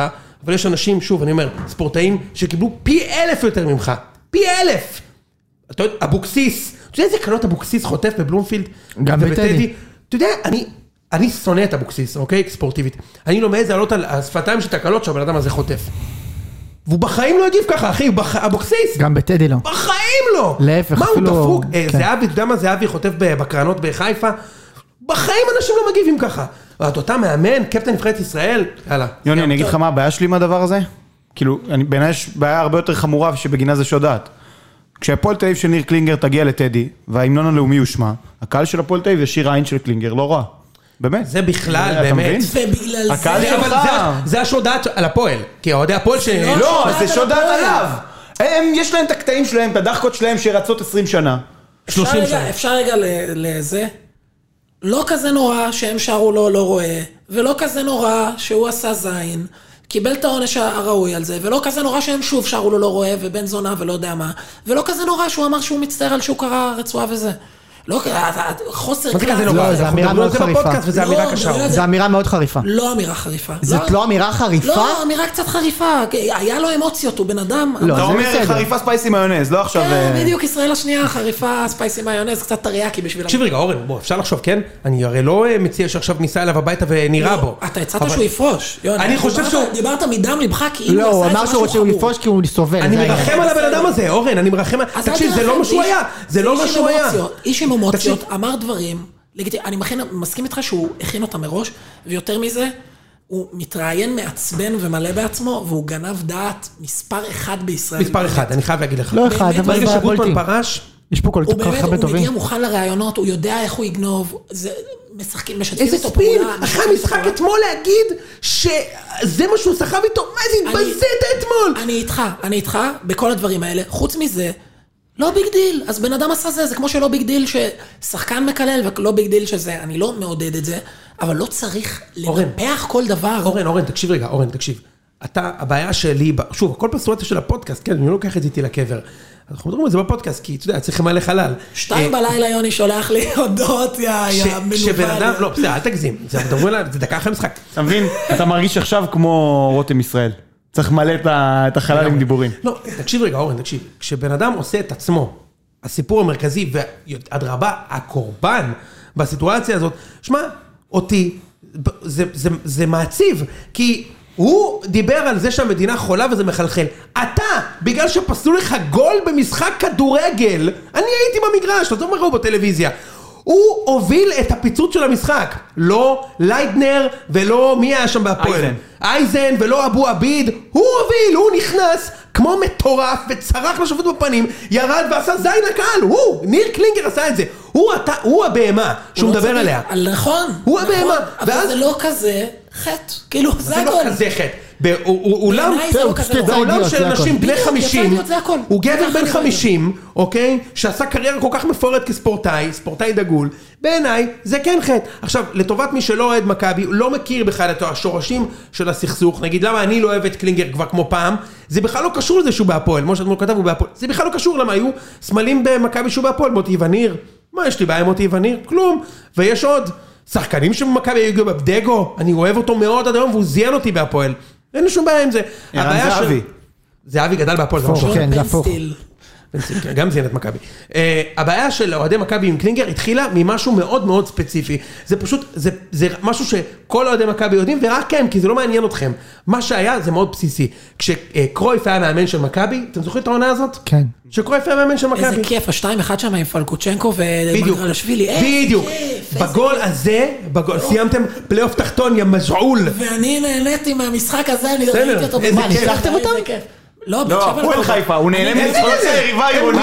אבל יש אנשים, שוב, אני אומר, ספורטאים שקיבלו פי 1000 יותר ממך. פי 1000! אתה יודע, אבוקסיס, אתה יודע איזה קלות אבוקסיס חוטף בבלומפילד? גם בטדי. אתה יודע, אני שונא את אבוקסיס, אוקיי? ספורטיבית. אני לא מעז לעלות על השפתיים של הקלות שהבן אדם הזה חוטף. והוא בחיים לא הגיב ככה, אחי, אבוקסיס. גם בטדי לא. בחיים לא. להפך, מה אפילו... הוא דפוק? זהבי, אתה יודע מה זהבי חוטף בקרנות בחיפה? בחיים אנשים לא מגיבים ככה. אתה מאמן, קפטן נבחרת ישראל, יאללה. יוני, אני אגיד לך מה הבעיה שלי עם הדבר הזה? כאילו, בעיניי יש בעיה הרבה יותר חמורה שבגינה זה שודעת. כשהפועל תל אביב של ניר קלינגר תגיע לטדי, וההמנון הלאומי יושמע, הקהל של הפועל תל אביב ישיר עין של קלינגר, לא רע. באמת. זה בכלל, באמת. ובגלל הקהל זה... שלך. זה השודעת על הפועל. כי אוהדי הפועל ש... לא, זה שודעת עליו. יש להם את הקטעים שלהם, את הדחקות שלהם שרצות 20 שנה. 30 שנה. אפשר רגע לזה? לא כזה נורא שהם שרו לו לא רואה, ולא כזה נורא שהוא עשה זין, קיבל את העונש הראוי על זה, ולא כזה נורא שהם שוב שרו לו לא רואה, ובן זונה ולא יודע מה, ולא כזה נורא שהוא אמר שהוא מצטער על שהוא קרא רצועה וזה. לא, חוסר כלל. לא, זה אמירה מאוד חריפה. וזה אמירה קשה. זה אמירה מאוד חריפה. לא אמירה חריפה. זאת לא אמירה חריפה? לא, אמירה קצת חריפה. היה לו אמוציות, הוא בן אדם. לא, אתה אומר חריפה ספייסי מיונז, לא עכשיו... כן, בדיוק, ישראל השנייה, חריפה ספייסי מיונז, קצת טריאקי בשביל... תקשיב רגע, אורן, בוא, אפשר לחשוב, כן? אני הרי לא מציע שעכשיו ניסה אליו הביתה ונראה בו. אתה הצעת שהוא יפרוש. אני חושב שהוא... דיברת מדם לבך כאילו לא, הוא אמר שהוא רוצה שהוא יפרוש כי הוא סובל. אני מרחם על הבן אדם הזה, אורן, אני מרחם על... תקשיב, זה לא מה שהוא היה. זה לא מה שהוא היה. איש עם אמוציות, אמר דברים, אני מסכים איתך שהוא הכין אותם מראש, ויותר מזה, הוא מתראיין מעצבן ומלא בעצמו, והוא גנב דעת מספר אחד בישראל. מספר אחד, אני חייב להגיד לך. לא אחד, אבל ברגע זה שגוטמן בולטי. פרש, יש פה כל כך הרבה הוא טובים. מגיע מוכן לרעיונות, הוא יודע איך הוא יגנוב, משחקים, משתפים איזה איתו ספין, פעולה. אחרי המשחק אתמול להגיד שזה מה שהוא סחב איתו, מה זה התבזית אתמול? אני איתך בכל הדברים האלה, חוץ מזה, לא ביג דיל, אז בן אדם עשה זה כמו שלא ביג דיל ששחקן מקלל ולא ביג דיל שזה, אני לא מעודד את זה, אבל לא צריך לנפח כל דבר. אורן, תקשיב רגע, תקשיב. הבעיה שלי, שוב, הכל פסטורציה של הפודקאסט, כן, אני לא לוקח את זה איתי לקבר. אנחנו מדברים על זה בפודקאסט, כי אתה יודע, צריכים מלא חלל. 2 בלילה יוני שולח לי הודעות, יא כשבן אדם, לא, בסדר, אל תגזים, זה דקה אחרי משחק. אתה מבין? אתה מרגיש עכשיו כמו רותם ישראל. צריך מלא את החלל עם דיבורים. לא, תקשיב רגע, אורן, תקשיב. כשבן אדם עושה את עצמו, הסיפור המרכזי, והדרבה, הקורבן, בסיטואציה הזאת, שמע, אותי, זה מעציב, כי הוא דיבר על זה שהמדינה חולה וזה מחלחל. אתה, בגלל שפסלו לך גול במשחק כדורגל, אני הייתי במגרש, לא זוכר מה ראו בטלוויזיה. הוא הוביל את הפיצוץ של המשחק. לא ליידנר ולא מי היה שם בהפועל. אייזן ולא אבו עביד. הוא הוביל, הוא נכנס כמו מטורף וצרח לשופט בפנים, ירד ועשה זין לקהל. הוא, ניר קלינגר עשה את זה. הוא הבהמה שהוא מדבר עליה. נכון. הוא הבהמה. אבל זה לא כזה חטא. כאילו, זה הכל. זה לא כזה חטא. בעולם של אנשים בני 50, הוא גבר בן 50, אוקיי? שעשה קריירה כל כך מפוארת כספורטאי, ספורטאי דגול, בעיניי זה כן חטא. עכשיו, לטובת מי שלא אוהד מכבי, לא מכיר בכלל את השורשים של הסכסוך, נגיד למה אני לא אוהב את קלינגר כבר כמו פעם, זה בכלל לא קשור לזה שהוא בהפועל, כמו שאתמול כתב הוא בהפועל, זה בכלל לא קשור למה היו סמלים במכבי שהוא בהפועל, מוטי וניר, מה יש לי בעיה עם מוטי וניר? כלום, ויש עוד שחקנים שבמכבי היו בדגו, אני אוהב אותו מאוד עד היום והוא זיין אותי בהפועל. אין לי שום בעיה עם זה. ערן זהבי. זהבי גדל בהפועל. כן, זה הפוך. גם זיין את מכבי. הבעיה של אוהדי מכבי עם קלינגר התחילה ממשהו מאוד מאוד ספציפי. זה פשוט, זה משהו שכל אוהדי מכבי יודעים, ורק הם, כי זה לא מעניין אתכם. מה שהיה זה מאוד בסיסי. כשקרויף היה מאמן של מכבי, אתם זוכרים את העונה הזאת? כן. כשקרויף היה מאמן של מכבי. איזה כיף, 2-1 שם עם פלקוצ'נקו ומגרלשווילי. בדיוק. בגול הזה, סיימתם פלייאוף תחתון, יא מזעול. ואני נהניתי מהמשחק הזה, אני ראיתי אותו. איזה כיף. ניצחתם אותם? לא, הפועל חיפה, הוא נהנה מניצחונות היריבה העירונית.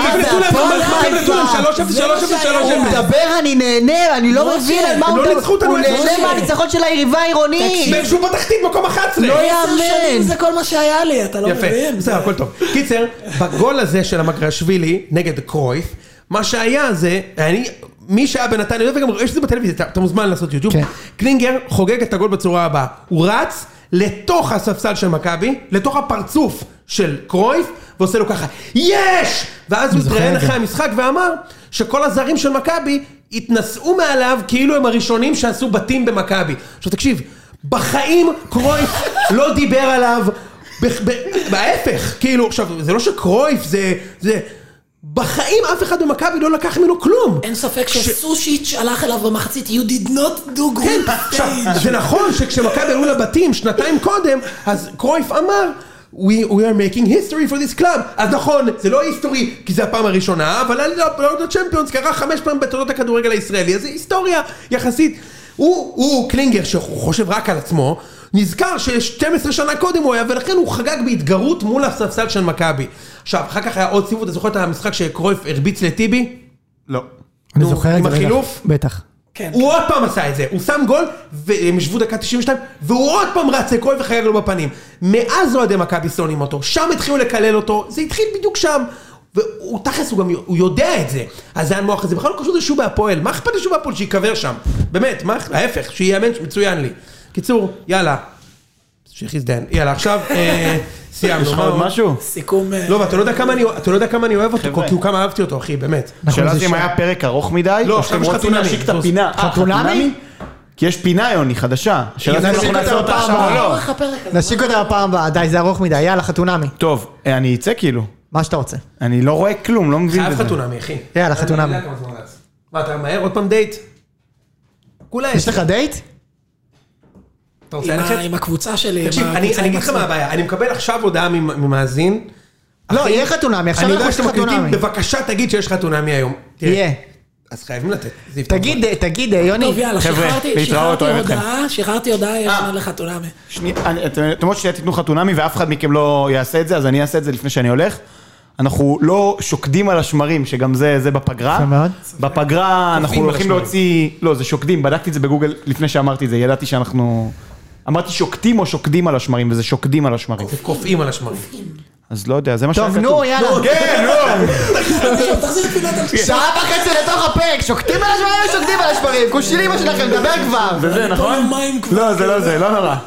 הוא מדבר, אני נהנה, אני לא מבין על מה הוא מדבר. הוא נהנה מהניצחון של היריבה העירונית. שהוא בתחתית מקום 11. לא יאמן. זה כל מה שהיה לי, אתה לא מבין. יפה, בסדר, הכל טוב. קיצר, בגול הזה של המגרשווילי נגד קרויף, מה שהיה זה, מי שהיה בנתניה, וגם יש את זה בטלוויזיה, אתה מוזמן לעשות יוטיוב, קלינגר חוגג את הגול בצורה הבאה, הוא רץ לתוך הספסל של מכבי, לתוך הפרצוף של קרויף, ועושה לו ככה, יש! ואז הוא התראיין אחרי המשחק ואמר שכל הזרים של מכבי התנסעו מעליו כאילו הם הראשונים שעשו בתים במכבי. עכשיו תקשיב, בחיים קרויף לא דיבר עליו, בהפך, כאילו, עכשיו, זה לא שקרויף, זה... בחיים אף אחד במכבי לא לקח ממנו כלום. אין ספק שסושיץ' הלך אליו במחצית, you did not do good stage. זה נכון שכשמכבי עלו לבתים שנתיים קודם, אז קרויף אמר, we are making history for this club. אז נכון, זה לא היסטורי, כי זה הפעם הראשונה, אבל לעוד הצ'מפיונס קרה 5 פעמים בתולדות הכדורגל הישראלי, אז זה היסטוריה יחסית. הוא קלינגר שהוא חושב רק על עצמו, נזכר ש12 שנה קודם הוא היה, ולכן הוא חגג בהתגרות מול הספסל של מכבי. עכשיו, אחר כך היה עוד סיבוב, אתה זוכר את המשחק שקרויף הרביץ לטיבי? לא. אני זוכר את זה. עם החילוף? בטח. הוא עוד פעם עשה את זה, הוא שם גול, והם ישבו דקה 92, והוא עוד פעם רץ לקרויף וחגג לו בפנים. מאז אוהדי מכבי שונאים אותו, שם התחילו לקלל אותו, זה התחיל בדיוק שם. והוא תכלס, הוא יודע את זה. אז זה המוח הזה, בכלל לא קשור לשוב בהפועל. מה אכפת לשוב בהפועל שיקבר שם? באמת, מה? ההפך, שיאמן מצוין לי. קיצור, יאללה. שיחיזדן. יאללה, עכשיו סיימנו. יש לך עוד משהו? סיכום... לא, ואתה לא יודע כמה אני אוהב אותו, כי הוא כמה אהבתי אותו, אחי, באמת. שאלה זה אם היה פרק ארוך מדי, לא, או שאתם עכשיו יש רוצים חתונמי. להשיק את הפינה. חתונמי? כי יש פינה יוני חדשה. שאלה זה אם אנחנו נעשה אותה עכשיו או לא. נשיק אותה בפעם הבאה, די, זה ארוך מדי, יאללה, חתונמי. טוב, אני אצא כאילו. מה שאתה רוצה. אני לא רואה כלום, לא מבין חייב בזה. חתונמי, אחי. יאללה, חתונמי. אני יודע כמה זמן רץ. מה, אתה מהר? עוד פעם דייט? כולה יש לך דייט? אתה רוצה ללכת? עם הקבוצה שלי. תקשיב, אני אגיד לך מה הבעיה, אני מקבל עכשיו הודעה ממאזין. לא, יהיה חתונמי, עכשיו אני אנחנו יודע יש שאתם מקליטים, חתונמי. בבקשה תגיד שיש חתונמי היום. תראה, יהיה. אז חייבים לתת. זה יפתור תגיד, יוני. טוב, יאללה, חבר'ה, להתראות, אוהב אתכם. שחררתי הודעה, יש לנו לחתונמי. אתם אומרים שתיתנו חתונמי ואף אחד מכם לא יעשה את זה, אז אני אעשה את זה לפני שאני הולך. אנחנו לא שוקדים על השמרים, שגם זה בפגרה. יפה מאוד. בפגרה אנחנו על הולכים השמרים. להוציא, לא, זה שוקדים, בדקתי את זה בגוגל לפני שאמרתי את זה, ידעתי שאנחנו... אמרתי שוקטים או שוקדים על השמרים, וזה שוקדים על השמרים. זה קופאים על השמרים. אז לא יודע, זה מה שהיה טוב, כתוב. נו, יאללה. כן, נו. תחזיר פינת על שעה וחצי לתוך הפרק, שוקטים על השמרים או שוקדים על השמרים? כושי אמא שלכם, דבר כבר. זה נכון? מים כבר. לא, זה לא זה, לא נורא.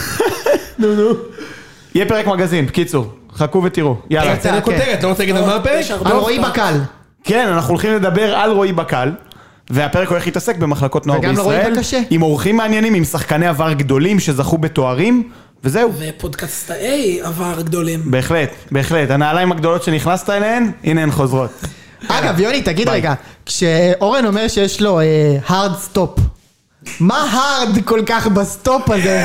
נו. יהיה פרק מגזין, בקיצור. חכו ותראו. יאללה. תן לי כותרת, לא רוצה להגיד על מה הפרק? על רועי בקל. כן, אנחנו הולכים לדבר על רועי בקל, והפרק הולך להתעסק במחלקות נוער וגם לרועי בישראל, בקשה. עם אורחים מעניינים, עם שחקני עבר גדולים שזכו בתוארים, וזהו. ופודקאסטאי עבר גדולים. בהחלט. הנעליים הגדולות שנכנסת אליהן, הנה הן חוזרות. אגב, יוני, תגיד רגע, כשאורן אומר שיש לו hard stop, מה hard כל כך בסטופ הזה?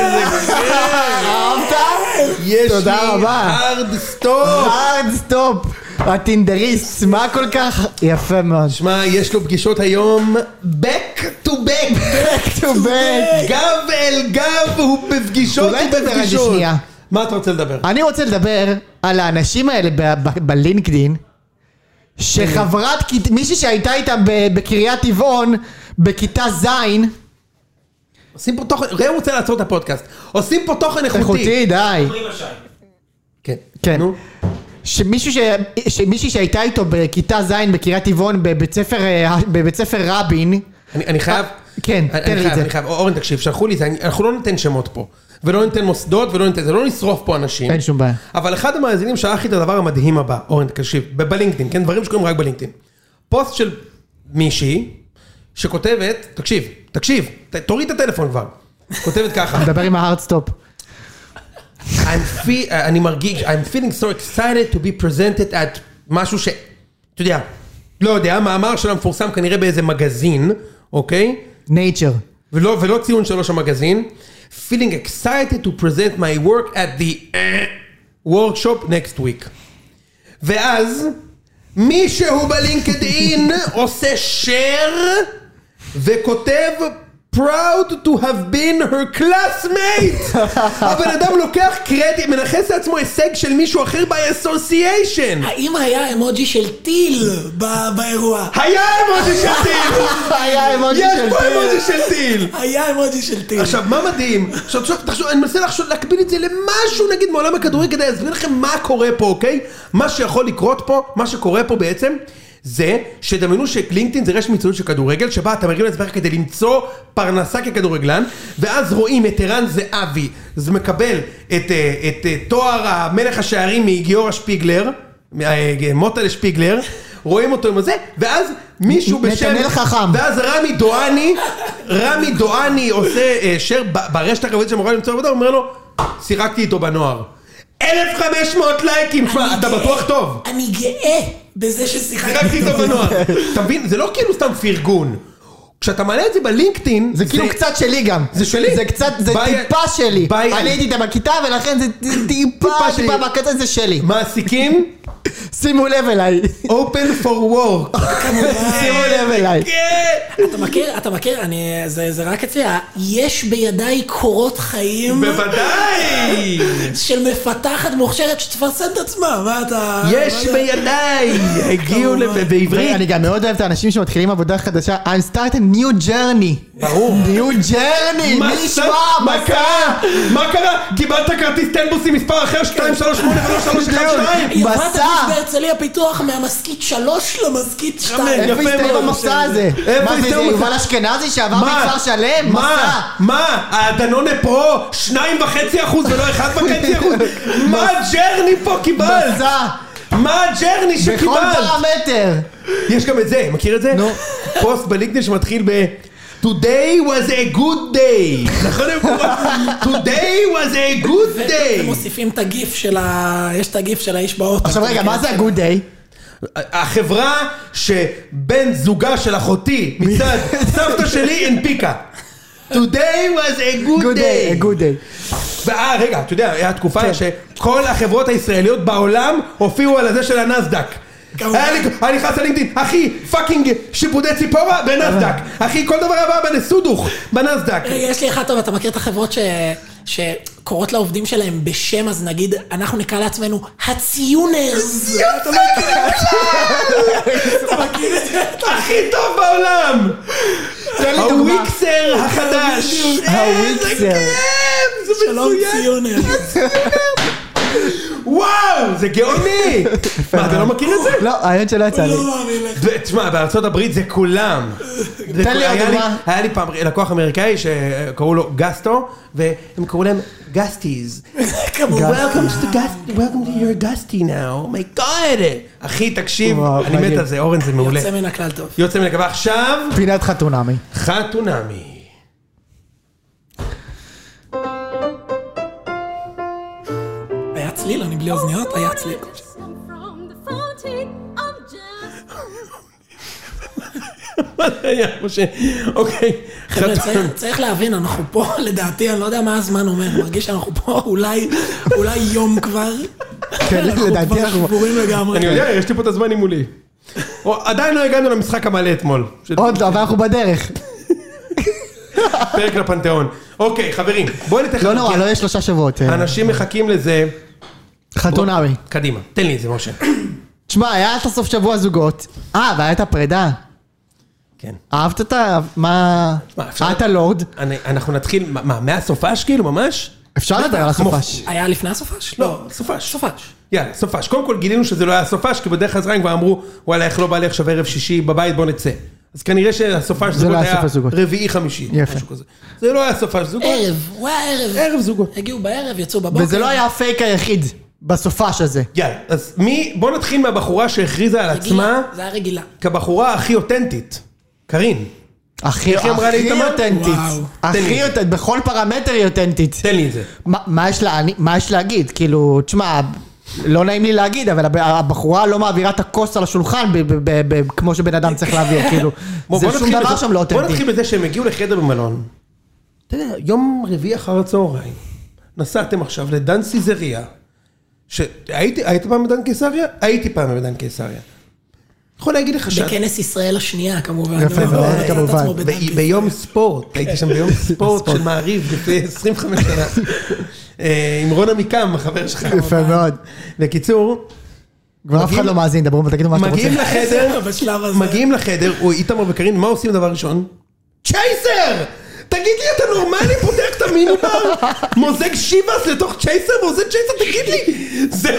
אהבת? יש לי תודה רבה. hard stop. hard stop. הטינדריסט, מה כל כך? יפה מאוד. שמע, יש לו פגישות היום back to back. back to back. גב אל גב, הוא בפגישות אולי תדבר על זה ובפגישות. שנייה. מה אתה רוצה לדבר? אני רוצה לדבר על האנשים האלה בלינקדין, שחברת, מישהי שהייתה איתם בקריית טבעון, בכיתה זין, עושים פה תוכן, ראם רוצה לעצור את הפודקאסט. עושים פה תוכן איכותי. די. כן. כן. נו. שמישהי שהייתה איתו בכיתה זין בקריית טבעון בבית ספר רבין. אני חייב... כן, תן לי את זה. אני חייב, אורן תקשיב, שלחו לי זה, אנחנו לא ניתן שמות פה. ולא ניתן מוסדות, ולא ניתן, זה לא נשרוף פה אנשים. אין שום בעיה. אבל אחד המאזינים שלח לי את הדבר המדהים הבא, אורן תקשיב, בלינקדאין, כן, דברים שקוראים רק בלינקדאין. פוסט של מישהי, שכותבת, תקשיב, תוריד את הטלפון כבר. כותבת ככה. מדבר עם ההארדסטופ. אני מרגיש, I'm feeling so excited to be presented at משהו ש... אתה יודע, לא יודע, מאמר שלה מפורסם כנראה באיזה מגזין, אוקיי? Nature. ולא ציון 3 המגזין. Feeling excited to present my work at the workshop next week. ואז מישהו בלינקדאין עושה share וכותב proud to have been her classmate. הבן אדם לוקח קרדיט, מנחס לעצמו הישג של מישהו אחר by-association. האם היה אמוג'י של טיל באירוע? היה אמוג'י של טיל. היה אמוג'י יש של פה טיל. אמוג'י של טיל. היה אמוג'י של טיל. עכשיו, מה מדהים? תחשוב, אני מנסה להקביל את זה למשהו, נגיד, מעולם הכדורגל, כדי להסביר לכם מה קורה פה, אוקיי? מה שיכול לקרות פה, מה שקורה פה בעצם, זה שדמיינו שלינקדאין זה רשת מקצועית של כדורגל, שבה אתה מרים לעצמך כדי למצוא פרנסה ככדורגלן, ואז רואים את ערן זהבי, זה מקבל את תואר המלך השערים מגיורא שפיגלר, מוטל שפיגלר, רואים אותו עם הזה, ואז מישהו בשם... נתנאל חכם. ואז רמי דואני עושה שר ברשת החברתית שמורה למצוא עבודה, הוא אומר לו, שיחקתי איתו בנוער. 1,500 לייקים, שמע, אתה בטוח טוב. אני גאה בזה ששיחקתי. שיחקתי טוב בנוער. אתה מבין, זה לא כאילו סתם פרגון. כשאתה מעלה את זה בלינקדאין, זה כאילו קצת שלי גם. זה שלי. זה קצת, זה טיפה שלי. אני הייתי איתה בכיתה ולכן זה טיפה בקצה זה שלי. מעסיקים, שימו לב אליי. open for work. שימו לב אליי. אתה מכיר, זה רק אצלי, יש בידיי קורות חיים. בוודאי. של מפתחת מוכשרת שתפרסם את עצמה, מה אתה... יש בידיי. הגיעו בעברית. אני גם מאוד אוהב את האנשים שמתחילים עבודה חדשה. I'm starting new journey. ברור. new journey. מי נשמע? מה קרה? מה קרה? קיבלת כרטיס טלבוסי מספר אחר 238 ולא 312? יברת בהרצליה פיתוח מהמשכית 3 למשכית 2. איפה הסתיים המסע הזה? מה זה יובל אשכנזי שעבר מכפר שלם? מה? הדנונה פרו 2.5% ולא 1.5%? מה הג'רני פה קיבלת? מסע. מה הג'רני שקיבלת? בכל פרמטר. יש גם את זה, מכיר את זה? פוסט בלינקדאין שמתחיל ב... Today was a good day. נכון? Today was a good day. ומוסיפים את הגיף של יש את הגיף של האיש באוטו. עכשיו רגע, מה זה ה-good day? החברה שבן זוגה של אחותי מצד סבתא שלי הנפיקה. Today was a good day. a good day. רגע, אתה יודע, היה תקופה שכל החברות הישראליות בעולם הופיעו על הזה של הנסדק. אני נכנס ללינקדאין, אחי, פאקינג שיפודי ציפורה בנסדק. אחי, כל דבר הבא בנסודוך, בנסדק. יש לי אחד טוב, אתה מכיר את החברות שקורות לעובדים שלהם בשם, אז נגיד, אנחנו נקרא לעצמנו הציונרס. אתה מכיר את זה? הכי טוב בעולם. הוויקסר החדש. הוויקסר. שלום ציונרס. וואו, זה גאוני. מה, אתה לא מכיר את זה? לא, העניין שלא יצא לי. תשמע, בארצות הברית זה כולם. תן לי עוד דוגמה. היה לי פעם לקוח אמריקאי שקראו לו גסטו, והם קראו להם גסטיז. Welcome to your גסטי now. My God. אחי, תקשיב, אני מת על זה, אורן, זה מעולה. יוצא מן הכלל טוב. יוצא מן הכלל. עכשיו... פינת חתונמי. חתונמי. היה צליל, אני בלי אוזניות, היה צליל. מה זה היה, משה? אוקיי. חבר'ה, צריך להבין, אנחנו פה, לדעתי, אני לא יודע מה הזמן אומר, מרגיש שאנחנו פה אולי יום כבר. לדעתי אנחנו שבורים לגמרי. אני יודע, יש לי פה את הזמן מולי. עדיין לא הגענו למשחק המלא אתמול. עוד לא, אבל אנחנו בדרך. פרק לפנתיאון. אוקיי, חברים, בואי נתן... לא נורא, לא יש 3 שבועות. אנשים מחכים לזה... חתונמי. קדימה, תן לי את זה, משה. תשמע, היה את הסוף שבוע זוגות. והיה את הפרידה. כן. אהבת אותה? מה... את הלורד? אנחנו נתחיל, מה, מהסופש כאילו, ממש? אפשר לדבר על הסופש. היה לפני הסופש? לא, סופש. סופש. יאללה, סופש. קודם כל גילינו שזה לא היה סופש, כי בדרך חזרה הם כבר אמרו, וואלה, איך לא בא לי עכשיו ערב שישי בבית, בוא נצא. אז כנראה שהסופש זוגות היה רביעי חמישי. יפה. זה לא היה סופש זוגות. ערב, הוא היה ערב. ערב זוגות. הגיעו בערב, יצאו בבוקר. וזה לא היה הפייק היחיד בסופש הזה. יאללה, אז בוא נתחיל מהבחורה שהכריזה על עצמה. זה היה רגילה. כבחורה הכי אותנטית. קרין. הכי אותנטית. הכי אותנטית, בכל פרמטר היא אותנטית. תן לי את זה. מה יש להגיד? כאילו, תשמע, לא נעים לי להגיד, אבל הבחורה לא מעבירה את הכוס על השולחן כמו שבן אדם צריך להעביר, כאילו. זה שום דבר שם לא אותנטי. בוא נתחיל בזה שהם הגיעו לחדר במלון. אתה יודע, יום רביעי אחר הצהריים, נסעתם עכשיו לדן סיזריה, היית פעם בדן קיסריה? הייתי פעם בדן קיסריה. יכול להגיד לך בכנס ישראל השנייה, כמובן. יפה, כמובן. ביום ספורט, הייתי שם ביום ספורט של מעריב לפני 25 שנה. עם רון עמיקם, החבר שלך. יפה מאוד. בקיצור, כבר אף אחד לא מאזין, דברו ותגידו מה שאתה רוצה. מגיעים לחדר, או איתמר וקרין, מה עושים דבר ראשון? צ'ייסר! תגיד לי, אתה נורמלי פותח את המיניבר? מוזג שיבאס לתוך צ'ייסר, מוזג צ'ייסר, תגיד לי!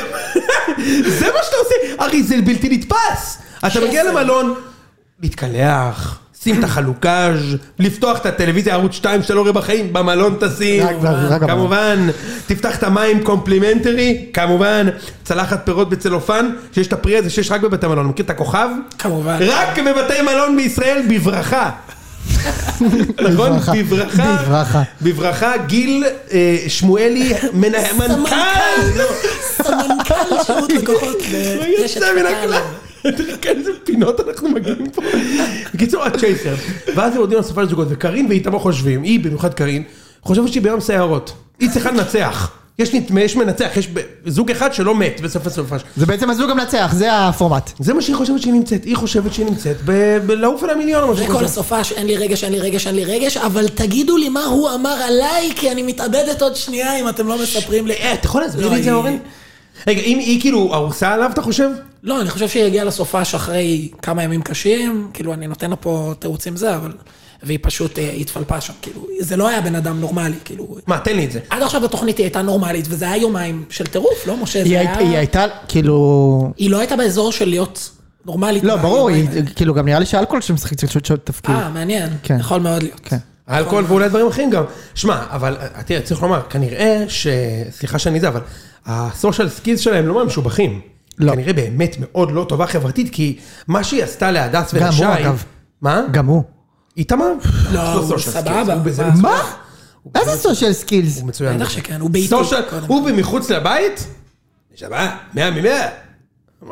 זה מה שאתה עושה? הרי זה בלתי נתפס! אתה מגיע למלון, להתקלח, שים את החלוקאז', לפתוח את הטלוויזיה, ערוץ 2 שאתה לא רואה בחיים, במלון תשים, כמובן, תפתח את המים קומפלימנטרי, כמובן, צלחת פירות בצלופן, שיש את הפרי הזה שיש רק בבתי מלון, מכיר את הכוכב? כמובן. רק בבתי מלון בישראל, בברכה. נכון? בברכה. בברכה, גיל שמואלי, מנכ"ל. סמנכ"ל שירות לקוחות. יוצא מן הכלל. תראה איזה פינות אנחנו מגיעים פה. בקיצור, הצ'ייסר. ואז הם יודעים לסופר לזוגות, וקרין ואיתמר חושבים, היא במיוחד קרין, חושבת שהיא ביום סיירות. היא צריכה לנצח. יש מנצח, יש זוג אחד שלא מת בסוף הסופש. זה בעצם הזוג המנצח, זה הפורמט. זה מה שהיא חושבת שהיא נמצאת. היא חושבת שהיא נמצאת בלעוף על המיליון. זה כל הסופש, אין לי רגש, אבל תגידו לי מה הוא אמר עליי, כי אני מתאבדת עוד שנייה אם אתם לא מספרים לי. אתה יכול להסביר לי את זה, אורן? רגע, אם היא כאילו ארוסה עליו, אתה חושב? לא, אני חושב שהיא הגיעה לסופש אחרי כמה ימים קשים, כאילו אני נותן לה פה תירוצים זה, אבל... והיא פשוט התפלפה שם, כאילו, זה לא היה בן אדם נורמלי, כאילו... מה, תן לי את זה. עד עכשיו בתוכנית היא הייתה נורמלית, וזה היה יומיים של טירוף, לא, משה? היא הייתה, כאילו... היא לא הייתה באזור של להיות נורמלית. לא, ברור, כאילו, גם נראה לי שאלכוהול שמשחק קצת תפקיד. מעניין, יכול מאוד להיות. אלכוהול ואולי דברים אחרים גם. שמע, אבל, תראה, צריך לומר, כנראה סליחה שאני זה, אבל הסושיאל סקיז שלהם לא משובחים. כנראה באמת מאוד לא טובה חברתית, כי מה שהיא עשתה להדס ולשי... גם הוא, אגב. מה? גם הוא. איתמר? לא, הוא סבבה. מה? איזה סושיאל סקילס? הוא מצוין. בטח שכן, הוא ביתי. הוא במחוץ לבית? שמה? 100 מ-100.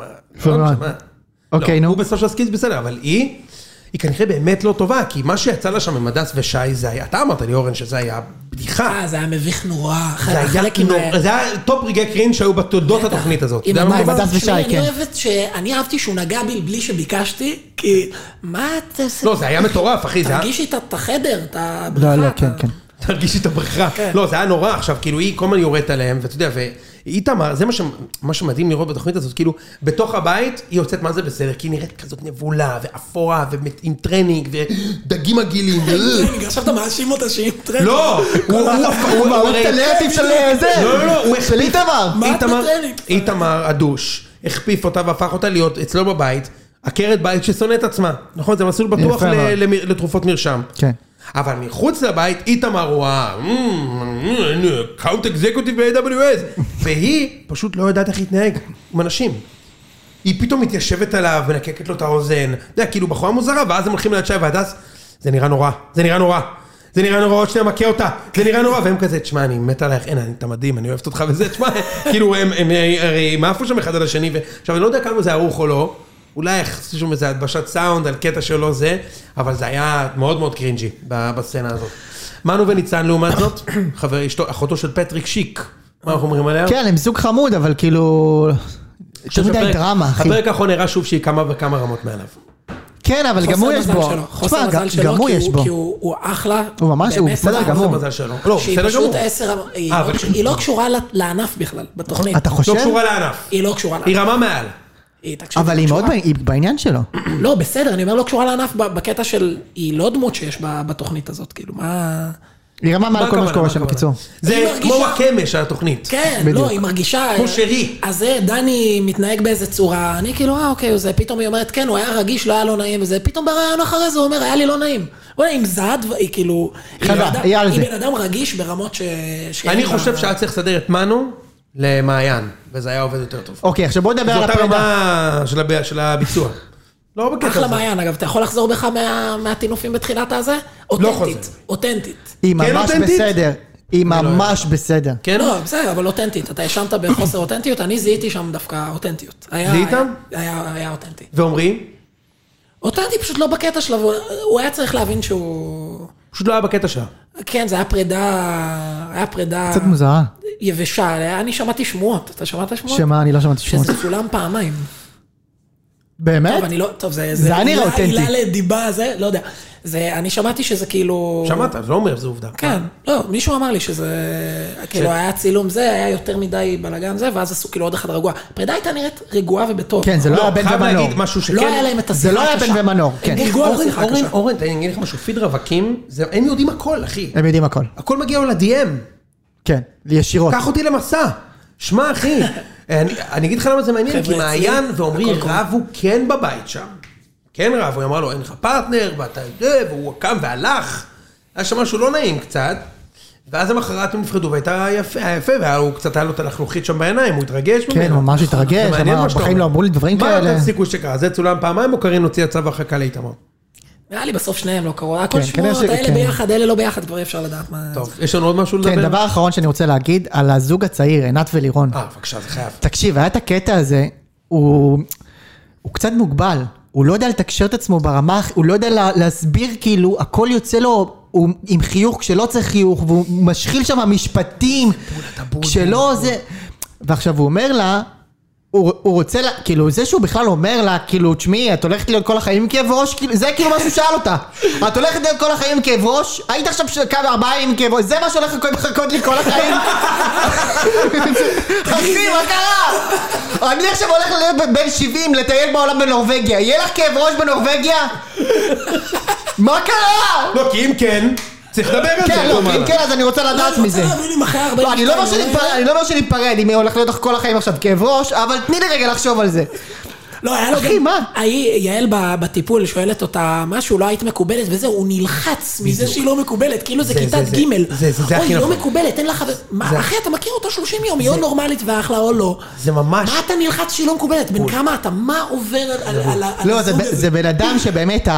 אוקיי, נו. הוא בסושיאל סקילס בסדר, אבל היא כנראה באמת לא טובה, כי מה שיצא לה שם עם הדס ושי, זה היה, אתה אמרת לי אורן שזה היה בדיחה. זה היה מביך נורא. זה היה טופ רגעי קרין שהיו בתולדות התוכנית הזאת. עם הדס ושי, כן. אני אהבתי שהוא נגע בי בלי שביקשתי, כי מה אתה עושה? לא, זה היה מטורף, אחי. תרגישי את החדר, את הבריכה. לא, כן, כן. תרגישי את הבריכה. לא, זה היה נורא. עכשיו, כאילו, היא כל הזמן יורדת עליהם, ואתה יודע, איתמר, זה מה שמדהים לראות בתוכנית הזאת, כאילו, בתוך הבית היא יוצאת מה זה בסדר, כי היא נראית כזאת נבולה, ואפורה, ועם טרנינג, ודגים עגילים. עכשיו אתה מאשים אותה שהיא עם טרנינג. לא, הוא את הלרטיב של זה. לא, הוא של איתמר. איתמר, הדוש, הכפיף אותה והפך אותה להיות אצלו בבית, עקרת בית ששונא את עצמה. נכון, זה מסלול בטוח לתרופות מרשם. כן. אבל מחוץ לבית, איתמר הוא קאונט אקזקוטיב ב-AWS, והיא פשוט לא יודעת איך להתנהג עם אנשים. היא פתאום מתיישבת עליו, מנקקת לו את האוזן, אתה יודע, כאילו בחורה מוזרה, ואז הם הולכים ליד שי והדס, זה נראה נורא, עוד שנייה מכה אותה, זה נראה נורא, והם כזה, תשמע, אני מת עלייך, אין, אתה מדהים, אני אוהבת אותך וזה, תשמע, כאילו הם הרי מעפו שם אחד על השני, עכשיו אני לא יודע כמה זה ערוך או לא, אולי עשו שם איזה הדבשת סאונד על קטע שלו זה, אבל זה היה מאוד מאוד קרינג'י בסצנה הזאת. מנו וניצן לעומת זאת, אחותו של פטריק שיק, מה אנחנו אומרים עליה? כן, הם זוג חמוד, אבל כאילו... יותר מדי דרמה, אחי. הפרק האחרון נראה שוב שהיא כמה וכמה רמות מעליו. כן, אבל גם הוא יש בו. חוסר מזל שלו, גם הוא יש בו. כי הוא אחלה. הוא ממש, הוא בסדר גמור. לא, בסדר גמור. היא לא קשורה לענף בכלל, בתוכנית. אתה חושב? לא קשורה לענף. היא לא קשורה לענף. היא רמה מעל. אבל היא מאוד בעניין שלו. לא, בסדר, אני אומר לא קשורה לענף בקטע של, היא לא דמות שיש בתוכנית הזאת, כאילו, מה... היא רמה מעל כל מה שקורה שם, בקיצור. זה כמו הקמש על התוכנית. כן, לא, היא מרגישה... כמו שרי. אז זה, דני מתנהג באיזה צורה, אני כאילו, אוקיי, זה פתאום היא אומרת, כן, הוא היה רגיש, לא היה לו נעים, וזה פתאום ברעיון אחרי זה, הוא אומר, היה לי לא נעים. הוא היה עם זד, היא כאילו... היא בן אדם רגיש ברמות ש... אני חושב שהיה צריך לסדר את מנו למעיין, וזה היה עובד יותר טוב. אוקיי, עכשיו בוא נדבר על הפרידה. זאת הרמה של הביצוע. לא בקטע הזה. אחלה מעיין, אגב, אתה יכול לחזור בך מהטינופים בתחילת הזה? אותנטית. היא ממש בסדר. היא ממש בסדר. כן? לא, בסדר, אבל אותנטית. אתה ישמת בחוסר אותנטיות, אני זיהיתי שם דווקא אותנטיות. זיהיתם? היה אותנטי. ואומרים? אותנטי פשוט לא בקטע שלו, הוא היה צריך להבין שהוא... פשוט לא היה בקטע שלה. כן, זה היה פרידה... קצת מוזרה. יבשה, אני שמעתי שמועות. אתה שמעת שמועות? שמה? אני לא שמעתי שמועות. שזה צולם פעמיים. באמת? טוב, אני לא... טוב, זה היה נראה אותנטי. הילה לדיבה, זה, לא יודע. אני שמעתי שזה כאילו... שמעת, זה לא אומר, זה עובדה. כן, לא, מישהו אמר לי שזה... כאילו היה צילום זה, היה יותר מדי בלגן זה, ואז עשו כאילו עוד אחד רגוע. פרידה הייתה נראית רגועה ובטוב. כן, זה לא היה בן ומנור. חייב להגיד משהו שכן... לא היה להם את השיחה קשה. זה לא היה בן ומנור, כן. אורן, אני אגיד לך משהו, פיד רווקים, הם יודעים הכל, אחי. הם יודעים הכל. הכל מגיע לו ל-DM. כן, ישירות. קח אותי למסע. שמע, אחי, אני אגיד לך למה זה מעניין, כי מעיין ועומרי רבו כן בבית שם. כן רב, הוא אמר לו, אין לך פרטנר, ואתה יודע, והוא קם והלך. היה שם משהו לא נעים קצת, ואז המחרת הם נפחדו, והייתה יפה, והוא קצת היה לו את הלחלוכית שם בעיניים, הוא התרגש ממנו. כן, הוא ממש התרגש, בחיים לא אמרו לי דברים כאלה. מה אתה סיכוי שקרה? זה צולם פעמיים, או קרין הוציאה צו הרחקה לאיתמר? נראה לי בסוף שניהם לא קראו, הכל שמות, אלה ביחד, אלה לא ביחד, כבר אפשר לדעת מה... טוב, יש לנו עוד משהו לדבר? כן, דבר אחרון שאני רוצה להגיד, על הזוג הצעיר, עינת ולירון. בבקשה, זה חייב. תקשיב, היה את הקטע הזה, הוא קצת מוגבל, הוא לא יודע לתקשר את עצמו ברמה, הוא לא יודע להסביר כאילו, הכל יוצא לו עם חיוך כשלא צריך חיוך, והוא משחיל שם משפטים, כשלא זה... ועכשיו הוא אומר לה, הוא רוצה לה, כאילו זה שהוא בכלל אומר לה, כאילו תשמעי, את הולכת להיות כל החיים עם כאב ראש, זה כאילו מה שהוא שאל אותה, את הולכת להיות כל החיים עם כאב ראש, היית עכשיו כמה 4 ימים עם כאב ראש, זה מה שהולך לחכות לי כל החיים? אחי, מה קרה? אני עכשיו הולך להיות בן 70 לטייל בעולם בנורווגיה, יהיה לך כאב ראש בנורווגיה? מה קרה? לא, כי אם כן... צריך לדבר על זה. כן, לא, אם כן, אז אני רוצה לדעת מזה. אני לא אומר שניפרד, אם היא הולכת להיות לך כל החיים עכשיו כאב ראש, אבל תני לי רגע לחשוב על זה. לא, היה לו גם... יעל בטיפול שואלת אותה משהו, לא היית מקובלת וזהו, הוא נלחץ מזה שהיא לא מקובלת, כאילו זה כיתת ג' זה הכי נכון. לא לא מקובלת, אין לך... אחי, אתה מכיר אותו 30 יום, היא או נורמלית ואחלה או לא. זה ממש... מה אתה נלחץ שהיא לא מקובלת? בין כמה אתה? מה עובר על לא, זה בן אדם שבאמת,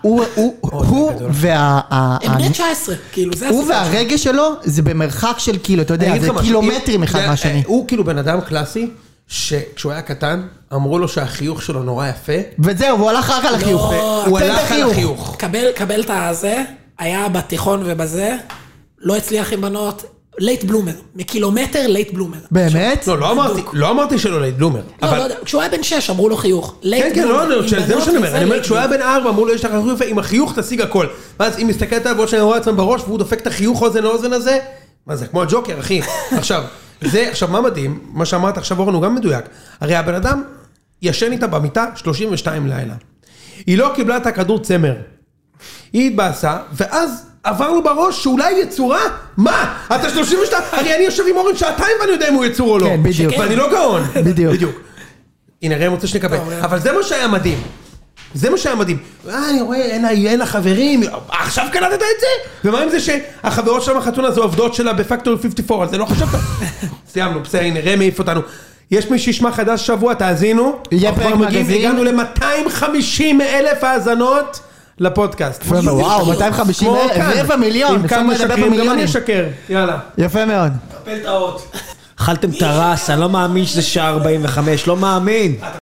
הוא הם בני 19, כאילו, זה הוא והרגש שלו, זה במרחק של כאילו, אתה יודע, זה קילומטרים אחד מהשני. הוא כאילו בן אדם קלאסי, שכשהוא היה קטן, אמרו לו שהחיוך שלו נורא יפה. וזהו, והוא הלך רק על החיוך. הוא הלך על החיוך. קבל את הזה, היה בתיכון ובזה, לא הצליח עם בנות, לייט בלומר, מקילומטר לייט בלומר. באמת? לא אמרתי שלא לייט בלומר. לא יודע, כשהוא היה בן 6 אמרו לו חיוך. כן, כן, לא, זה מה שאני אומר. אני אומר, כשהוא היה בן 4 אמרו לו יש לך חיוך יפה, עם החיוך תשיג הכל. ואז אם מסתכלת עליו עוד שאני רואה עצמם בראש, והוא דופק את החיוך אוזן לאוזן הזה, מה זה, כמו הג'וקר, אחי. עכשיו, מה מדהים, מה שאמרת עכשיו אורן הוא גם מדויק. הרי הבן אדם ישן איתה במיטה 32 לילה. היא לא קיבלה את הכדור צמר. היא התבאסה, ואז עבר לו בראש שאולי יצורה, מה? אתה 32? הרי אני יושב עם אורן שעתיים ואני יודע אם הוא יצור או לא. כן, בדיוק. ואני לא גאון. בדיוק. הנה, ראם רוצה שנקבל. אבל זה מה שהיה מדהים. זה מה שהיה מדהים. אני רואה, אין לה חברים, עכשיו קלטת את זה? ומה עם זה שהחברות שלה מהחתונה זה עובדות שלה בפקטורי 54, על זה לא חשבת? סיימנו, בסדר, הנה, ראם העיף אותנו. יש מי שישמע חדש שבוע, תאזינו. יהיה פרק מגזין. הגענו ל-250,000 האזנות לפודקאסט. וואו, 250,000, רבע מיליון. עם כמה שקרים, גם אני אשקר. יאללה. יפה מאוד. קפל את האות. אכלתם טרס, אני לא מאמין שזה שעה 45, לא מאמין.